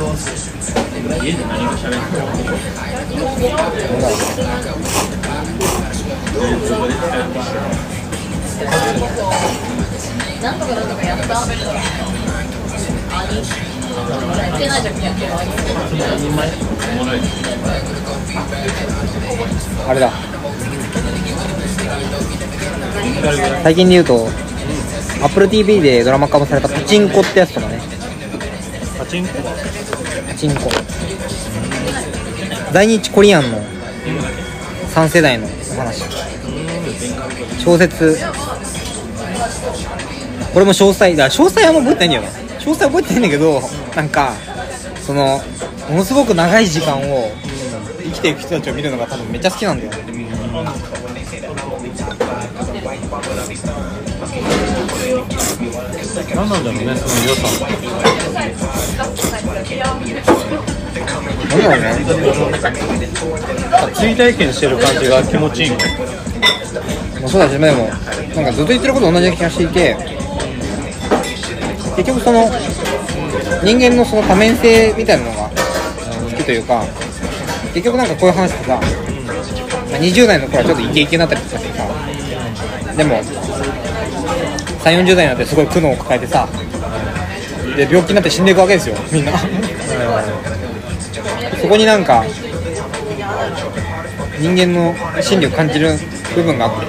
あれだ、最近で言うとApple TV でドラマ化もされたパチンコってやつとかね。 パチンコ在日コリアンの3世代のお話、小説。これも詳細あんま覚えてないんだよな。詳細覚えてないんだけど、なんかそのものすごく長い時間を生きていく人たちを見るのが多分めっちゃ好きなんだよ。 何なんだろうね、その良さ。 なんだろうね。 追体験してる感じが気持ちいい。 もうそうだし、でもなんかずっと言ってること同じような気がしていて、結局その人間のその多面性みたいなのが好きというか、結局なんかこういう話ってさ、20代の頃はちょっとイケイケになったりとかしてさ、でも3、40代になってすごい苦悩を抱えてさ、で病気になって死んでいくわけですよ、みんな。そこになんか人間の心理を感じる部分があって、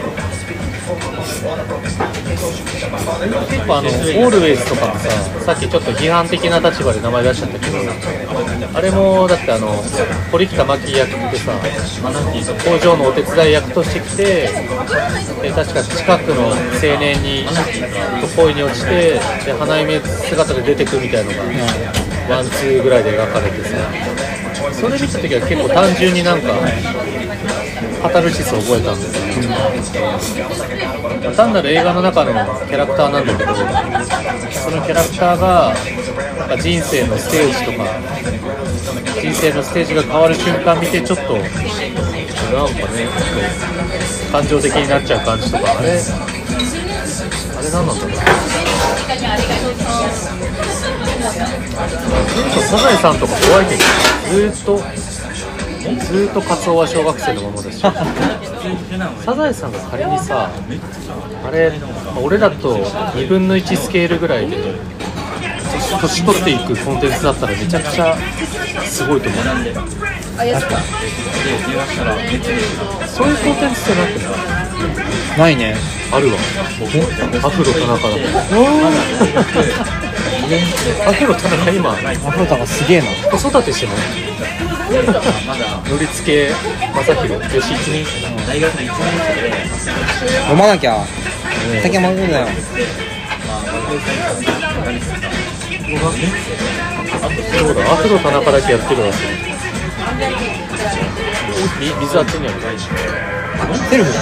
結構オールウェイズとかもさっきちょっと批判的な立場で名前出しちゃったけど、あれもだって堀北真希役でさ、工場のお手伝い役として来て、で確か近くの青年に恋に落ちて、で花嫁姿で出てくみたいなのがワンツーぐらいで描かれてさ、それ見た時は結構単純になんかカタルシスを覚えたんですよ。単なる映画の中のキャラクターなんだけど、そのキャラクターがなんか人生のステージとか、人生のステージが変わる瞬間見てちょっとなんかね感情的になっちゃう感じとか、あれ何なんだろう。サザエさんとか怖いけどずーっとカツオは小学生のままだしサザエさんが仮にさ、あれ俺らと2分の1スケールぐらいで年取っていくコンテンツだったらめちゃくちゃすごいと思う。そういうコンテンツってなってないね。 あるわ。アフロ田中だ。アフロ田中今アフロ田中すげえな。 子育てしてない。乗り付け正弘吉一大学の1年生で飲まなきゃ。酒飲むんだよ。 そうだ、アフロ田中だけやってるわ。水あっちにある。 セルフ。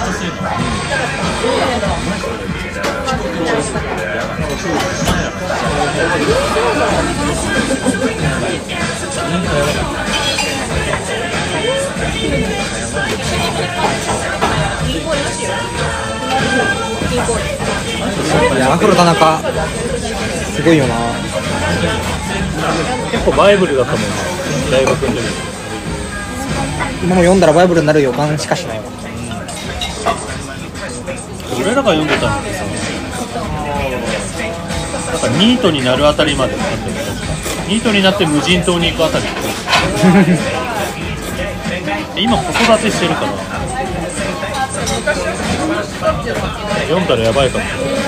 いや、アフロ田中すごいよな。 結構バイブルだったもんな、大学の時。 今も読んだらバイブルになる予感しかしないわ。 俺らが読んでたのってさ、なんかニートになるあたりまでなってる。ニートになって無人島に行くあたり今子育てしてるから読んだらやばいかも。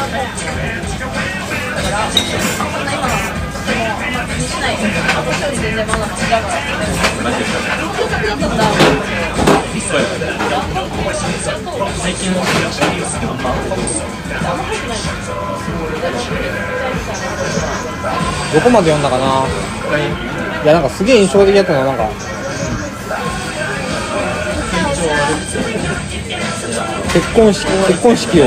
どこまで読んだかな。いや、なんかすげえ印象的だったのはなんか結婚式を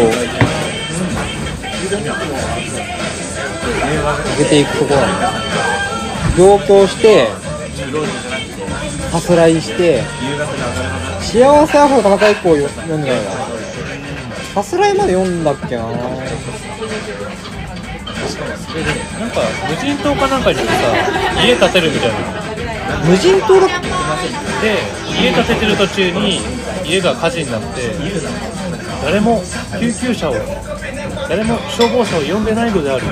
受けていくところなんだ。上京してさすらいして幸せアフロ田中以降読んでないわ。さすらいまで読んだっけな。 なんか無人島かなんかにさ、家建てるみたいな。 無人島だっけ。 で、家建ててる途中に家が火事になって、誰も救急車を、誰も消防車を呼んでないのである。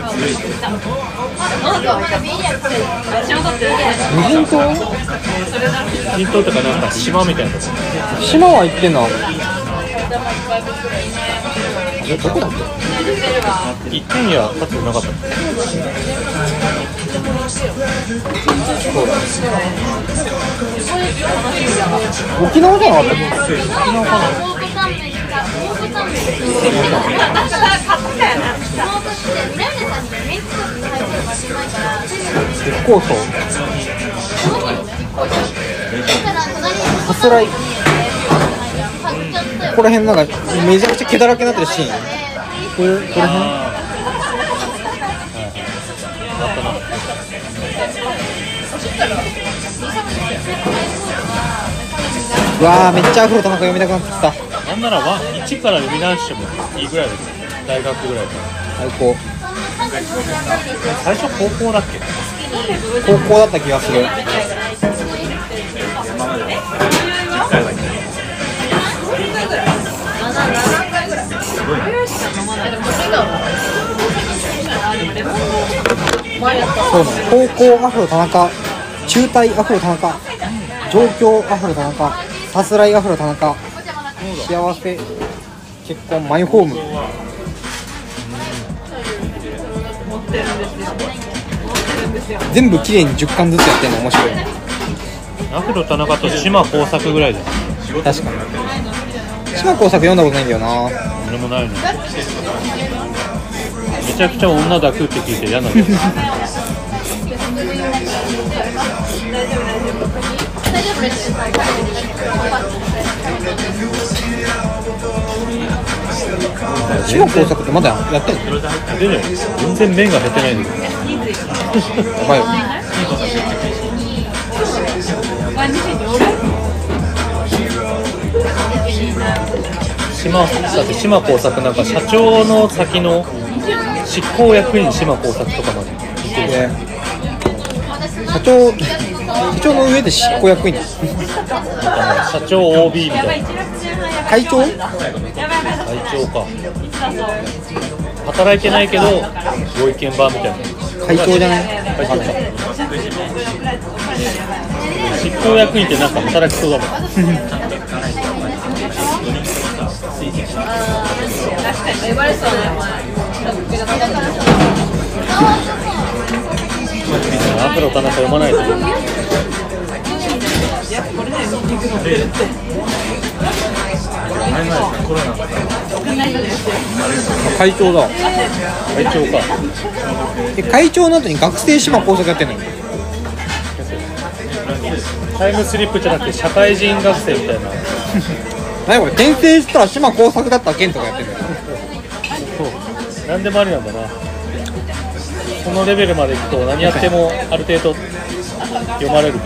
無人島？ 無人島ってかなんか島みたいなとこ。 島は行ってんな。どこだっけ？ 一軒家建ててなかった。 そうだ。沖縄じゃなかったっけ？ 沖縄かな。 絶好層。さすらい。ここら辺なんかめちゃくちゃ毛だらけになってるシーン。これ辺？うわー、めっちゃアフロ田中読みたくなってきた。 なんなら1から読み直してもいいぐらいだけど、大学ぐらいから。 最高。 最初高校だっけ？ 高校だった気がする。そうだ、高校アフロ田中、中退アフロ田中、上京アフロ田中、 さすらいアフロ田中、幸せ結婚マイホーム。全部綺麗に10巻ずつやってんの面白い。 アフロ田中と島耕作ぐらいだよ。 確かに島耕作読んだことないんだよな。 俺もないの。めちゃくちゃ女抱くって聞いて嫌なんだよ。 島耕作ってまだやってんの？ でね、全然麺が減ってないんだけど。 やばいよ。 だって島耕作なんか社長の先の執行役員島耕作とかまで見てる。 社長の上で執行役員です。 社長 OB みたいな。 会長？ 会長か。働いてないけどご意見番みたいな。 会長じゃない？ 会長か。執行役員ってなんか働きそうだもん。アフロ田中読まないと。 会長だ。 会長か。 会長の後に学生島耕作やってんのよ。 タイムスリップじゃなくて社会人学生みたいな。 何これ、転生したら島耕作だったら健とかやってんだよ。 そう、なんでもありなんだな。そのレベルまでいくと何やってもある程度読まれるから。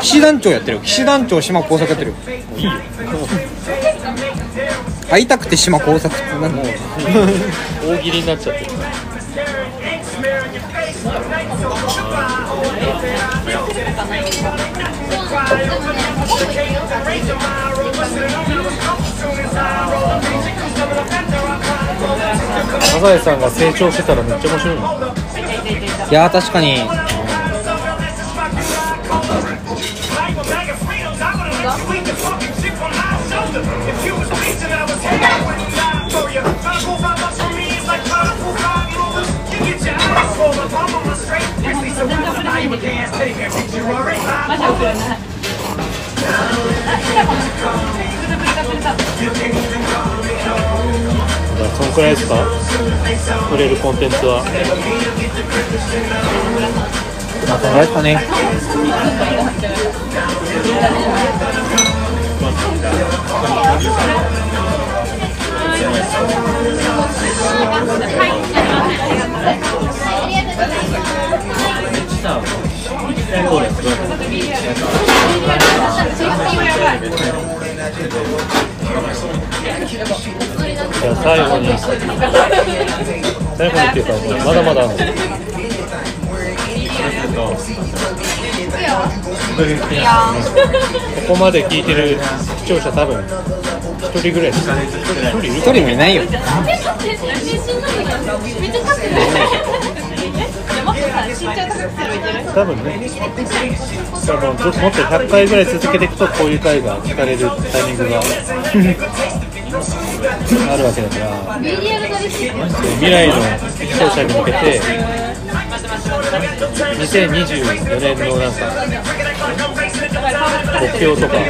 騎士団長やってるよ。騎士団長島耕作やってるよ。 いいよ。 会いたくて島耕作ってなんだよ。 大喜利になっちゃってる。サザエさんが成長してたらめっちゃ面白いの。 いやー確かに。 じゃあそのくらいですか、売れるコンテンツは。 まあそのぐらいですかね。 じゃあ最後にっていうかまだまだあるの。ここまで聞いてる視聴者多分1人ぐらいです。 一人もいないよ。 多分ね。もっと100回ぐらい続けていくとこういう回が聞かれるタイミングがあるわけだから、未来の視聴者に向けて2024年のなんか目標とか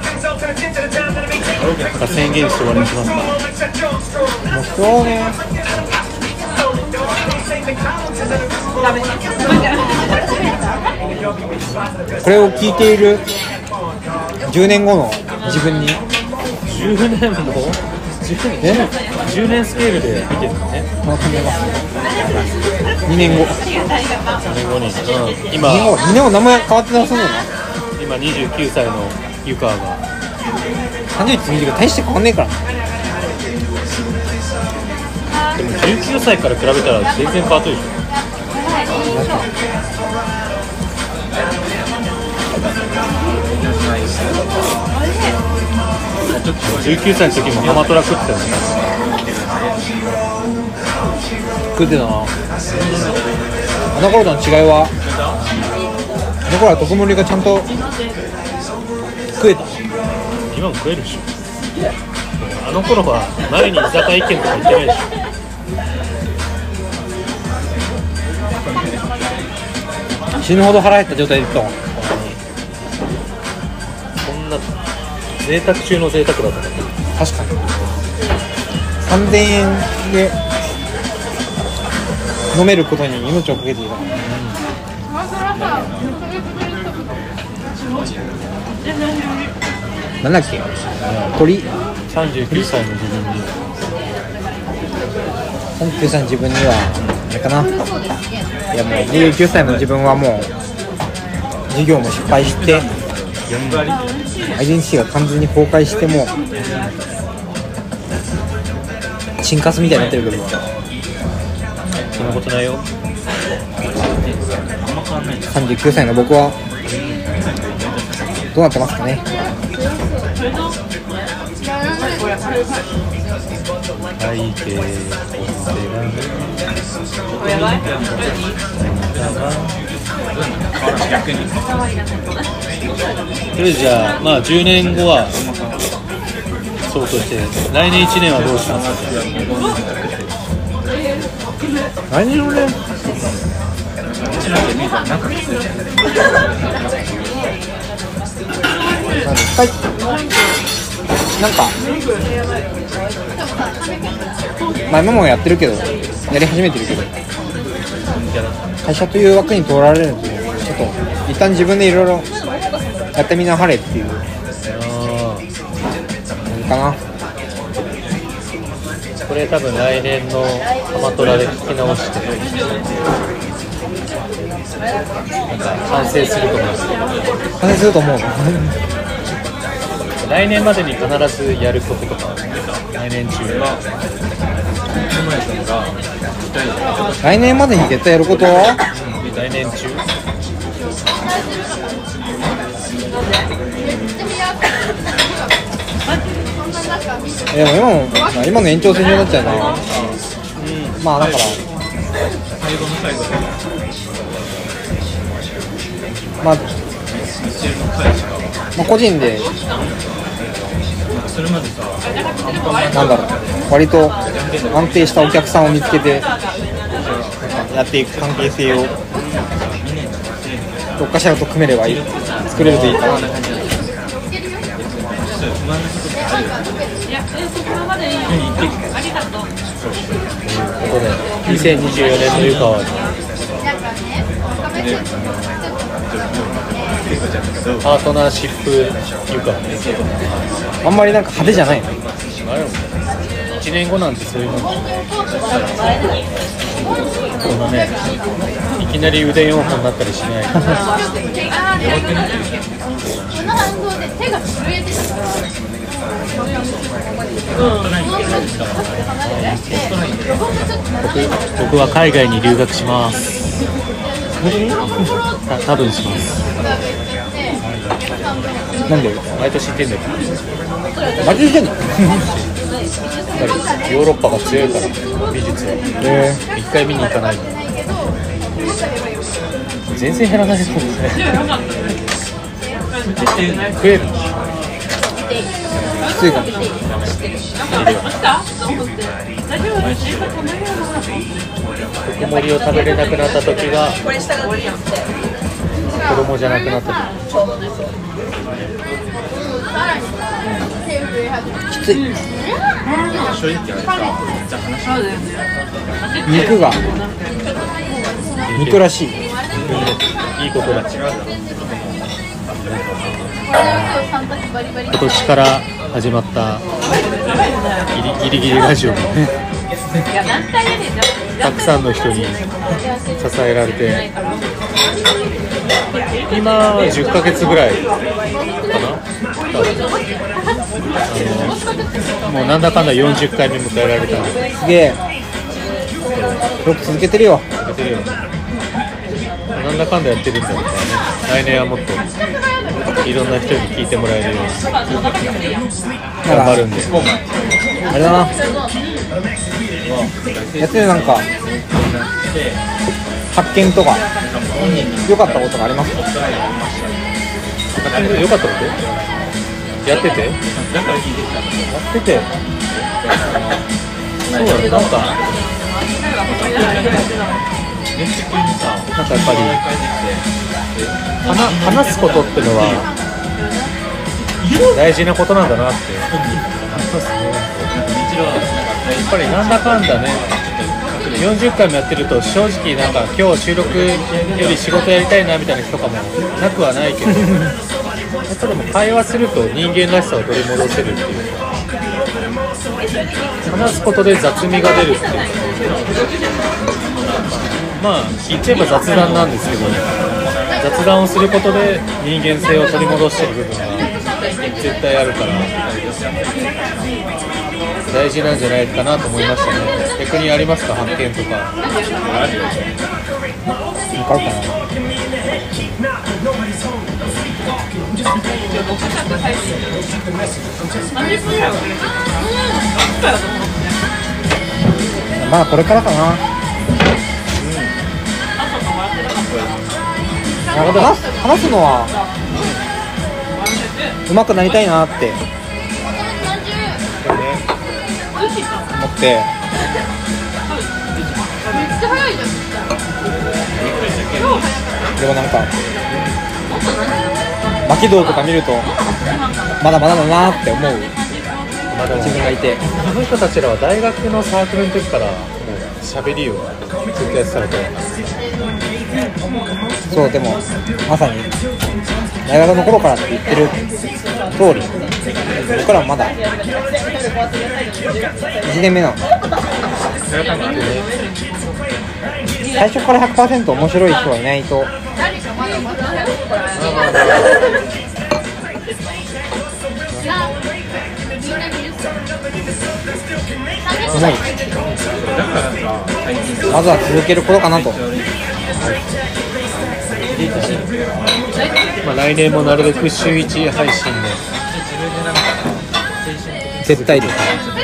宣言して終わりにしますか。 目標ね。これを聞いている10年後の自分に。 10年も10年スケールで見てるのね。 2年後。 2年後に、今 2年後名前変わってなさそうだな。 今29歳の湯川が 31過ぎるから大して変わんねえから。 でも19歳から比べたら全然変わってるでしょ。19歳の時もハマトラ食ってたよね。 食ってたな。あの頃との違いは、あの頃は特盛りがちゃんと食えた。 今も食えるでしょ。あの頃は前に居酒屋1軒とか行ってないでしょ。 死ぬほど腹減った状態で言ったもん。 そんな贅沢中の贅沢だったから。 確かに3000円で飲めることに命をかけていたから、なんだっけ鳥 39歳の自分に 39歳の自分にはあれかな、いやもう29歳の自分はもう授業も失敗してアイデンティティが完全に崩壊してもうチンカスみたいになってるけど、 そんなことないよ。 39歳の僕はどうなってますかね。 背景とりあえずじゃあ、まあ10年後はそうとして、来年1年はどうしますか。 来年のね、なんかまあ今もやってるけど、やり始めてるけど、会社という枠に通られるとちょっと一旦自分でいろいろやってみなはれっていうかな。 これ多分来年のハマトラで聞き直してなんか反省すると思います。 反省すると思う来年までに必ずやることとか、来年中来年までに絶対やることは、 来年中でも今の延長線上になっちゃうな、まあだからまあ個人でなんだろう、割と安定したお客さんを見つけてやっていく関係性をどっかしらと組めればいい、作れるといいかな。 2024年の湯川にパートナーシップ湯川あんまりなんか派手じゃないの。 1年後なんてそういうもん。このね、いきなり腕4本になったりしない。僕は海外に留学します。多分します。 なんで毎年行ってんだよ。 マジで？ ヨーロッパが強いから美術は。一回見に行かないと。全然減らないですね。増える。 きついかも。 ココモリを食べれなくなった時が子供じゃなくなった時。 きつい。肉が肉らしい。 いいことだ。今年から始まったギリギリラジオもね、たくさんの人に支えられて、今10ヶ月ぐらいかな。もうなんだかんだ40回目迎えられたんで、 すげえ。よく続けてるよ。 なんだかんだやってるんだみたいなね。来年はもっといろんな人に聞いてもらえるように頑張るんで。 あれだな。やってるなんか発見とか良かったことがありますか？ 良かったこと？ やっててそうなんかやっぱり話すことってのは大事なことなんだなって思いますね。やっぱりなんだかんだね40回もやってると正直なんか今日収録より仕事やりたいなみたいな人とかもなくはないけどやっぱでも会話すると人間らしさを取り戻せるっていうか話すことで雑味が出るっていうかまあ言っちゃえば雑談なんですけど雑談をすることで人間性を取り戻してる部分が絶対あるから大事なんじゃないかなと思いましたね。逆にありますか発見とか。わかるかな。まあこれからかな。話すのは上手くなりたいなって思ってでもなんかマキ道とか見るとまだまだだなって思う自分がいて、この人たちらは大学のサークルの時からもう喋りをずっとやってたので、そうでもまさに大学の頃からって言ってる通り僕らはまだ1年目なの。最初から 100% 面白い人はいないとまずは続けることかなと。まあ来年もなるべく週1配信で絶対です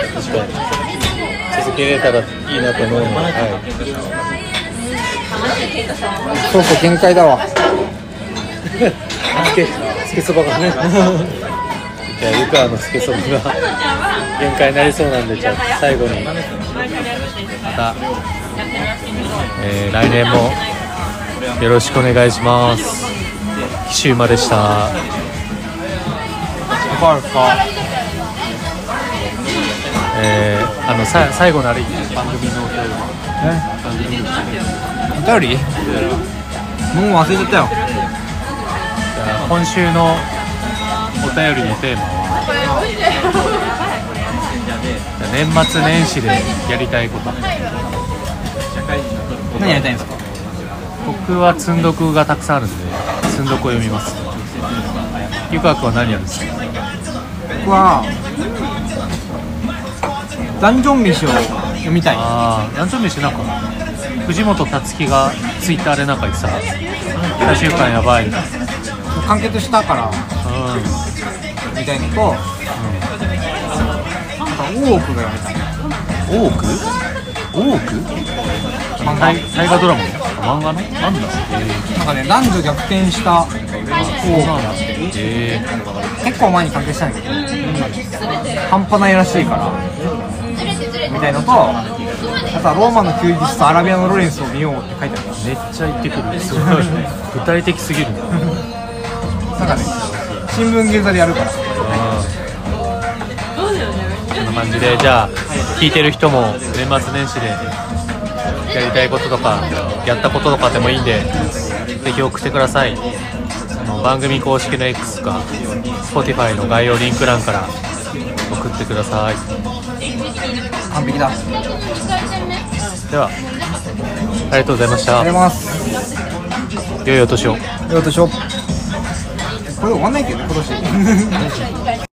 続けれたらいいなと思うので、そうそう限界だわつけそばがねじゃあ湯川のつけそばが限界になりそうなんで、じゃあ最後にまた、来年もよろしくお願いします。岸馬でした。最後のあれ番組のお便りもう忘れちゃったよ。今週のお便りのテーマは年末年始でやりたいこと。何やりたいんですか？僕は積んどくがたくさんあるんで積んどくを読みます。ゆかくは何やるんですか？僕はダンジョン飯を読みたい。ダンジョン飯なんか藤本つ樹がツイッターでなんか言ってた最終巻やばい完結したからみたいのと、なんか大奥が読みたい。大奥？大河ドラマ漫画の？なんだ？なんかね、男女逆転した大奥があって、結構前に完結したんだけど、半端ないらしいからみたいのと、あとはローマの休日とアラビアのロレンスを見ようって書いてある。めっちゃ言ってくる。すごい具体的すぎる。なんかね、新聞芸座でやるから。こんな感じで、じゃあ聞いてる人も年末年始でやりたいこととかやったこととかでもいいんでぜひ送ってください。番組公式の X か Spotify の概要リンク欄から送ってください。完璧だ。ではありがとうございました。ありがとうございます。良いお年を。良いお年を。これ終わんないけどね今年